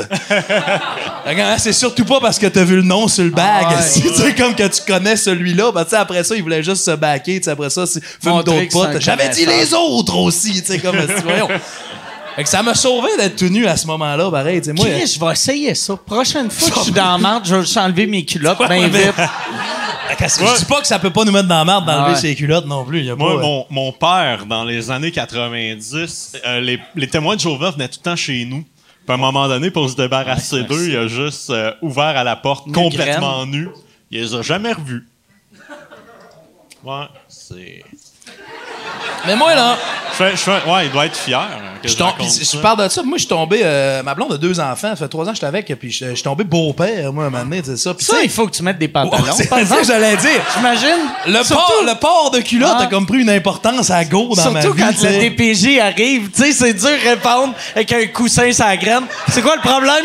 C'est surtout pas parce que t'as vu le nom sur le bag. Ah ouais, si, ouais. C'est comme que tu connais celui-là. Ben, après ça, il voulait juste se baquer. Après ça, fume d'autres potes. J'avais dit les autres aussi. Comme, voyons. Fait que ça m'a sauvé d'être tout nu à ce moment-là, pareil. Moi, Chris, je vais essayer ça. Prochaine fois que je suis dans la marde, je vais juste enlever mes culottes bien vite. Je dis pas que ça peut pas nous mettre dans la marde d'enlever ouais. ses culottes non plus. Y a Moi, pas, mon, mon père, dans les années quatre-vingt-dix, euh, les, les témoins de Jéhovah venaient tout le temps chez nous. Puis à un moment donné, pour se débarrasser ouais, d'eux, il a juste euh, ouvert à la porte une complètement graine. Nu. Il les a jamais revus. Ouais, c'est... Mais moi, là... Je fais, je fais, ouais, il doit être fier. Que je, tombe, je parle de ça. Moi, je suis tombé... Euh, ma blonde a deux enfants. Ça fait trois ans que j'étais avec. Puis je suis tombé beau-père, moi, un moment donné. C'est ça. Puis ça, il faut que tu mettes des pantalons. Oh, c'est ça que j'allais dire. J'imagine. Le, port, le port de culotte ah. a comme pris une importance à go dans Surtout ma vie. Surtout quand t'sais. Le D P J arrive. Tu sais, c'est dur de répondre avec un coussin sur la graine. C'est quoi le problème?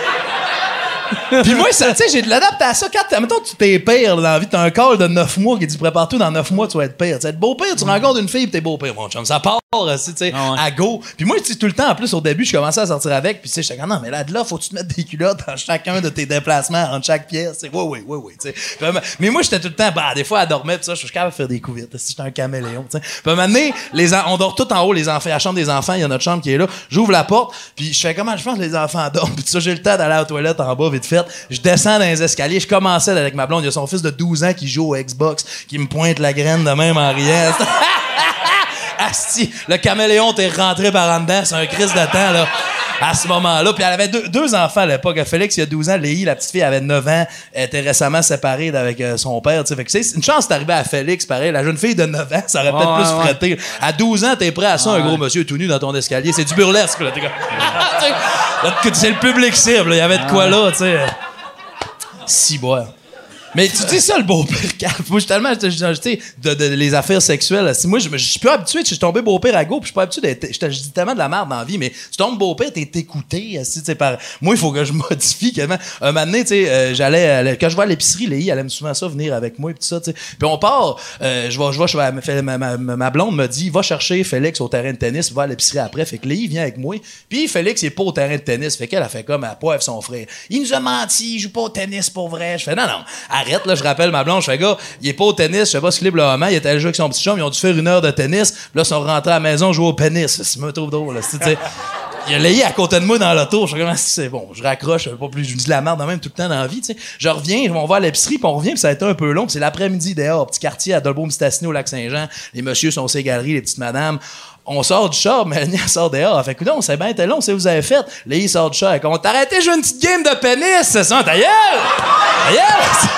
Puis moi, tu sais, j'ai de l'adaptation. Quand, mettons, tu t'es père dans la vie, t'as un call de neuf mois qui dit prépare-toi dans neuf mois, tu vas être père. Tu vas être beau-père, tu rencontres une fille pis t'es beau-père. Mon chum, ça part, tu sais, ah ouais. à go. Puis moi, tu sais, tout le temps, en plus, au début, je commençais à sortir avec, puis tu sais, j'étais comme, non, mais là, de là, faut que tu te mettes des culottes dans chacun de tes déplacements, entre chaque pièce. Oui, oui, oui, oui, tu sais. Mais moi, j'étais tout le temps, bah, des fois, à dormir, pis ça, je suis capable de faire des couvertes. Si j'étais un caméléon, tu sais. Puis à un moment donné, les en- on dort tout en haut, les enfants, la chambre des enfants, il y a notre chambre qui est là. J'ouvre la porte, puis je fais comment je pense que les enfants dorment. Puis ça, j'ai le temps d'aller à la toilette en bas, vite fait. Je descends dans les escaliers, je commençais avec ma blonde, il y a son fils de douze ans qui joue au Xbox, qui me pointe la graine de même en riant. Asti, le caméléon t'es rentré par en dedans, c'est un crise de temps, là, à ce moment-là. Puis elle avait deux, deux enfants à l'époque. Félix, il y a douze ans, Léhi, la petite fille, avait neuf ans, elle était récemment séparée avec euh, son père, tu sais. Fait que c'est une chance d'arriver à Félix, pareil. La jeune fille de neuf ans, ça aurait peut-être ouais, plus ouais. frotté. À douze ans, t'es prêt à ça, ouais. un gros monsieur tout nu dans ton escalier. C'est du burlesque, là, t'es comme... C'est le public cible, il y avait de quoi là, tu sais. Si, boire. Mais tu dis ça, le beau-père cave. Moi, je suis tellement, tu sais, de, de, les affaires sexuelles. Si moi, je suis plus habitué, je suis tombé beau-père à go, puis je suis pas habitué d'être. Je dis tellement de la merde dans la vie, mais tu tombes beau-père, t'es écouté. Tu sais, par. Moi, il faut que je modifie. Quasiment. Un moment donné, tu sais, euh, j'allais. Quand je vais à l'épicerie, Léhi, elle aime souvent ça, venir avec moi, et tout ça, tu sais. Puis on part, euh, je vais, je vais, je vais, ma, ma, ma blonde me dit, va chercher Félix au terrain de tennis, va à l'épicerie après. Fait que Léhi vient avec moi. Puis Félix, il est pas au terrain de tennis. Fait qu'elle a fait comme, elle poivre son frère. Il nous a menti, il joue pas au tennis pour vrai. Je fais, non, non. arrête, là, je rappelle ma blonde, je fais, gars, il est pas au tennis, je sais pas ce qu'il est, le moment, il était allé jouer avec son petit chum, ils ont dû faire une heure de tennis, puis là, ils sont rentrés à la maison jouer au pénis. Ça me trouve drôle, là, tu sais. Il a layé à côté de moi dans l'auto. Je suis comme, c'est bon, je raccroche, je pas plus, je me dis de la merde même tout le temps dans la vie, tu sais. Je reviens, on va à l'épicerie, puis on revient, puis ça a été un peu long, puis c'est l'après-midi dehors, au petit quartier à Dolbeau-Mistassini au Lac-Saint-Jean. Les messieurs sont ces galeries, les petites madames. On sort du char, Mélanie, elle sort dehors. Elle fait, écoute, c'est bien, t'es long, c'est ce que vous avez fait. Là, il sort du char. Elle dit, on t'a arrêté de jouer une petite game de pénis, c'est ça, ta gueule! Ta gueule!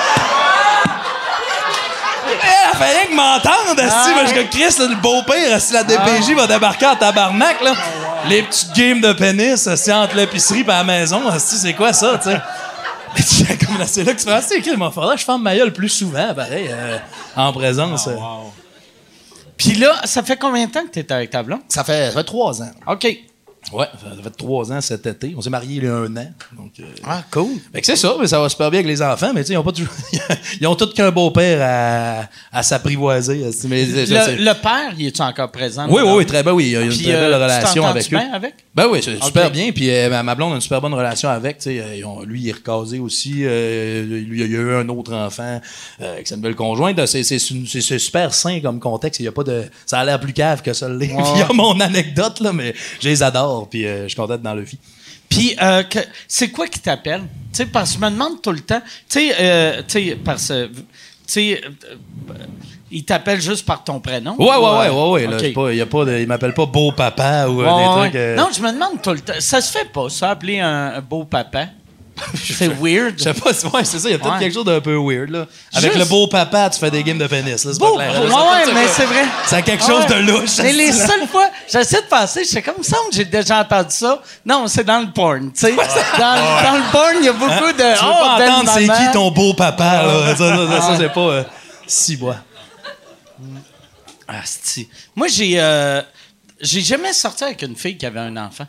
Elle fait rien que m'entendre, esti. Moi, je dis, Chris, le beau-père, si la D P J va débarquer en tabarnak, là. Les petites games de pénis, c'est entre l'épicerie et la maison, esti, c'est quoi ça, tu sais? Mais tu comme là, c'est là que tu fais, ah, c'est écrit, il faudrait que je ferme ma gueule plus souvent, pareil, euh, en présence. Oh, wow. Puis là, ça fait combien de temps que tu es avec ta blonde? Ça fait, ça fait trois ans. OK. Ouais, ça fait trois ans cet été. On s'est mariés il y a un an. Donc, euh, ah, cool. Fait que c'est ça, mais ça va super bien avec les enfants, mais tu sais, ils ont pas toujours. Ils ont tous qu'un beau-père à, à s'apprivoiser. Mais, le, le père, il est-tu encore présent? Oui, oui, oui, très bien, oui. Il y a une puis, très belle euh, relation avec eux. Bien avec? Ben oui, c'est super okay. bien. Puis euh, ma, ma blonde a une super bonne relation avec. Tu sais, ils ont, lui, il est recasé aussi. Euh, lui, il y a eu un autre enfant euh, avec sa nouvelle conjointe. C'est, c'est, c'est, c'est super sain comme contexte. Il y a pas de. Ça a l'air plus cave que ça l'est. Ouais. Il y a mon anecdote, là, mais je les adore. Puis euh, je suis content d'être dans le vie. Puis, euh, que, c'est quoi qui t'appelle? Tu sais, parce que je me demande tout le temps. Tu sais, euh, tu sais, parce que. Tu sais. Euh, il t'appelle juste par ton prénom? Ouais, ouais, ouais, ouais, ouais. Okay. Là, y a pas de, il m'appelle pas beau papa ou ouais, des ouais. trucs. Euh... Non, je me demande tout le temps. Ça se fait pas, ça, appeler un, un beau papa. C'est weird. Je sais pas, ouais, c'est ça. Il y a peut-être ouais. quelque chose d'un peu weird, là. Avec juste... le beau papa, tu fais des games de pénis, là. C'est beau, pas clair. Ouais, ouais, mais c'est vrai. Ça a quelque chose ouais. de louche. Mais les seules fois, j'essaie de passer, je sais comme ça, j'ai déjà entendu ça. Non, c'est dans le porn, tu sais. Dans, dans le porn, il y a beaucoup de. Tu veux oh, pas entendre c'est maman. qui ton beau papa, là. Ça, ça, ça, ça c'est pas euh, si bois. Ah, c'est Moi, j'ai euh, j'ai jamais sorti avec une fille qui avait un enfant.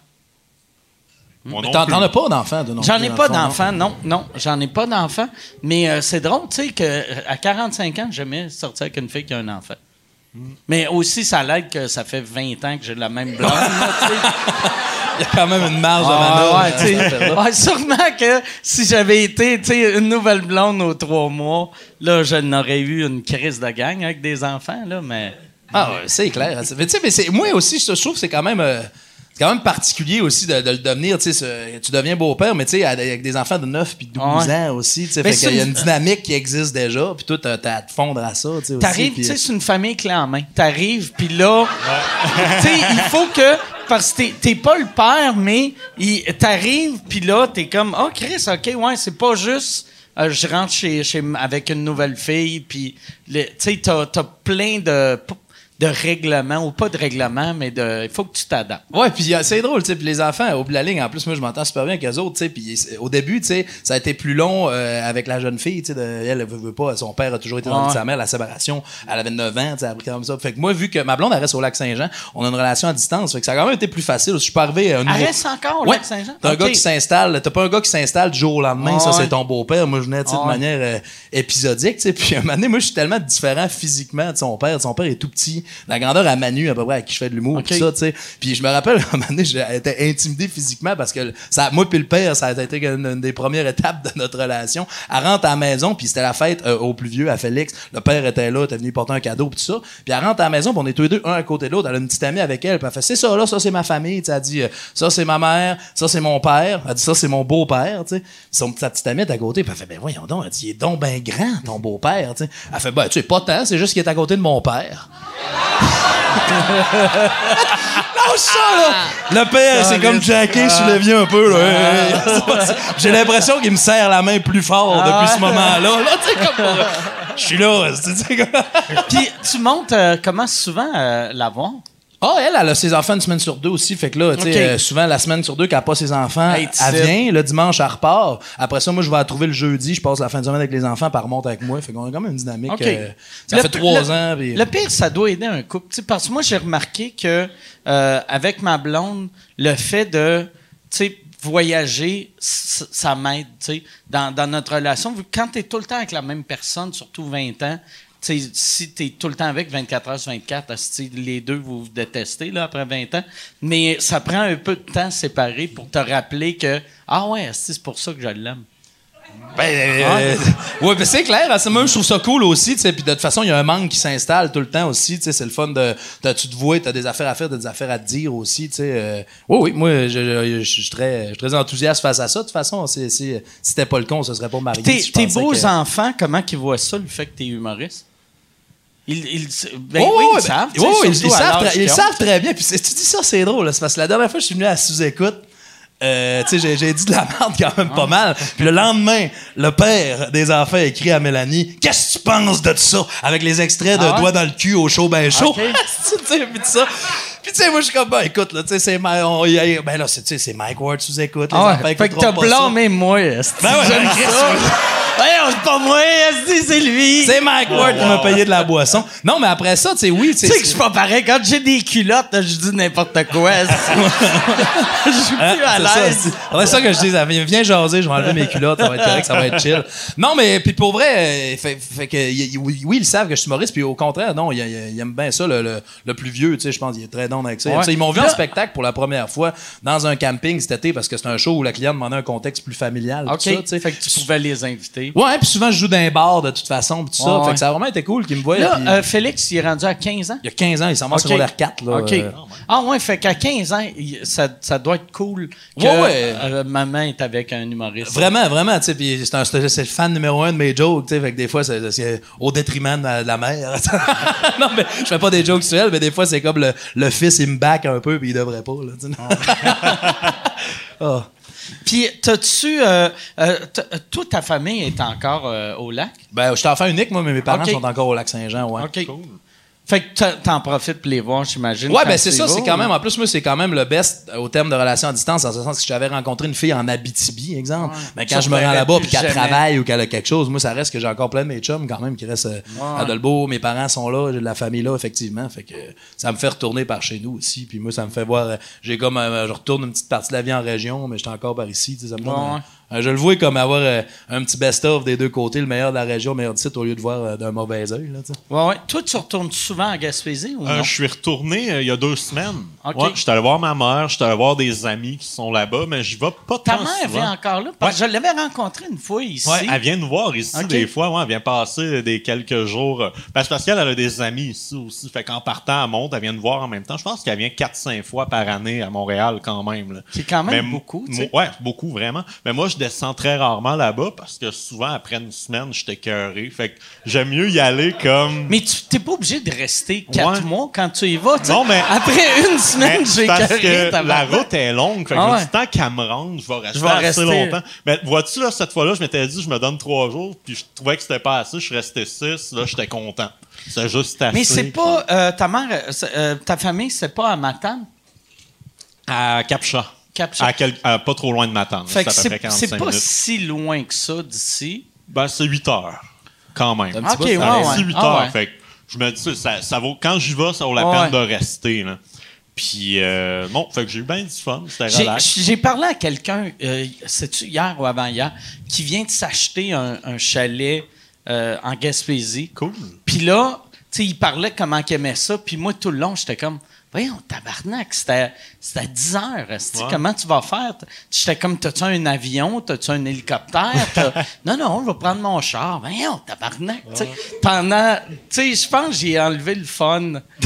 Mais t'en, t'en as pas d'enfant, de non J'en plus, ai pas fond, d'enfant, non, non, j'en ai pas d'enfant. Mais euh, c'est drôle, tu sais, qu'à quarante-cinq ans, j'ai jamais sorti avec une fille qui a un enfant. Mm. Mais aussi, ça l'aide que ça fait vingt ans que j'ai la même blonde. Il y a quand même une marge de ah, manœuvre. Ouais, ouais, sûrement que si j'avais été une nouvelle blonde aux trois mois, là, je n'aurais eu une crise de gang avec des enfants, là, mais... Ah ouais, c'est clair. Mais tu sais, mais c'est, moi aussi, je trouve que c'est quand même... Euh, c'est quand même particulier aussi de, de le devenir, tu sais, tu deviens beau-père, mais tu sais, avec des enfants de neuf puis douze ouais. ans aussi, tu sais, fait qu'il y a une dynamique qui existe déjà, puis toi, t'as, t'as à te fondre à ça, tu sais. T'arrives, tu sais, c'est une famille clé en main. T'arrives, puis là, tu sais, il faut que, parce que t'es, t'es pas le père, mais il, t'arrives, puis là, t'es comme, oh, Chris, OK, ouais, c'est pas juste... Euh, je rentre chez, chez, avec une nouvelle fille, puis, tu sais, t'as, t'as plein de... de règlements, ou pas de règlements, mais de il faut que tu t'adaptes. Ouais, puis c'est drôle, tu sais, puis les enfants, au bout de la ligne, en plus, moi, je m'entends super bien avec eux autres, tu sais, puis au début, tu sais, ça a été plus long euh, avec la jeune fille, tu sais, elle, elle veut, veut pas, son père a toujours été dans ouais. le vie de sa mère, la séparation, elle avait neuf ans, tu sais, elle a pris comme ça. Fait que moi, vu que ma blonde, elle reste au Lac-Saint-Jean, on a une relation à distance, fait que ça a quand même été plus facile. Je suis pas arrivé à un nouveau... Elle reste encore au ouais. Lac-Saint-Jean? T'as okay. un gars qui s'installe, t'as pas un gars qui s'installe du jour au lendemain, oh, ça, ouais. c'est ton beau-père. Moi, je venais, tu sais, oh, de ouais. manière euh, épisodique, tu sais, puis un moment donné, moi, je suis tellement différent physiquement de son père. Son père est tout petit, la grandeur à Manu, à peu près, à qui je fais de l'humour, okay. tout ça, tu sais. Puis je me rappelle, à un moment donné, j'étais intimidé physiquement parce que ça, moi puis le père, ça a été une, une des premières étapes de notre relation. Elle rentre à la maison, puis c'était la fête euh, au plus vieux, à Félix. Le père était là, était venu porter un cadeau, puis tout ça. Puis elle rentre à la maison, puis on est tous les deux, un à côté de l'autre. Elle a une petite amie avec elle, puis elle fait, c'est ça, là, ça, c'est ma famille. T'sais, elle dit, ça, c'est ma mère, ça, c'est mon père. Elle dit, ça, c'est mon beau-père, tu sais. Son, sa petite amie est à côté, puis elle fait, ben voyons donc, elle dit, il est donc ben grand, ton beau-père, tu sais. Elle fait, ben, tu sais, pas tant, c'est juste qu'il est à côté de mon père. Non, ça, là! Le père, c'est comme Jackie sur le vieux un peu, là. J'ai l'impression qu'il me serre la main plus fort depuis ce moment-là. Là, tu sais, comme. Je suis là, tu sais, comme. Puis, tu montes euh, comment souvent euh, la voir? Ah, elle, elle a ses enfants une semaine sur deux aussi. Fait que là, tu sais, okay. euh, souvent, la semaine sur deux, qu'elle n'a pas ses enfants, hey, elle vient. Le dimanche, elle repart. Après ça, moi, je vais la trouver le jeudi. Je passe la fin de semaine avec les enfants, puis elle remonte avec moi. Fait qu'on a quand même une dynamique. Okay. Euh, ça le, fait trois le, ans. Pis... Le pire, ça doit aider un couple. T'sais, parce que moi, j'ai remarqué que euh, avec ma blonde, le fait de, tu sais, voyager, ça m'aide, tu sais, dans, dans notre relation. Vu que quand t'es tout le temps avec la même personne, surtout vingt ans, t'sais, si tu es tout le temps avec vingt-quatre heures sur vingt-quatre, les deux, vous vous détestez là, après vingt ans. Mais ça prend un peu de temps séparé pour te rappeler que, ah ouais, c'est pour ça que je l'aime. Ben, euh, ouais, ben c'est clair. C'est moi, je trouve ça cool aussi, tu sais. Puis de toute façon, il y a un manque qui s'installe tout le temps aussi, tu sais. C'est le fun de, de tu te vois, t'as des affaires à faire, t'as des affaires à te dire aussi, tu sais. Euh, oui, oui, moi, je, je, je suis très, je suis très enthousiaste face à ça. De toute façon, c'est, c'est, si c'était pas le con, ce serait pas marié. Tes, si tes pensais beaux que... enfants, comment ils voient ça, le fait que t'es humoriste? Ils, ils, ben, oh, oui, ouais, ils savent. ben, oh, ils, ils, à savent l'âge tra- ils qu'ils ont. savent très bien. Puis c'est- tu dis ça, c'est drôle. Là, c'est parce que la dernière fois que je suis venu à sous-écoute, euh, tu sais, j'ai, j'ai dit de la merde quand même pas mal. Puis le lendemain, le père des enfants écrit à Mélanie « Qu'est-ce que tu penses de ça? » Avec les extraits de Ah ouais? Doigts dans le cul au show ben chaud. Ok. Tu sais, puis ça. Puis tu sais, moi, je suis comme, ben écoute, là, tu sais, c'est Ma- on- y a- ben là, c'est, tu sais, c'est Mike Ward sous-écoute. Les Ah enfants ouais. Fait que écouteront t'as pas ça. blâmé moi. est-ce que Ben ouais, j'aime ben, ça. Voyons, c'est pas moi, est-ce que c'est lui. C'est Mike Ward qui m'a payé de la boisson. Non, mais après ça, tu sais, oui, Tu sais que je suis pas pareil. Quand j'ai des culottes, je dis n'importe quoi. est-ce que- Je suis Hein, plus à c'est ça, l'aise. c'est- c'est ça que je dis. Viens jaser, je vais enlever mes culottes, ça va être correct, ça va être chill. Non, mais puis pour vrai, euh, fait, fait que, y- y- oui, oui, ils savent que je suis humoriste, puis au contraire, non, ils ils aiment bien ça, le, le, le plus vieux, tu sais, je pense, il est très don avec ça. Ouais. Tu sais, Ils m'ont vu Là- en spectacle pour la première fois dans un camping cet été, parce que c'est un show où la cliente demandait un contexte plus familial. OK. Tout ça, tu sais. Fait que tu pouvais les inviter. Ouais, puis souvent, je joue dans un bar de toute façon, puis tout ça. Ouais, Fait ouais. que ça a vraiment été cool qu'ils me voient. Là, puis- euh, Félix, il est rendu à quinze ans. il y a quinze ans, il s'en va OK. sur secondaire quatre. Là, OK. euh, Ah ouais, fait qu'à quinze ans, il- ça, ça doit être cool que Ouais, ouais. euh, maman est avec un humoriste. Vraiment, vraiment, tu sais, puis c'est, un- c'est c'est le fan numéro un de mes jokes, tu sais, fait que des fois, c'est, c'est au détriment de, la- de la mère. Non, mais je fais pas des jokes sur elle, mais des fois, c'est comme le, le fils, il me back un peu, puis il devrait pas, là, tu sais. Ah. Puis, t'as-tu... Euh, euh, t- toi, ta famille est encore euh, au lac? Ben, je suis enfant unique, moi, mais mes parents OK. sont encore au Lac-Saint-Jean, ouais. OK. Fait que t'en- t'en profites pour les voir, j'imagine. Ouais, quand ben c'est tu y ça, vas, c'est quand ou- même, en plus, moi, c'est quand même le best au terme de relation à distance, en ce sens que j'avais rencontré une fille en Abitibi, exemple. Mais quand Tu je me rends reverrais là-bas plus puis qu'elle jamais. travaille ou qu'elle a quelque chose, moi, ça reste que j'ai encore plein de mes chums quand même qui restent euh, à Dolbeau. Mes parents sont là, j'ai de la famille là, effectivement. Fait que euh, ça me fait retourner par chez nous aussi. Puis moi, ça me fait voir, euh, j'ai comme, euh, je retourne une petite partie de la vie en région, mais j'étais encore par ici, tu sais, ça me donne, Ouais, ouais. euh, euh, je le vois comme avoir euh, un petit best-of des deux côtés, le meilleur de la région, le meilleur du site, au lieu de voir euh, d'un mauvais œil, là, tu sais. Ouais, ouais. Toi, tu retournes souvent à Gaspésie ou Euh, non? je suis retourné euh, il y a deux semaines. OK. Ouais, je suis allé voir ma mère, je suis allé voir des amis qui sont là-bas, mais je vais pas Ta tant mère souvent. vient encore là? Parce que je l'avais rencontrée une fois ici. Ouais, elle vient nous voir ici OK. des fois. Ouais, elle vient passer des quelques jours. euh, Parce, parce qu'elle elle a des amis ici aussi. Fait qu'en partant, elle monte, elle vient nous voir en même temps. Je pense qu'elle vient quatre cinq fois par année à Montréal quand même. Là. C'est quand même Mais m- beaucoup, tu sais. mo- Ouais, beaucoup, vraiment. Mais moi, je descends très rarement là-bas parce que souvent, après une semaine, j'étais écœuré. Fait que j'aime mieux y aller comme... Mais tu t'es pas obligé de rester quatre Ouais. mois quand tu y vas. tu sais. Non, mais- Après une semaine, Mais j'ai parce écœuré, que ta la mère. route est longue. Fait que Ah je me ouais. dis, tant qu'elle me rende, je vais rester Je vais assez rester. longtemps. Mais vois-tu, là, cette fois-là, je m'étais dit, je me donne trois jours, puis je trouvais que c'était pas assez. Je suis resté six. Là, j'étais content. C'est juste assez. Mais c'est pas... euh, ta mère, euh, c'est- euh, ta famille, c'est pas à Matane? À Capcha. Capcha. À quel- à pas trop loin de Matane. Fait que C'est à peu près c'est quarante-cinq c'est pas minutes. si loin que ça d'ici. Ben, c'est huit heures. Quand même. Un petit Ok, bout, ouais, ça reste. ouais. C'est huit Ah heures. ouais. Fait que je me dis, ça, ça vaut, quand j'y vais, ça vaut la Ouais. peine de rester. Là. Puis, euh, bon, fait que j'ai eu bien du fun. C'était J'ai relax. j'ai parlé à quelqu'un, euh, c'est-tu hier ou avant-hier, qui vient de s'acheter un, un chalet euh, en Gaspésie. Cool. Puis là, tu sais, il parlait comment il aimait ça. Puis moi, tout le long, j'étais comme, voyons, tabarnak, c'était c'était à dix heures. esti, Ouais. Comment tu vas faire? J'étais comme, t'as-tu un avion? T'as-tu un hélicoptère? T'as- non, non, je vais prendre mon char. Voyons, tabarnak. tu sais. Pendant, tu sais, je pense que j'ai enlevé le fun. Tu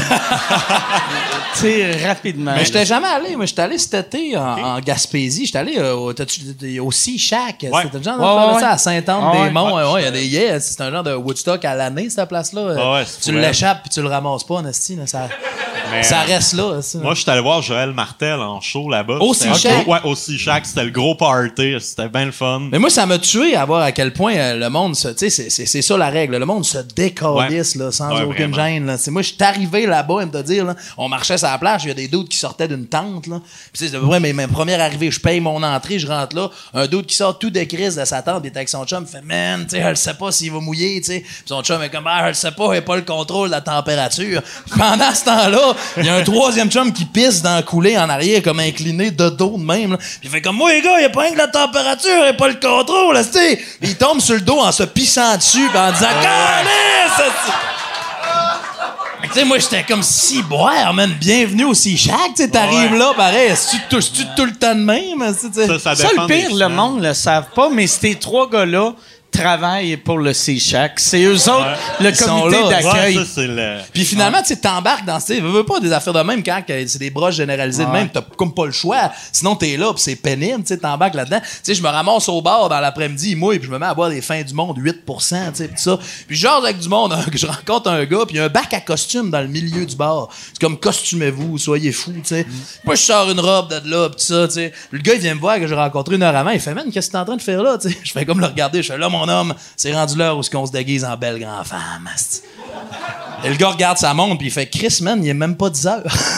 sais, rapidement. Mais j'étais jamais allé. Moi, j'étais allé cet été en, en Gaspésie. J'étais allé euh, au, t'as-tu- au Sea Shack. Ouais. C'était le genre Ouais, de ouais, ça ouais. à Sainte-Anne-des-Monts. Ah ouais. Ouais, il y a des yeah, c'est un genre de Woodstock à l'année, cette place-là. Ah ouais, c'est tu fou, l'échappes puis tu le ramasses pas, Nasty. Là, ça, Mais, ça euh, reste là. esti, Moi, je suis allé voir Joël Martel en show là-bas. Au C'était un Sea Shack? gros- Ouais, au Sea Shack. C'était le gros party. C'était bien le fun. Mais moi, ça m'a tué à voir à quel point euh, le monde se. Tu sais, c'est- c'est c'est ça la règle. Le monde se décalisse là, sans Ouais, aucune vraiment. gêne. Là. C'est- Moi, je suis arrivé là-bas, et me te dire, là, on marchait sur la plage, il y a des doutes qui sortaient d'une tente. Là. Puis, c'est vrai, mais ma première arrivée, je paye mon entrée, je rentre là. Un doute qui sort tout décrise de sa tente, il est avec son chum, il fait, man, tu sais, elle sait pas s'il va mouiller, tu sais. Puis son chum est comme, ah, elle sait pas, il a pas le contrôle de la température. Puis pendant ce temps-là, il y a un troisième chum qui pisse dans la coulée en arrière, comme incliné de dos de même. Là. Puis il fait comme, moi, les gars, il a pas rien que la température, il a pas le contrôle, tu sais. Puis il tombe sur le dos en se pissant dessus, puis en disant, calisse! Tu sais, moi, j'étais comme si boire, man. Bienvenue au Sea Shack. Tu sais, t'arrives Ouais. là, pareil. Est-ce que tu touches tout, tout le temps de même? Tu sais? Ça, ça Ça, dépend le pire, des le semaines. monde le savent pas, mais ces trois gars-là travaillent pour le Sea Shack. C'est eux autres, le Ils sont comité là. d'accueil. Ouais, ça, c'est le... Puis finalement, tu sais, t'embarques dans, tu sais, veux, veux pas des affaires de même quand que c'est des broches généralisées de même, t'as comme pas le choix. Sinon, t'es là, puis c'est pénible, tu sais, t'embarques là-dedans. Tu sais, je me ramasse au bar dans l'après-midi, il mouille, puis je me mets à boire des fins du monde, huit pour cent, tu sais, pis ça. Puis je jase avec du monde, hein, que je rencontre un gars, puis il y a un bac à costume dans le milieu du bar. C'est comme costumez-vous, soyez fous, tu sais. Moi, je sors une robe de là, pis tout ça, tu sais. Le gars, il vient me voir que j'ai rencontré une heure avant, il fait, man, qu'est-ce que t'es en train de faire là, tu sais. Je fais comme le regarder, je fais là, mon homme, c'est rendu l'heure où on se déguise en belle grand-femme. asti. Et le gars regarde sa montre puis il fait Chris, man, il est même pas dix heures.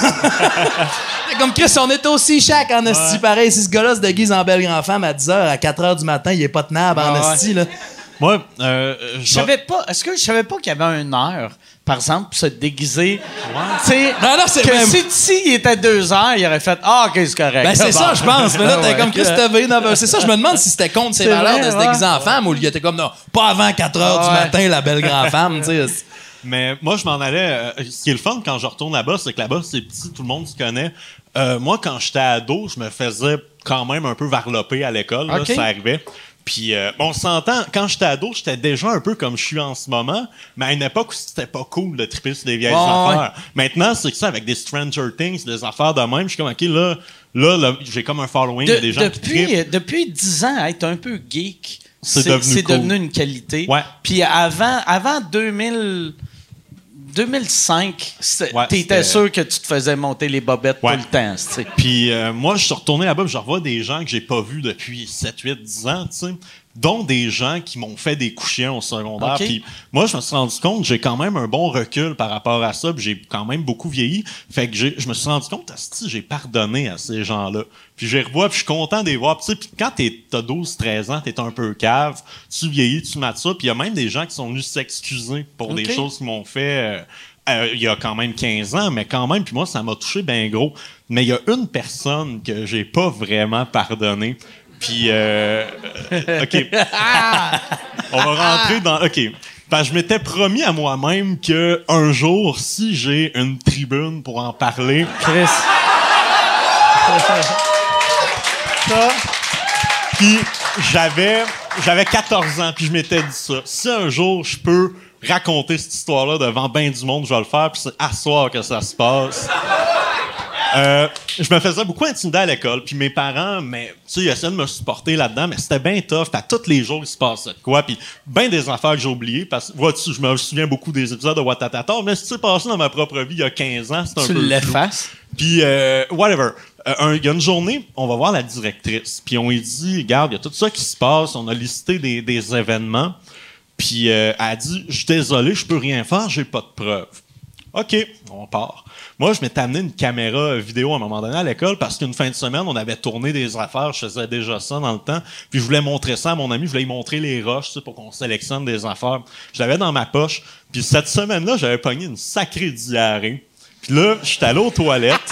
C'est comme Chris, on est aussi chaque en esti. Ouais. Pareil, si ce gars-là se déguise en belle grand-femme à dix heures, à quatre heures du matin, il est pas tenable en ouais. esti, là. Moi, euh, Je savais pas. Est-ce que je savais pas qu'il y avait une heure, par exemple, pour se déguiser? Tu sais, Non, non, c'est que même- si, si il était deux heures, il aurait fait Ah, ok, c'est correct. Ben, c'est Bon. ça, je pense. Mais là, t'es Ouais. comme Chris, t'as vingt-neuf heures. C'est ça, je me demande si c'était contre ses C'est valeurs vrai, de se ouais. déguiser en femme ou il était comme non, pas avant quatre heures du Ouais. matin, la belle grand-femme, tu sais. Mais moi, je m'en allais. euh, ce qui est le fun quand je retourne là-bas, c'est que là-bas, c'est petit, tout le monde se connaît. Euh, moi, quand j'étais ado, je me faisais quand même un peu varloper à l'école. là, Ok. Ça arrivait. Puis, euh, on s'entend, quand j'étais ado, j'étais déjà un peu comme je suis en ce moment, mais à une époque où c'était pas cool de triper sur des vieilles Ouais, affaires. Maintenant, c'est que ça, avec des Stranger Things, des affaires de même, je suis comme, OK, là, là, là, j'ai comme un following, il y a De- des gens qui trippent. depuis, depuis dix ans, être un peu geek, C'est c'est devenu c'est cool. devenu une qualité. Ouais. Puis avant, avant deux mille, deux mille cinq, c'est- Ouais, t'étais c'était- sûr que tu te faisais monter les bobettes Ouais. tout le temps. tu sais. Puis euh, moi, je suis retourné là-bas, puis je revois des gens que j'ai pas vus depuis sept, huit, dix ans, tu sais, dont des gens qui m'ont fait des couchiens au secondaire. Ok. Puis moi, je me suis rendu compte que j'ai quand même un bon recul par rapport à ça, puis j'ai quand même beaucoup vieilli. Fait que j'ai- je me suis rendu compte, asti, j'ai pardonné à ces gens-là. Puis je les revois, puis je suis content de les voir. Puis tu sais, puis quand t'es- t'as douze, treize ans, t'es un peu cave, tu vieillis, tu mates ça. Puis il y a même des gens qui sont venus s'excuser pour Ok. des choses qu'ils m'ont fait... euh, Euh, il y a quand même quinze ans, mais quand même, puis moi, ça m'a touché bien gros. Mais il y a une personne que j'ai pas vraiment pardonné. Puis, euh, euh, OK. On va rentrer dans... OK. Parce que je m'étais promis à moi-même que un jour, si j'ai une tribune pour en parler... Chris. ça. Puis j'avais j'avais quatorze ans, puis je m'étais dit ça. Si un jour je peux raconter cette histoire-là devant ben du monde, je vais le faire, puis c'est à soir que ça se passe. Euh, je me faisais beaucoup intimider à l'école, puis mes parents, mais tu sais, ils essayaient de me supporter là-dedans, mais c'était bien tough. À tous les jours, il se passait de quoi, puis ben des affaires que j'ai oubliées, parce que vois-tu, je me souviens beaucoup des épisodes de Watatata, mais ce qui s'est passé dans ma propre vie il y a quinze ans, c'est un Tu peu flou. l'effaces. Puis, euh, whatever. Euh, un- Il y a une journée, on va voir la directrice. Puis on lui dit, regarde, il y a tout ça qui se passe. On a listé des, des événements. Puis euh, elle a dit, je suis désolé, je peux rien faire, j'ai pas de preuves. OK, on part. Moi, je m'étais amené une caméra vidéo à un moment donné à l'école parce qu'une fin de semaine, on avait tourné des affaires. Je faisais déjà ça dans le temps. Puis je voulais montrer ça à mon ami. Je voulais lui montrer les roches, tu sais, pour qu'on sélectionne des affaires. Je l'avais dans ma poche. Puis cette semaine-là, j'avais pogné une sacrée diarrhée. Puis là, j'étais allé aux toilettes.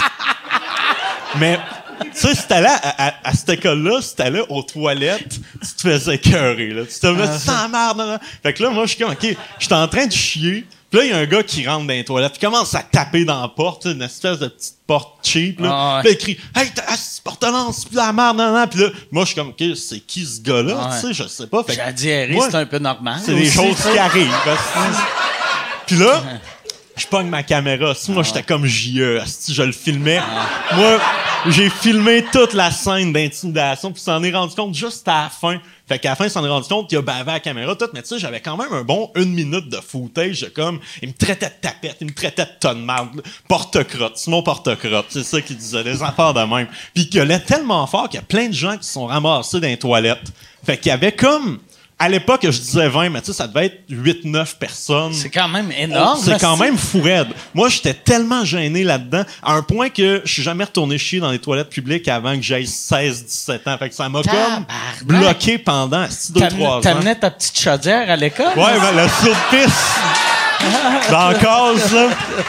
Mais, tu sais, si t'allais à, à, à cette école-là, si t'allais aux toilettes, tu te faisais écœurer, là. Tu te faisais sans merde, là. Fait que là, moi, je suis comme, OK, j'étais en train de chier. Puis là, il y a un gars qui rentre dans les toilettes, puis commence à taper dans la porte, tu sais, une espèce de petite porte cheap, là. Ah ouais. Puis il crie, hey, t'as ce porte-là, c'est plus la merde, non, non. Puis là, moi, je suis comme, OK, c'est qui ce gars-là, Ah ouais. tu sais, je sais pas. Fait que La diarrhée, moi, c'est un peu normal. c'est des aussi, choses tu sais. qui arrivent. parce que- Puis là, je pogne ma caméra. Si moi, j'étais comme J E, si je le filmais. Moi, j'ai filmé toute la scène d'intimidation, puis s'en est rendu compte juste à la fin. Fait qu'à la fin, il s'en est rendu compte qu'il a bavé à la caméra, tout. Mais tu sais, j'avais quand même un bon une minute de footage. de Comme, il me traitait de tapette, il me traitait de tonne de marde. Porte-crotte, c'est mon porte-crotte. C'est ça qu'il disait, des affaires de même. Puis il gueulait tellement fort qu'il y a plein de gens qui se sont ramassés dans les toilettes. Fait qu'il y avait comme... À l'époque, je disais vingt, mais tu sais, ça devait être huit neuf personnes. C'est quand même énorme. C'est quand hostie. même fou raide. Moi, j'étais tellement gêné là-dedans, à un point que je suis jamais retourné chier dans les toilettes publiques avant que j'aille seize dix-sept ans. Fait que ça m'a comme Tabarnak. bloqué pendant deux trois T'amenais ans. t'amenais ta petite chaudière à l'école? Ouais, ben, la surpiste dans la case, là.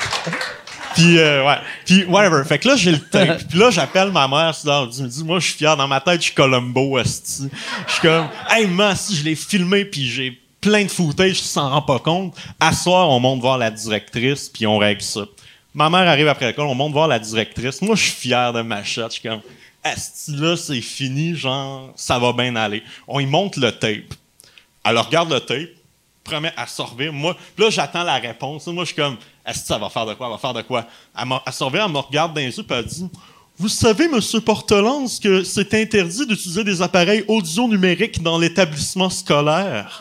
Puis, euh, ouais. Puis, whatever. Fait que là, j'ai le tape. Puis là, j'appelle ma mère, c'est l'heure du midi. Moi, je suis fier. Dans ma tête, je suis Columbo, esti. Je suis comme, hey, maman, si je l'ai filmé, puis j'ai plein de footage qui s'en rend pas compte. À soir, on monte voir la directrice, puis on règle ça. Ma mère arrive après l'école, on monte voir la directrice. Moi, je suis fier de ma shot. Je suis comme, asti là, c'est fini, genre, ça va bien aller. On y monte le tape. Elle regarde le tape, promet à sortir. Moi, là, j'attends la réponse. Moi, je suis comme, asti, ça va faire de quoi, elle va faire de quoi. Elle, elle sortir, elle me regarde dans les yeux, puis elle dit, vous savez, Monsieur Portelance, que c'est interdit d'utiliser des appareils audio numériques dans l'établissement scolaire.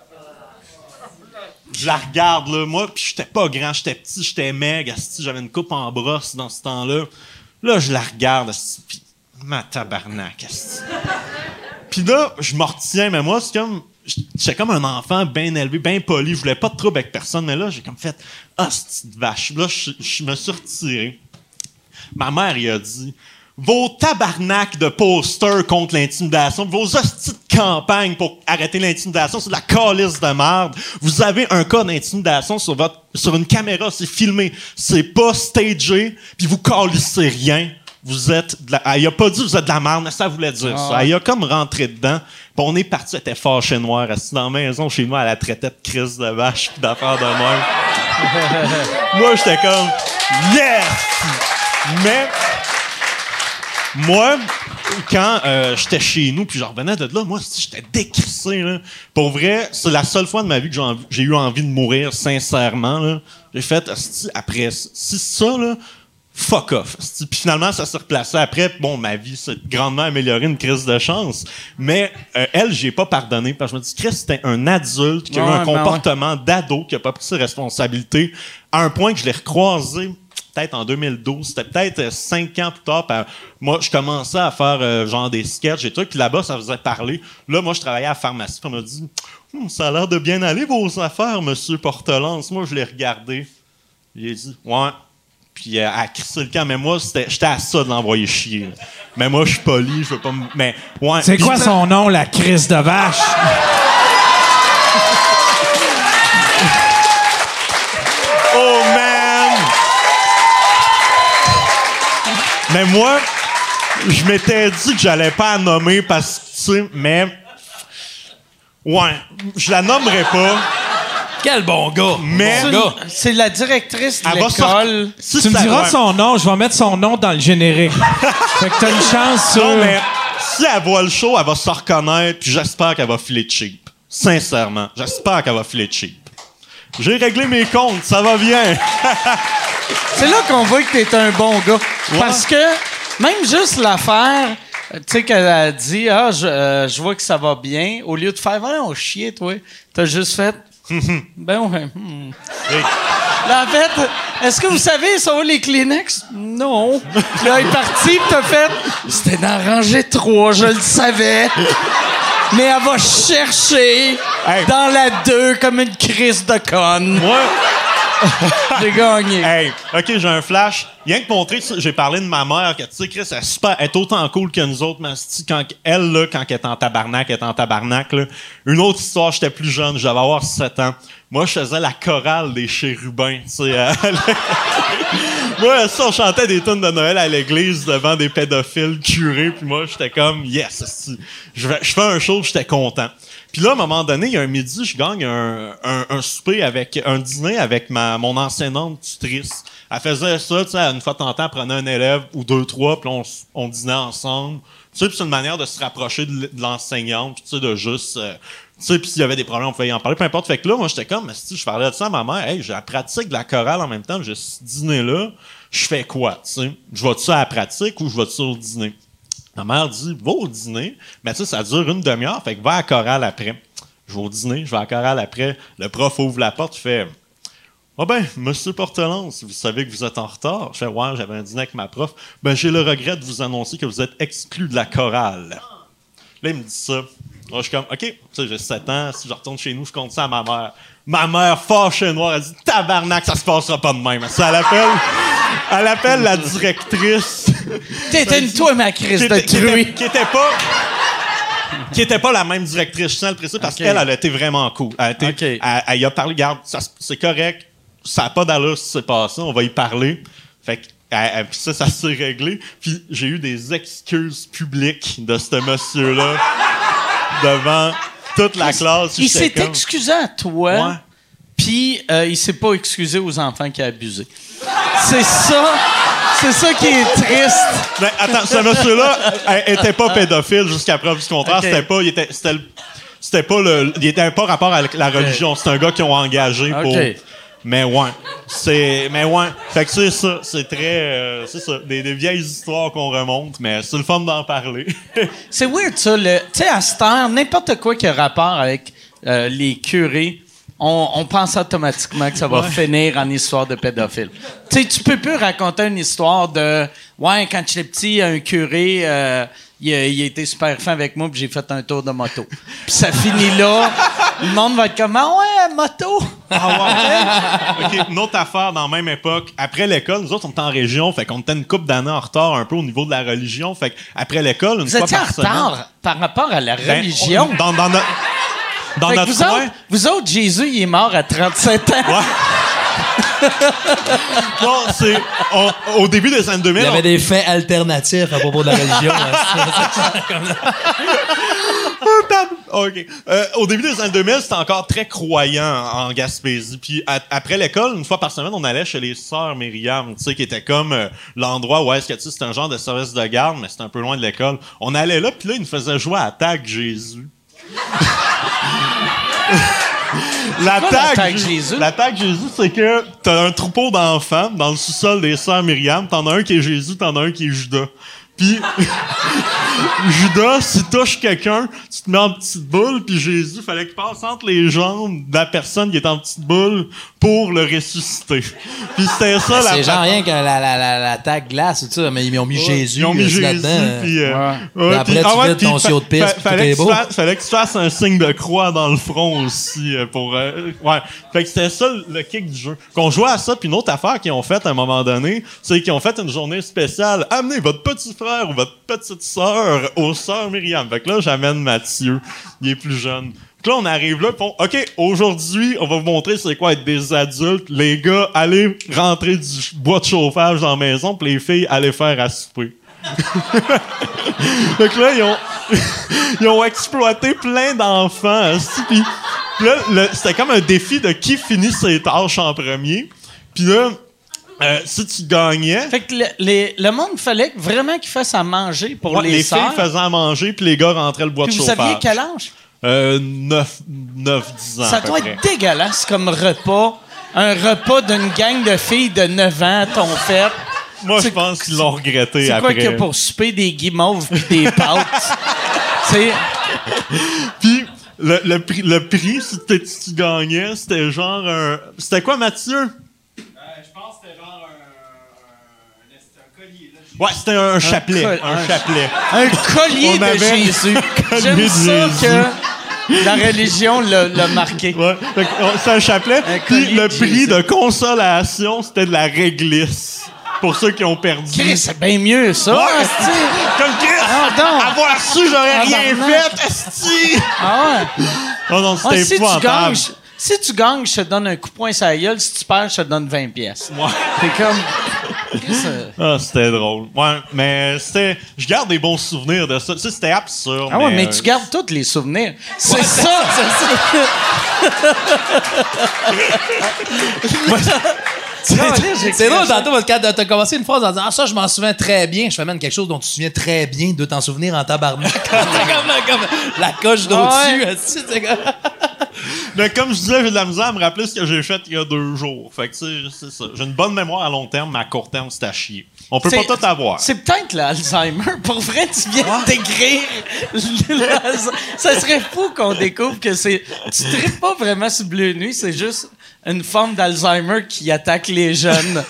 Je la regarde, là, moi, puis j'étais pas grand, j'étais petit, j'étais maigre, asti, j'avais une coupe en brosse dans ce temps-là. Là, je la regarde, asti, puis ma tabarnak, asti. Puis là, je me retiens, mais moi, c'est comme... J'étais comme un enfant bien élevé, bien poli, je voulais pas de trouble avec personne, mais là, j'ai comme fait « Ah, cette vache! » Là, je, je me suis retiré. Ma mère, il a dit... Vos tabarnaks de posters contre l'intimidation, vos hosties de campagne pour arrêter l'intimidation, c'est de la calisse de merde. Vous avez un cas d'intimidation sur votre, sur une caméra, c'est filmé, c'est pas stagé, puis vous calissez rien. Vous êtes de la... Elle a pas dit vous êtes de la merde, mais ça voulait dire ah. ça. Elle a comme rentré dedans, puis on est parti, elle était fâchée noire, assise dans la maison chez moi, elle la traitait de crise de vache puis d'affaires de même. Moi, j'étais comme yes! Mais moi, quand euh, j'étais chez nous, puis je revenais de là, moi, j'étais décrissé, là. Pour vrai, c'est la seule fois de ma vie que j'ai, envie, j'ai eu envie de mourir, sincèrement, là. J'ai fait, après, si ça, là, fuck off. Puis finalement, ça s'est replacé après. Bon, ma vie s'est grandement améliorée, une crise de chance. Mais euh, elle, j'ai pas pardonné, parce que je me dis, Chris, c'était un adulte qui a ouais, eu un ben comportement ouais. d'ado, qui a pas pris ses responsabilités, à un point que je l'ai recroisé peut-être en deux mille douze, c'était peut-être cinq ans plus tard. Moi, je commençais à faire euh, genre des sketchs et tout, puis là-bas, ça faisait parler. Là, moi, je travaillais à la pharmacie, puis on m'a dit hm, « Ça a l'air de bien aller, vos affaires, Monsieur Portelance. » Moi, je l'ai regardé. J'ai dit « Ouais. » Puis euh, elle a crissé le camp, mais moi, j'étais à ça de l'envoyer chier. Là. Mais moi, je suis poli, je veux pas me... Mais, ouais. C'est quoi son nom, la crisse de vache? Oh, man! Mais moi, je m'étais dit que j'allais pas la nommer parce que, tu sais, mais... Ouais, je la nommerais pas. Quel bon gars! Mais bon gars. C'est la directrice de elle l'école. Si tu me diras ouais. son nom, je vais mettre son nom dans le générique. Fait que t'as une chance sur... Non, mais si elle voit le show, elle va se reconnaître, puis j'espère qu'elle va filer cheap. Sincèrement, j'espère qu'elle va filer cheap. J'ai réglé mes comptes, ça va bien. C'est là qu'on voit que t'es un bon gars. Ouais. Parce que même juste l'affaire, tu sais, qu'elle a dit « Ah, je, euh, je vois que ça va bien », au lieu de faire « Voyons, chier, toi », t'as juste fait « Ben ouais. Hmm. » Là, en fait, est-ce que vous savez, sont où les Kleenex? Non. Puis là, il est parti, pis t'as fait « C'était dans rangée trois, je le savais. » Mais elle va chercher hey. dans la deux comme une crise de conne. Moi... J'ai gagné. Hey, OK, j'ai un flash. Rien que montrer, j'ai parlé de ma mère, que tu sais, Chris, elle est super, elle est autant cool que nous autres, mais quand elle, là, quand elle est en tabarnak, elle est en tabarnak, là. Une autre histoire, j'étais plus jeune, j'avais avoir sept ans. Moi, je faisais la chorale des chérubins, tu sais. Euh, moi, ça, on chantait des tunes de Noël à l'église devant des pédophiles curés, puis moi, j'étais comme, yes, je fais un show, j'étais content. Puis là, à un moment donné, il y a un midi, je gagne un, un, un souper avec, un dîner avec ma, mon enseignante tutrice. Elle faisait ça, tu sais, une fois de temps en temps, elle prenait un élève ou deux, trois, puis on, on dînait ensemble. Tu sais, puis c'est une manière de se rapprocher de, de l'enseignante, puis tu sais, de juste, euh, tu sais, puis s'il y avait des problèmes, on pouvait y en parler, peu importe. Fait que là, moi, j'étais comme, si je parlais de ça à ma mère, hey, j'ai la pratique de la chorale en même temps, j'ai ce dîner-là, je fais quoi, tu sais? Je vais-tu à la pratique ou je vais-tu au dîner? Ma mère dit, va au dîner, mais tu sais, ça dure une demi-heure, fait que va à la chorale après. Je vais au dîner, je vais à la chorale après. Le prof ouvre la porte, je fais, ah ben, Monsieur Portelance, vous savez que vous êtes en retard. Je fais, ouais, j'avais un dîner avec ma prof. Ben, j'ai le regret de vous annoncer que vous êtes exclu de la chorale. Là, il me dit ça. Là, je suis comme, OK, tu sais, j'ai sept ans, si je retourne chez nous, je compte ça à ma mère. Ma mère, fâchée noire, elle dit, tabarnak, ça se passera pas de même. Ça, elle appelle, elle appelle la directrice. T'éteins-toi, ma crise de truie. Qui était pas... qui était pas la même directrice, je tiens à le préciser, parce okay. qu'elle, elle a été vraiment cool. Elle a, été, okay. elle, elle y a parlé, regarde, ça, c'est correct, ça n'a pas d'allure si c'est passé, on va y parler. Fait que, elle, elle, puis ça, ça s'est réglé. Puis j'ai eu des excuses publiques de ce monsieur-là devant... toute la classe. Il s'est comme... excusé à toi, ouais. puis euh, il s'est pas excusé aux enfants qui a abusé. C'est ça, c'est ça qui est triste. Mais attends, ce monsieur-là elle, était pas pédophile jusqu'à preuve du contraire. Okay. C'était pas, il était, c'était, le, c'était pas le, il était pas rapport avec la religion. C'est un gars qu'ils ont engagé pour. Okay. Mais ouais, c'est, mais ouais. Fait que c'est ça, c'est très, euh, c'est ça, des, des vieilles histoires qu'on remonte, mais c'est le fun d'en parler. C'est weird ça, le, tu sais à cette heure, n'importe quoi qui a rapport avec euh, les curés. On, on pense automatiquement que ça va ouais. finir en histoire de pédophile. Tu sais, tu peux plus raconter une histoire de « Ouais, quand j'étais petit, un curé, euh, il, a, il a été super fin avec moi, puis j'ai fait un tour de moto. » Puis ça finit là. Le monde va être comme « Ah ouais, moto! » Ah ouais. OK, une autre affaire dans la même époque. Après l'école, nous autres, on était en région, fait qu'on était une couple d'années en retard un peu au niveau de la religion. Fait qu'après l'école, une Vous fois étiez par en semaine... retard par rapport à la religion? Ben, on, dans, dans notre... Dans fait notre vous, coin. autres, vous autres, Jésus, il est mort à trente-sept ans. Ouais. Non, c'est... On, au début des années deux mille... Il y avait on... des faits alternatifs à propos de la religion. OK. Euh, au début des années deux mille, c'était encore très croyant en Gaspésie. Puis à, après l'école, une fois par semaine, on allait chez les sœurs Myriam, tu sais, qui était comme euh, l'endroit où est-ce que tu sais, c'était un genre de service de garde, mais c'était un peu loin de l'école. On allait là, puis là, ils nous faisaient jouer à Tag Jésus. La tag, tag Jésus? La tag Jésus, c'est que t'as un troupeau d'enfants dans le sous-sol des sœurs Myriam. T'en as un qui est Jésus, t'en as un qui est Judas. Puis Judas, s'il touche quelqu'un, tu te mets en petite boule, puis Jésus, fallait qu'il passe entre les jambes de la personne qui est en petite boule pour le ressusciter. Puis c'était ça la... C'est genre rien que la, la, la, la tag glace, tout ça, mais ils ont mis ouais, Jésus, ils ont mis Jésus là-dedans. Puis euh, ouais. ouais, après, pis, tu ah ouais, vides ton sio de piste, fa- tout fallait, est beau. fasses, fallait que tu fasses un signe de croix dans le front aussi. Euh, pour euh, ouais. Fait que c'était ça le kick du jeu. Qu'on jouait à ça, puis une autre affaire qu'ils ont faite à un moment donné, c'est qu'ils ont fait une journée spéciale. Amenez votre petit frère ou votre petite sœur aux sœurs Myriam. Fait que là, j'amène Mathieu. Il est plus jeune. Puis là, on arrive là, pis OK, aujourd'hui, on va vous montrer c'est quoi être des adultes. Les gars, allez rentrer du bois de chauffage dans la maison, puis les filles, allez faire à souper. Fait que là, ils ont, ils ont exploité plein d'enfants. Puis là, le, c'était comme un défi de qui finit ses tâches en premier. Puis là, Euh, si tu gagnais... Fait que le, les, le monde fallait vraiment qu'il fasse à manger pour ouais, les les sœurs. filles faisaient à manger, puis les gars rentraient le bois Puis de vous chauffage. saviez quel âge? Euh, neuf, dix ans. Ça doit être dégueulasse comme repas. Un repas d'une gang de filles de neuf ans, ton fait. Moi, je pense qu'ils l'ont regretté c'est après. C'est quoi qu'il y a pour souper des guimauves pis des pâtes? C'est... Puis, le, le, prix, le prix, si tu, tu gagnais, c'était genre un... C'était quoi, Mathieu? Ouais, c'était un, un chapelet. Un, un chapelet. Un collier de Jésus. J'aime de ça Jésus. que la religion l'a, l'a marqué. Ouais, c'est un chapelet. Puis le prix Jésus. De consolation, c'était de la réglisse. Pour ceux qui ont perdu. Chris, c'est bien mieux, ça. Ouais, esti. Comme Chris. Ah, avoir su, j'aurais ah, rien non, fait, esti. Ah ouais? Oh non, c'était ah, si épouvantable. Tu gagnes, si tu gagnes, je te donne un coup de poing sur la gueule. Si tu perds, je te donne vingt pièces. Ouais. C'est comme... Ah, c'était drôle. Ouais, mais c'était... Je garde des bons souvenirs de ça. Tu sais, c'était absurde. Ah ouais, mais, mais tu gardes tous les souvenirs. C'est ouais, ça! C'est ça! C'est drôle, tantôt, quand t'as commencé une phrase en disant « Ah, ça, je m'en souviens très bien. » Je fais même quelque chose dont tu te souviens très bien de t'en souvenir en tabarnak. comme, comme la coche d'au-dessus. Ouais. Mais comme je disais, j'ai de la misère à me rappeler ce que j'ai fait il y a deux jours. Fait que, tu sais, c'est ça. J'ai une bonne mémoire à long terme, mais à court terme, c'est à chier. On peut c'est, pas tout avoir. C'est peut-être l'Alzheimer. Pour vrai, tu viens de décrire l'Alzheimer. Ça serait fou qu'on découvre que c'est... Tu tripes pas vraiment sur Bleu Nuit, c'est juste une forme d'Alzheimer qui attaque les jeunes.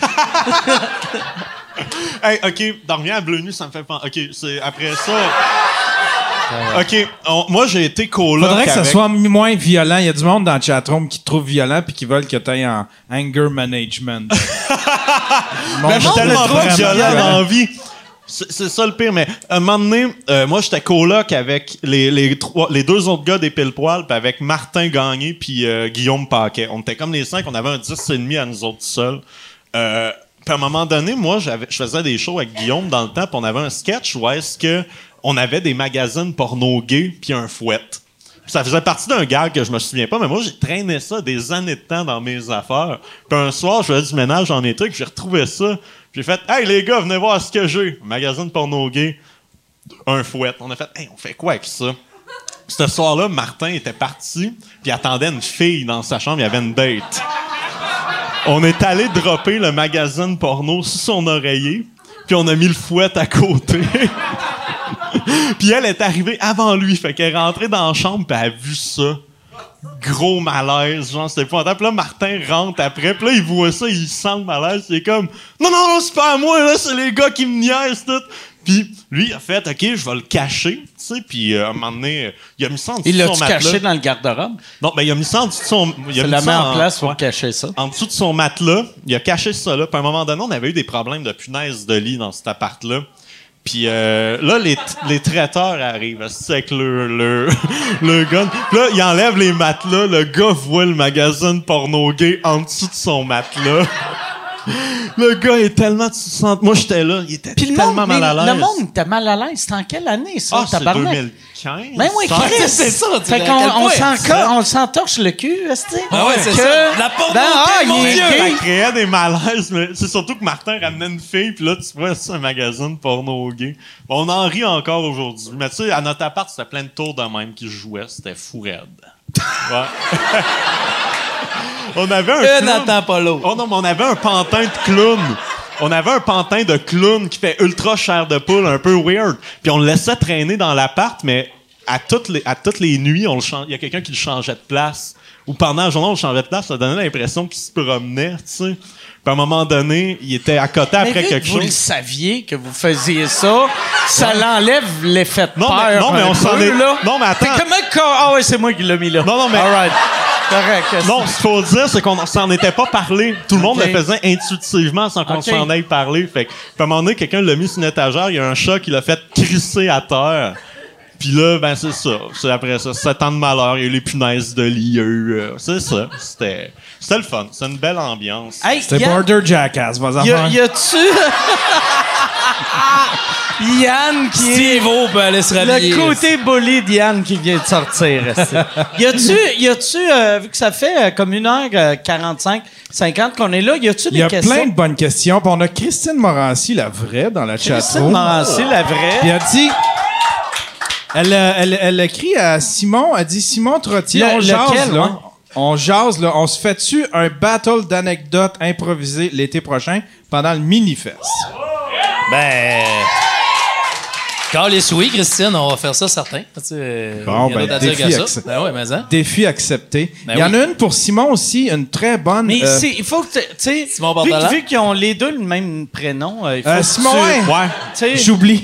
Hey, OK, d'en revenir à Bleu Nuit, ça me fait penser... OK, c'est après ça... OK, on, moi, j'ai été coloc Faudrait que avec... ça soit moins violent. Il y a du monde dans le chatroom qui te trouve violent puis qui veulent que tu ailles en anger management. Mais je suis tellement pas violent dans la vie. C'est, c'est ça le pire, mais à un moment donné, euh, moi, j'étais coloc avec les, les, trois, les deux autres gars des Pile-Poil, puis avec Martin Gagné puis euh, Guillaume Paquet. On était comme les cinq, on avait un dix et demi à nous autres seuls. Euh, puis à un moment donné, moi, j'avais, je faisais des shows avec Guillaume dans le temps, puis on avait un sketch où est-ce que on avait des magazines porno gays puis un fouet. Ça faisait partie d'un gag que je me souviens pas, mais moi, j'ai traîné ça des années de temps dans mes affaires. Puis un soir, je faisais du ménage dans mes trucs, j'ai retrouvé ça. J'ai fait « Hey, les gars, venez voir ce que j'ai. » Magazine porno gay, un fouet. On a fait « Hey, on fait quoi avec ça? » Ce soir-là, Martin était parti, puis il attendait une fille dans sa chambre, il y avait une date. On est allé dropper le magazine porno sous son oreiller, puis on a mis le fouet à côté. Puis elle est arrivée avant lui, fait qu'elle est rentrée dans la chambre, puis elle a vu ça. Gros malaise, genre, c'était épouvantable. Puis là, Martin rentre après, puis là, il voit ça, il sent le malaise, il est comme « Non, non, non, c'est pas à moi, là, c'est les gars qui me niaisent, tout. » Puis lui, il a fait « OK, je vais le cacher. » Tu sais, puis euh, à un moment donné, euh, il a mis ça en dessous Il de son l'a-tu matelas. caché dans le garde-robe? Non, ben il a mis ça en dessous de son... Il a Tu mis la ça mets en place pour ouais, cacher ça. en dessous de son matelas. Il a caché ça là. Puis à un moment donné, on avait eu des problèmes de punaise de lit dans cet appart-là. Puis euh, là, les, les traiteurs arrivent c'est avec le, le, le gun. Puis là, il enlève les matelas. Le gars voit le magazine porno gay en dessous de son matelas. Le gars est tellement... Tu sens... Moi, j'étais là. Il était Puis le tellement monde, mal à mais l'aise. le monde était mal à l'aise. C'était en quelle année, ça, Ah, c'est tabarnak? deux mille quinze. Ben oui, ça. Chris! c'est ça, tu Fait sais, qu'on à quel on point, s'en ça? co- on s'entorche le cul, est-ce que? Ah ouais, c'est Que- ça. La porno Ben, ah, gay, mon il est Dieu! gay. Ça créait des malaises, mais c'est surtout que Martin ramenait une fille, puis là, tu vois, c'est un magazine porno gay. Bon, on en rit encore aujourd'hui. Mais tu sais, à notre appart, c'était plein de tours de même qui jouaient. C'était fou raide. Ouais. On avait un Euh, clown. n'attends pas l'autre. Oh non, mais on avait un pantin de clown. On avait un pantin de clown qui fait ultra chair de poule, un peu weird. Puis on le laissait traîner dans l'appart, mais à toutes les, à toutes les nuits, on le chan- il y a quelqu'un qui le changeait de place. Ou pendant la journée, on le changeait de place, ça donnait l'impression qu'il se promenait, tu sais. Puis à un moment donné, il était à côté après Mais vu quelque que vous le chose. saviez que vous faisiez ça, ça l'enlève l'effet de Non, peur. mais- non, mais un on s'en peu, est- là. non, mais attends. T'es comment que... Ah ouais, c'est moi qui l'ai mis là. Non, non, mais- All right. Correct. Non, ce qu'il faut dire, c'est qu'on s'en était pas parlé. Tout le monde Ok. le faisait intuitivement sans qu'on Ok. s'en aille parler. Fait que, puis à un moment donné, quelqu'un l'a mis sur une étagère, il y a un chat qui l'a fait crisser à terre. Puis là, ben c'est ça. C'est après ça, sept ans de malheur, il y a eu les punaises de lit, il y a eu... euh, c'est ça. C'était, c'était le fun. C'est une belle ambiance. Hey, C'était Yann, Border Jackass, vas-y. y, a- y a-tu... Yann qui est... Steve-O peut aller se rhabiller. Le côté bully de Yann qui vient de sortir. esti. y a-tu, y a-tu euh, vu que ça fait euh, comme une heure euh, quarante-cinq, cinquante qu'on est là, y a-tu Il des y a questions? plein de bonnes questions. Puis on a Christine Morancy, la vraie, dans la Christine chatroom. Morancy, la vraie. Puis elle dit... Elle, euh, elle, elle écrit à Simon, elle dit Simon Trottier, Le- on jase, lequel, là. ouais? On jase, là. On se fait-tu un battle d'anecdotes improvisées l'été prochain pendant le mini-fest? Ben. Quand les oui, Christine, on va faire ça, certain. Tu sais, Bon, il y en a ben, d'autres à dire défi que ça. accep- Ben ouais, mais hein. Défi accepté. Ben Il y en oui. a une pour Simon aussi, une très bonne. Mais euh, c'est, il faut que tu sais, Simon vu, Bordelin? que- vu qu'ils ont les deux le même prénom, euh, il faut euh, que Simon, tu, ouais. Ouais. tu sais, J'oublie.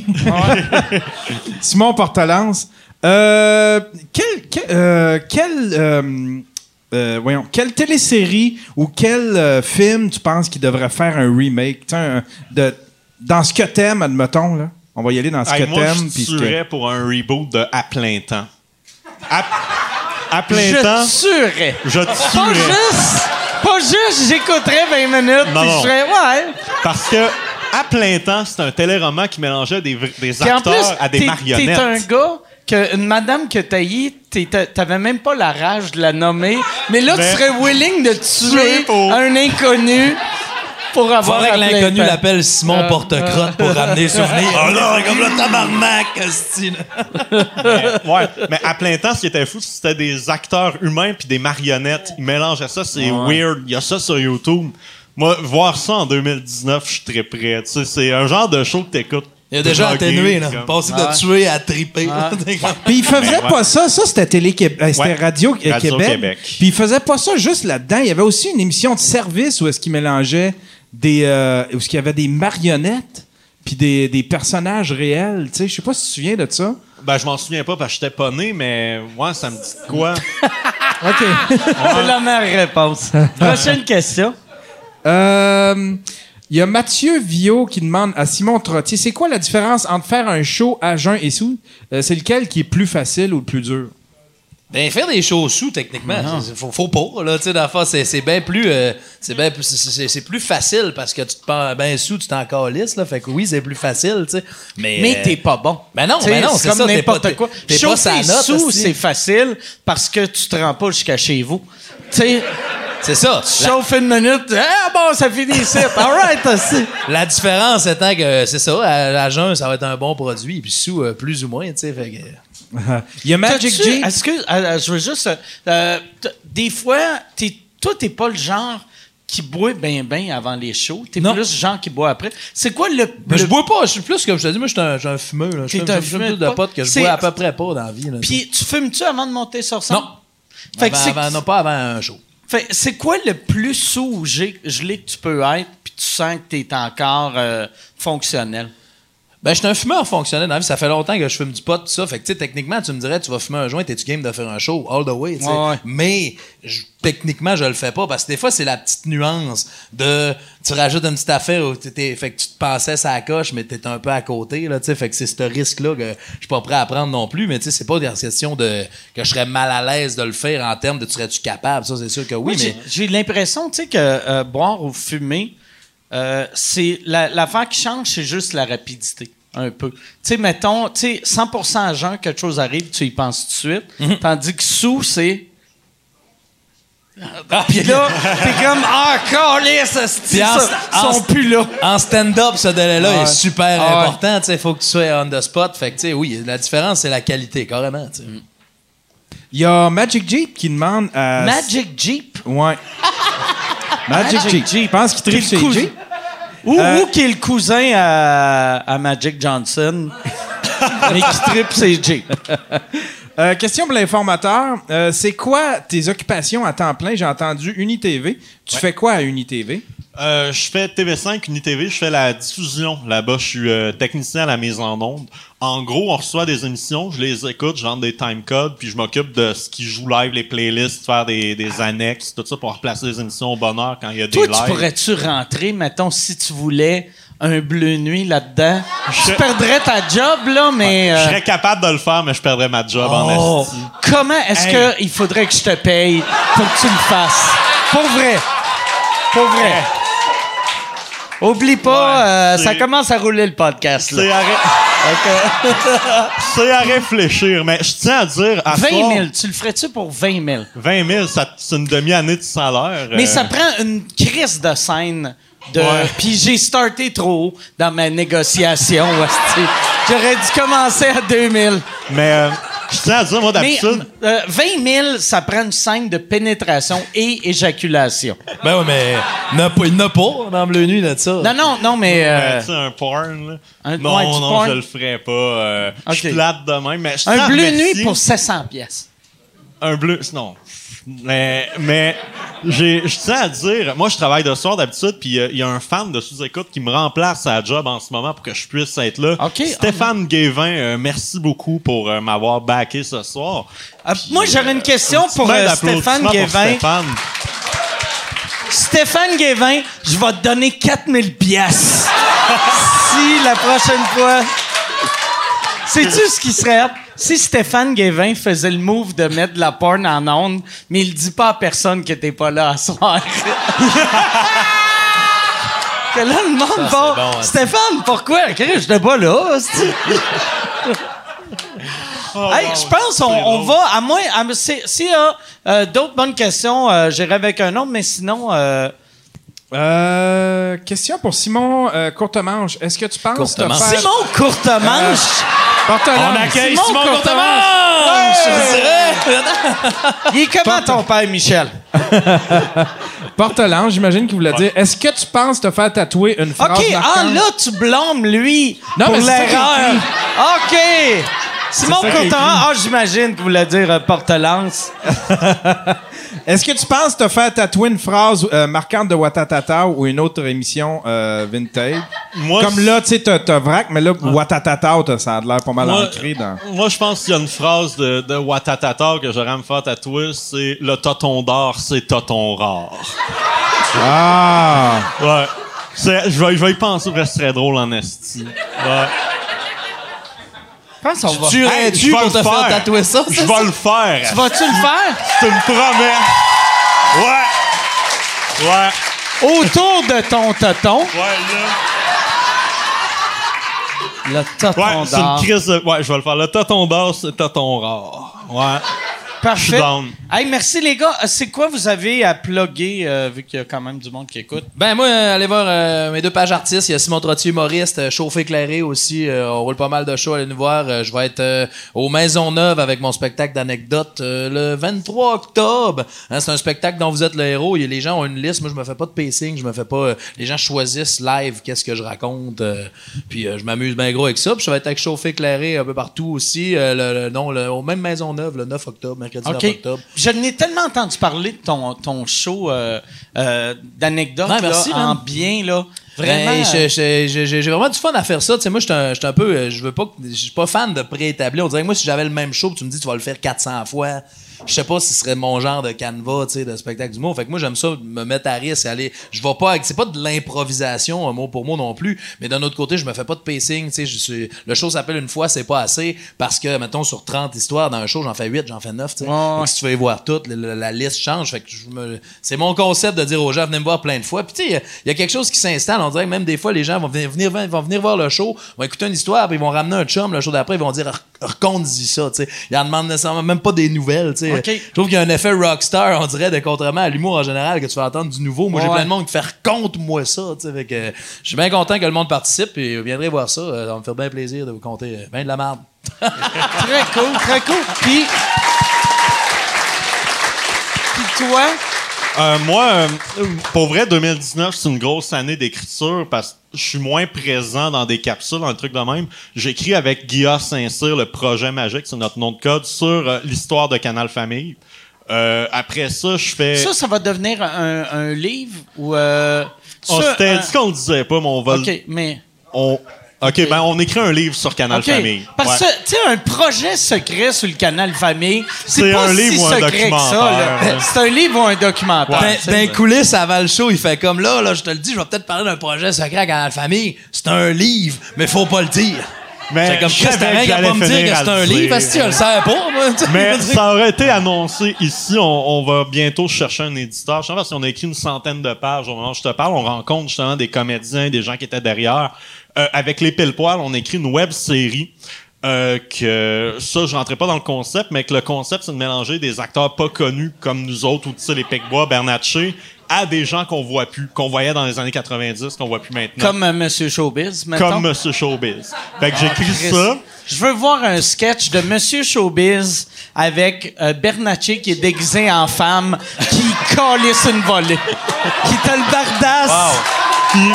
Simon Portalance. Euh, quel, quel, euh, quel, euh, euh, voyons, quelle télésérie ou quel euh, film tu penses qu'il devrait faire un remake? Tu sais, un- de, dans ce que t'aimes, admettons, là. On va y aller dans ce Hey, que moi, t'aimes. je puis ce que- tuerais pour un reboot de À plein temps. À, à plein je temps, tuerais. je Pas tuerais. juste, pas juste, j'écouterais vingt minutes, Non, puis non. je ferais, ouais. Parce que À plein temps, c'est un téléroman qui mélangeait des, vr- des Puis en acteurs plus, à des t'es, marionnettes. t'es un gars que une madame que t'as eu, t'avais même pas la rage de la nommer, mais là, Mais- tu serais willing de tuer Tuer pour- un inconnu pour avoir Faudrait que à plein l'inconnu temps. l'appelle Simon Euh, Porte-Crotte pour ramener des souvenirs. Oh là, comme le tabarnak, esti, là. Mais, ouais, mais à plein temps, ce qui était fou, c'était des acteurs humains puis des marionnettes. Ils mélangeaient ça, c'est weird. Il y a ça sur YouTube. Moi, voir ça en deux mille dix-neuf, je suis très prêt. Tu sais, c'est un genre de show que t'écoutes. Il a déjà drogué, atténué, là. comme- Passé de tuer à triper. Puis il faisait Ouais. pas ça, ça c'était Télé Québec, c'était Ouais. Radio, euh, Radio Québec. Québec. Puis il faisait pas ça juste là-dedans, il y avait aussi une émission de service où est-ce qu'il mélangeait des euh, où est-ce qu'il y avait des marionnettes puis des, des personnages réels, tu sais, je sais pas si tu te souviens de ça. Ben, je m'en souviens pas parce que j'étais pas né, mais ouais, ça me dit de quoi. OK. C'est la meilleure réponse. Prochaine question. Euh, il y a Mathieu Viau qui demande à Simon Trottier, c'est quoi la différence entre faire un show à jeun et sous? Euh, c'est lequel qui est plus facile ou le plus dur? Ben, faire des choses sous, techniquement, il faut, faut pas, là, tu sais, dans le fond, c'est, c'est bien plus, euh, c'est bien plus, c'est, c'est, c'est plus facile parce que tu te prends ben sous, tu t'en calisses, là, fait que oui, c'est plus facile, tu sais, mais... Mais t'es pas bon. Ben non, T'sais, ben non, c'est c'est comme ça, t'es n'importe pas, quoi. T'es, t'es pas sa Chauffer note, sous, aussi. c'est facile parce que tu te rends pas jusqu'à chez vous. Tu sais, C'est ça. tu chauffes une minute, ah bon, ça finit ici. All right, aussi. La différence étant que, c'est ça, à, à jeun, ça va être un bon produit, puis sous, euh, plus ou moins, tu sais, fait que... Il y a Magic T'as-tu- J. Est-ce que, euh, je veux juste, euh, t- des fois, t'es, toi, t'es pas le genre qui boit bien, bien avant les shows. T'es Non. plus le genre qui boit après. C'est quoi le... Mais le- je bois pas, je suis plus comme je te dis, moi, je suis un, je suis un fumeur, là. Je T'es fume un je fume fumeur plus de de potes que je C'est- bois à peu près pas dans la vie, là. Puis tu fumes-tu avant de monter sur scène? Non. Fait que Avant- c'est, avant- non, pas avant un show. fait, c'est quoi le plus sous ou gé- gelé que tu peux être puis tu sens que t'es encore euh, fonctionnel? Ben, je suis un fumeur fonctionnel dans la vie. Ça fait longtemps que je fume du pot, tout ça. Fait que, tu sais, techniquement, tu me dirais, tu vas fumer un joint, t'es-tu game de faire un show all the way, tu sais. Ouais, ouais. Mais, je- techniquement, je le fais pas parce que des fois, c'est la petite nuance de, tu rajoutes une petite affaire où t'étais, fait que tu te pensais ça à coche, mais t'es un peu à côté, là, tu sais. Fait que c'est ce risque-là que je suis pas prêt à prendre non plus, mais tu sais, c'est pas une question de, que je serais mal à l'aise de le faire en termes de tu serais-tu capable. Ça, c'est sûr que oui, Moi, mais. j'ai, j'ai l'impression, tu sais, que euh, boire ou fumer, euh, c'est la, l'affaire qui change, c'est juste la rapidité. Un peu. Tu sais, mettons, tu sais, cent pour cent à jeun, quelque chose arrive, tu y penses tout de suite. Mhm. Tandis que sous, c'est. Puis là, t'es comme, ah, calisse, Puis en- ça, ils en- sont plus là. En stand-up, ce délai-là Ouais. est super Ah ouais. important. Il faut que tu sois on the spot. Fait que, tu sais, oui, la différence, c'est la qualité, carrément. tu sais. Il y a Magic Jeep qui demande à. Magic Jeep. Ouais. Magic, Magic Jeep. Jeep. Je pense qu'il tripe Qui sur est le les cousin- Jeep. Ou, Euh, ou qui est le cousin à, à Magic Johnson, mais qui tripe ses Jeep. Euh, question pour l'informateur. Euh, c'est quoi tes occupations à temps plein? J'ai entendu UniTV. Tu fais quoi à UniTV? Euh, je fais T V cinq, UniTV, je fais la diffusion. Là-bas, je suis euh, technicien à la mise en onde. En gros, on reçoit des émissions, je les écoute, je rentre des timecodes, puis je m'occupe de ce qui joue live, les playlists, faire des, des annexes, tout ça pour replacer les émissions au bon heure quand il y a Toi, des tu lives. pourrais-tu rentrer, mettons, si tu voulais un bleu nuit là-dedans? Je- Tu perdrais ta job, là, mais... Je euh, serais capable de le faire, mais je perdrais ma job oh, en esti. comment est-ce Hey. qu'il faudrait que je te paye pour que tu le fasses? Pour vrai. Pour vrai. Oublie pas, Ouais, euh, c'est- ça commence à rouler le podcast, là. C'est à, ré- C'est à réfléchir, mais je tiens à dire... À vingt soir, mille, tu le ferais-tu pour vingt mille? vingt mille, ça, c'est une demi-année de salaire. Mais euh, ça prend une crise de scène. De... Ouais. Puis j'ai starté trop haut dans ma négociation. hostie. J'aurais dû commencer à deux mille. Mais euh, je tiens à dire, moi, Mais d'habitude... euh, vingt mille, ça prend une scène de pénétration et éjaculation. Ben ouais, mais il n'a pas, il n'a pas dans Bleu Nuit, là, de ça. Non, non, non, mais... euh, Euh, tu sais, un porn, là. un- non, ouais, du non, porn. je le ferais pas. euh, Je suis Ok. plate de même, mais je tiens un à bleu remercier- nuit pour sept cents pièces. Un bleu... Non. Mais, mais j'ai, je tiens à dire, moi, je travaille de soir d'habitude, puis il y a un fan de sous-écoute qui me remplace à la job en ce moment pour que je puisse être là. Ok. Stéphane Guévin, euh, merci beaucoup pour euh, m'avoir backé ce soir. Euh, moi, j'aurais une question pour Petit euh, mail Stéphane d'applaudissements pour Guévin. Stéphane. Stéphane Guévin, je vais te donner quatre mille pièces. Si la prochaine fois... Sais-tu ce qui serait hot? Si Stéphane Guévin faisait le move de mettre de la porn en ondes, mais il dit pas à personne que t'es pas là à soir. Que là, le monde Ça, va... c'est bon, hein. Stéphane, pourquoi? Je j'étais pas là. hostie. Hey, je pense qu'on on va, à moins... à- si- S'il y a euh, d'autres bonnes questions, euh, j'irai avec un autre, mais sinon... euh, Euh, question pour Simon euh, Courtemanche. Est-ce que tu penses te Courtemanche. faire... Simon Courtemanche! Portelange. On accueille Simon Simon Courtemanche. Courtemanche! Il est comment ton père, Michel? Portelange, j'imagine qu'il voulait dire. Est-ce que tu penses te faire tatouer une phrase OK, ah marquante? là, tu blâmes lui Non, pour mais c'est ça l'erreur. OK! Simon ça qui est Courtemanche, ah, j'imagine qu'il voulait dire euh, porte-lance. Est-ce que tu penses te faire tatouer une phrase euh, marquante de Watatata ou une autre émission euh, vintage? Moi, Comme là, tu sais, t'as, t'as vrac, mais là, Watatata, t'as- ça a l'air pas mal Moi, ancré dans... moi, je pense qu'il y a une phrase de, de Watatata que j'aurais à me faire tatouer, c'est « Le toton d'or, c'est toton rare Ah! ». Ouais. C'est- Je vais, je vais y penser, parce que ce serait drôle en esti. Ouais. pense qu'on va... Tuerais-tu pour te faire tatouer ça? Je vais le faire. Tu vas-tu le faire? C'est une promesse. Ouais. Ouais. Autour de ton toton. Ouais, là. Le toton Ouais, d'or. c'est une crise de... Ouais, je vais le faire. Le toton d'or, c'est le toton rare. Ouais. Parfait. Down. Hey, merci les gars. C'est quoi vous avez à plugger, euh, vu qu'il y a quand même du monde qui écoute? Ben moi, euh, allez voir euh, mes deux pages artistes. Il y a Simon Trottier, humoriste, euh, Chauffe éclairé aussi. Euh, on roule pas mal de shows, allez nous voir. Euh, je vais être euh, au Maisonneuve avec mon spectacle d'anecdotes euh, le vingt-trois octobre. Hein, c'est un spectacle dont vous êtes le héros. Il y a, les gens ont une liste. Moi, je me fais pas de pacing. Je me fais pas... Euh, les gens choisissent live qu'est-ce que je raconte. Euh, puis euh, je m'amuse bien gros avec ça. Puis je vais être avec Chauffe éclairé un peu partout aussi. Euh, le, le, non, le, au même Maisonneuve, le neuf octobre, mercredi OK. neuf octobre. Je n'ai tellement entendu parler de ton, ton show euh, euh, d'anecdotes Ouais, merci, là, en man. bien. Là. Vraiment. Ben, je- je- je- j'ai j'ai vraiment du fun à faire ça. Tu sais, moi, je suis un, j'suis un peu. euh, Je veux pas. Je suis pas fan de préétabli. On dirait que moi, si j'avais le même show, tu me dis tu vas le faire quatre cents fois. Je sais pas si ce serait mon genre de canevas, tu sais, de spectacle d'humour. Fait que moi, j'aime ça, me mettre à risque et aller. Je vais pas. C'est pas de l'improvisation, un mot pour mot non plus. Mais d'un autre côté, je me fais pas de pacing. Tu sais, je suis. Le show s'appelle Une fois, c'est pas assez. Parce que, mettons, sur trente histoires dans un show, j'en fais huit, j'en fais neuf. Tu sais. Ouais. Donc, si tu veux y voir toutes, la, la- la liste change. Fait que je me. C'est mon concept de dire aux gens, venez me voir plein de fois. Puis, tu sais, il y a- il y, a quelque chose qui s'installe. On dirait que même des fois, les gens vont venir, venir, vont venir voir le show, vont écouter une histoire, puis ils vont ramener un chum. Le show d'après, ils vont dire, raconte-y ça. Tu sais. Ils en demandent nécessairement même pas des nouvelles. Tu sais. OK. Je trouve qu'il y a un effet rockstar, on dirait, de contrairement à l'humour en général, que tu vas entendre du nouveau. Moi, j'ai Ouais. plein de monde qui fait raconte-moi ça. Tu sais. Fait que, je suis bien content que le monde participe et vous viendrez voir ça. Euh, Ça va me faire bien plaisir de vous conter euh, bien de la merde. Très cool, très cool. Puis. Puis toi? Euh, moi, euh, pour vrai, deux mille dix-neuf, c'est une grosse année d'écriture parce que je suis moins présent dans des capsules, dans le truc de même. J'écris avec Guilla Saint-Cyr, le projet magique, c'est notre nom de code, sur euh, l'histoire de Canal Famille. Euh, après ça, je fais... Ça, ça va devenir un, un livre ou. Euh, on ça, s'était un- dit qu'on le disait pas, mais on va... le- OK, mais. On... OK, ben on écrit un livre sur Canal OK. Famille. Parce que, Ouais. tu sais, un projet secret sur le canal Famille, c'est C'est pas un si livre ou un secret que ça. documentaire, là. hein. C'est un livre ou un documentaire. Ben, tu sais. ben coulisses avant le show, il fait comme là, là, je te le dis, je vais peut-être parler d'un projet secret à Canal Famille. C'est un livre, mais faut pas le dire. Mais C'est comme je Chris, savais t'as que rien qu'à j'allais pas me dire finir que à c'est un le livre, dire. parce que tu le sais pas, moi. tu sais. Mais ça aurait été annoncé ici. On, on va bientôt chercher un éditeur. Je sais pas si on a écrit une centaine de pages au moment où je te parle. On rencontre justement des comédiens, des gens qui étaient derrière. Euh, avec les pile-poils, on écrit une web-série. Euh, que ça, je rentrais pas dans le concept, mais que le concept, c'est de mélanger des acteurs pas connus comme nous autres, ou tu sais, les Picbois, Bernatchez, à des gens qu'on voit plus, qu'on voyait dans les années quatre-vingt-dix, qu'on voit plus maintenant. Comme euh, Monsieur Showbiz, mettons. Comme Monsieur Showbiz. Fait que j'écris Chris. ça. Je veux voir un sketch de Monsieur Showbiz avec euh, Bernatchez qui est déguisé en femme, qui calisse une volée, qui t'a le bardasse. Puis,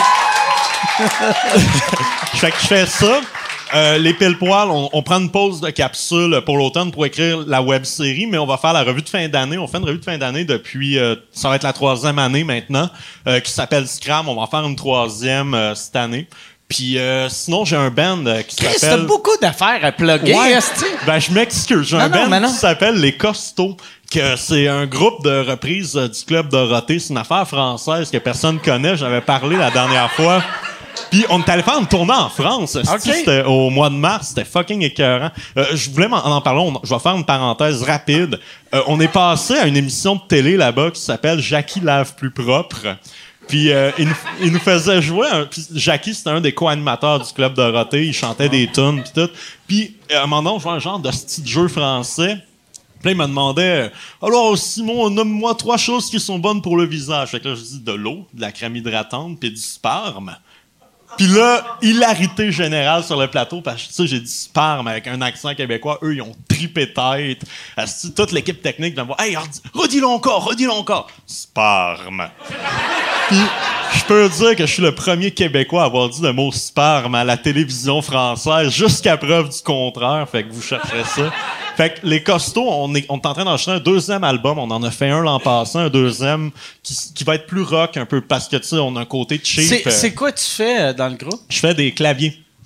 fait que je fais ça. Euh, les pile-poils, on, on prend une pause de capsule pour l'automne pour écrire la web-série, mais on va faire la revue de fin d'année. On fait une revue de fin d'année depuis... Euh, ça va être la troisième année maintenant, euh, qui s'appelle Scram. On va en faire une troisième euh, cette année. Puis euh, sinon, j'ai un band euh, qui Chris, t'as s'appelle... beaucoup d'affaires à plugger, Ouais. esti. Ben, je m'excuse. J'ai Non, un non, mais band non. qui s'appelle Les Costauds, que c'est un groupe de reprises euh, du Club Dorothée. C'est une affaire française que personne connaît. J'avais parlé la dernière fois. Puis on est allé faire une tournée en France. Ok. C'était au mois de mars. C'était fucking écœurant. Euh, je voulais m'en- en parler. On- je vais faire une parenthèse rapide. Euh, on est passé à une émission de télé là-bas qui s'appelle Jackie lave plus propre. Puis euh, il, nous- il nous faisait jouer. Un, puis Jackie, c'était un des co-animateurs du Club Dorothée. Il chantait des tunes puis tout. Puis euh, à un moment donné, on jouait un genre de style jeu français. Puis là, il me demandait « Alors, Simon, nomme-moi trois choses qui sont bonnes pour le visage. » Fait que là, je dis de l'eau, de la crème hydratante, puis du sperme. Puis là, hilarité générale sur le plateau, parce que tu sais, j'ai dit sperme avec un accent québécois. Eux, ils ont tripé tête. Asti, toute l'équipe technique vient me voir « Hey, redis- redis-le encore, redis-le encore. » Sperme. Puis, je peux dire que je suis le premier Québécois à avoir dit le mot sperme à la télévision française, jusqu'à preuve du contraire. Fait que vous chercherez ça. Fait que les Costauds, on est, on est en train d'enregistrer un deuxième album. On en a fait un l'an passé, un deuxième qui, qui va être plus rock un peu parce que, tu sais, on a un côté cheap. C'est Euh, c'est quoi tu fais euh, dans le groupe? Je fais des claviers.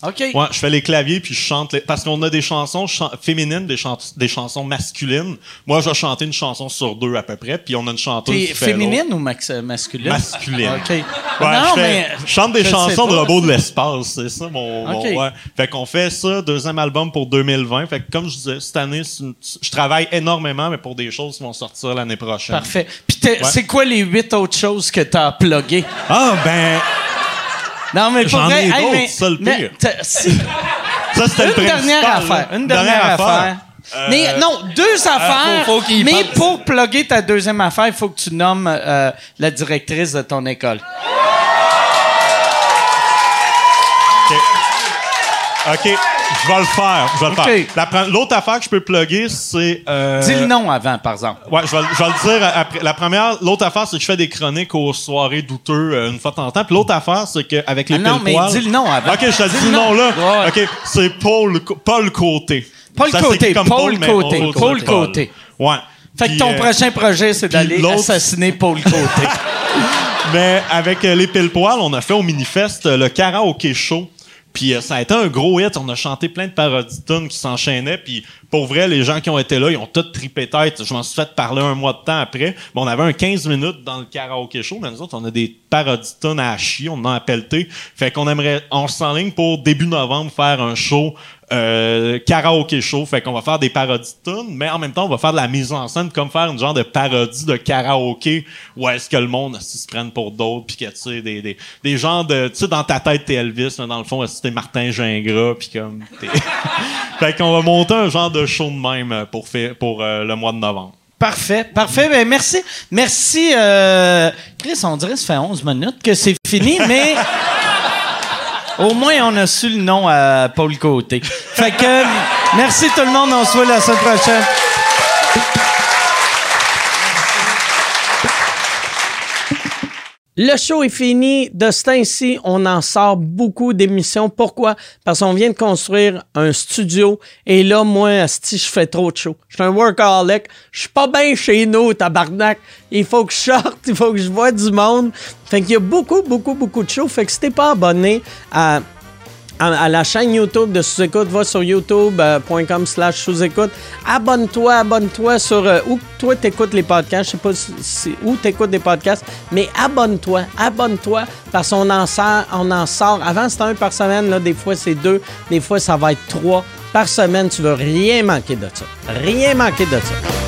OK. Ouais, je fais les claviers puis je chante les... parce qu'on a des chansons chan... féminines, des, chan... des chansons masculines. Moi, je vais chanter une chanson sur deux à peu près, puis on a une chanteuse T'es qui fait féminine l'autre. ou max... masculine? Masculine. OK. Ouais, non, je, fais... mais... je chante des je chansons sais de pas. robots de l'espace, c'est ça mon, OK. mon ouais. Fait qu'on fait ça, deuxième album pour deux mille vingt. Fait que comme je disais, cette année, c'est une... je travaille énormément, mais pour des choses qui vont sortir l'année prochaine. Parfait. Puis ouais. c'est quoi les huit autres choses que t'as pluguées? Ah, ben... Non, mais pour J'en vrai, ai hey, d'autres, mais, ça le mais pire. si, Ça, c'était le une dernière principal, affaire. là. Une dernière, affaire. affaire. Euh, mais non, deux affaires. faut- faut qu'il mais pense. pour plugger ta deuxième affaire, il faut que tu nommes euh, la directrice de ton école. OK, je vais le faire. Je vais le OK. faire. La pre- L'autre affaire que je peux plugger, c'est... Euh... Dis le nom avant, par exemple. Ouais, je vais, je vais le dire après. La première, l'autre affaire, c'est que je fais des chroniques aux soirées douteux euh, une fois de temps en temps. Puis l'autre affaire, c'est qu'avec les Ah non, mais pile-poils- dis le nom avant. OK, je te dis Dis le le nom, nom. là. Ouais. OK, c'est Paul, Co- Paul Côté. Paul Ça Côté, s'écrit comme Paul mais Côté, on- Paul Côté. Ouais. Fait Puis, que ton euh, prochain projet, c'est d'aller l'autre- assassiner Paul Côté. Mais avec euh, les pile-poils, on a fait au Minifest euh, le karaoké show. Puis euh, ça a été un gros hit. On a chanté plein de parodies de tunes qui s'enchaînaient. Puis pour vrai, les gens qui ont été là, ils ont tous trippé tête. Je m'en suis fait parler un mois de temps après. Mais on avait un quinze minutes dans le karaoké show. Mais nous autres, on a des parodies de tunes à chier. On en a pelleté. Fait qu'on aimerait... On s'enligne pour début novembre faire un show... Euh, karaoké show, fait qu'on va faire des parodies de tunes, mais en même temps on va faire de la mise en scène comme faire une genre de parodie de karaoké où est-ce que le monde s'ils se prennent pour d'autres puis que tu sais des, des, des genres de tu sais dans ta tête t'es Elvis mais dans le fond est-ce que t'es Martin Gingras puis comme t'es... Fait qu'on va monter un genre de show de même pour faire pour euh, le mois de novembre. Parfait, parfait. Ben, merci. Merci. Euh... Chris, on dirait que ça fait onze minutes que c'est fini, mais au moins, on a su le nom à Paul Côté. Fait que, merci tout le monde. On se voit la semaine prochaine. Le show est fini. De ce temps-ci, on en sort beaucoup d'émissions. Pourquoi? Parce qu'on vient de construire un studio. Et là, moi, asti, je fais trop de show. Je suis un workaholic. Je suis pas bien chez nous, tabarnak. Il faut que je sorte, il faut que je vois du monde. Fait qu'il y a beaucoup, beaucoup, beaucoup de shows. Fait que si t'es pas abonné à... à la chaîne YouTube de Sous-Écoute, va sur youtube point com slash sous-écoute. Abonne-toi, abonne-toi sur euh, où toi t'écoutes les podcasts. Je sais pas si, si, où t'écoutes des podcasts, mais abonne-toi, abonne-toi, parce qu'on en sort, on en sort. Avant, c'était un par semaine, là, des fois c'est deux, des fois ça va être trois par semaine. Tu veux rien manquer de ça. Rien manquer de ça.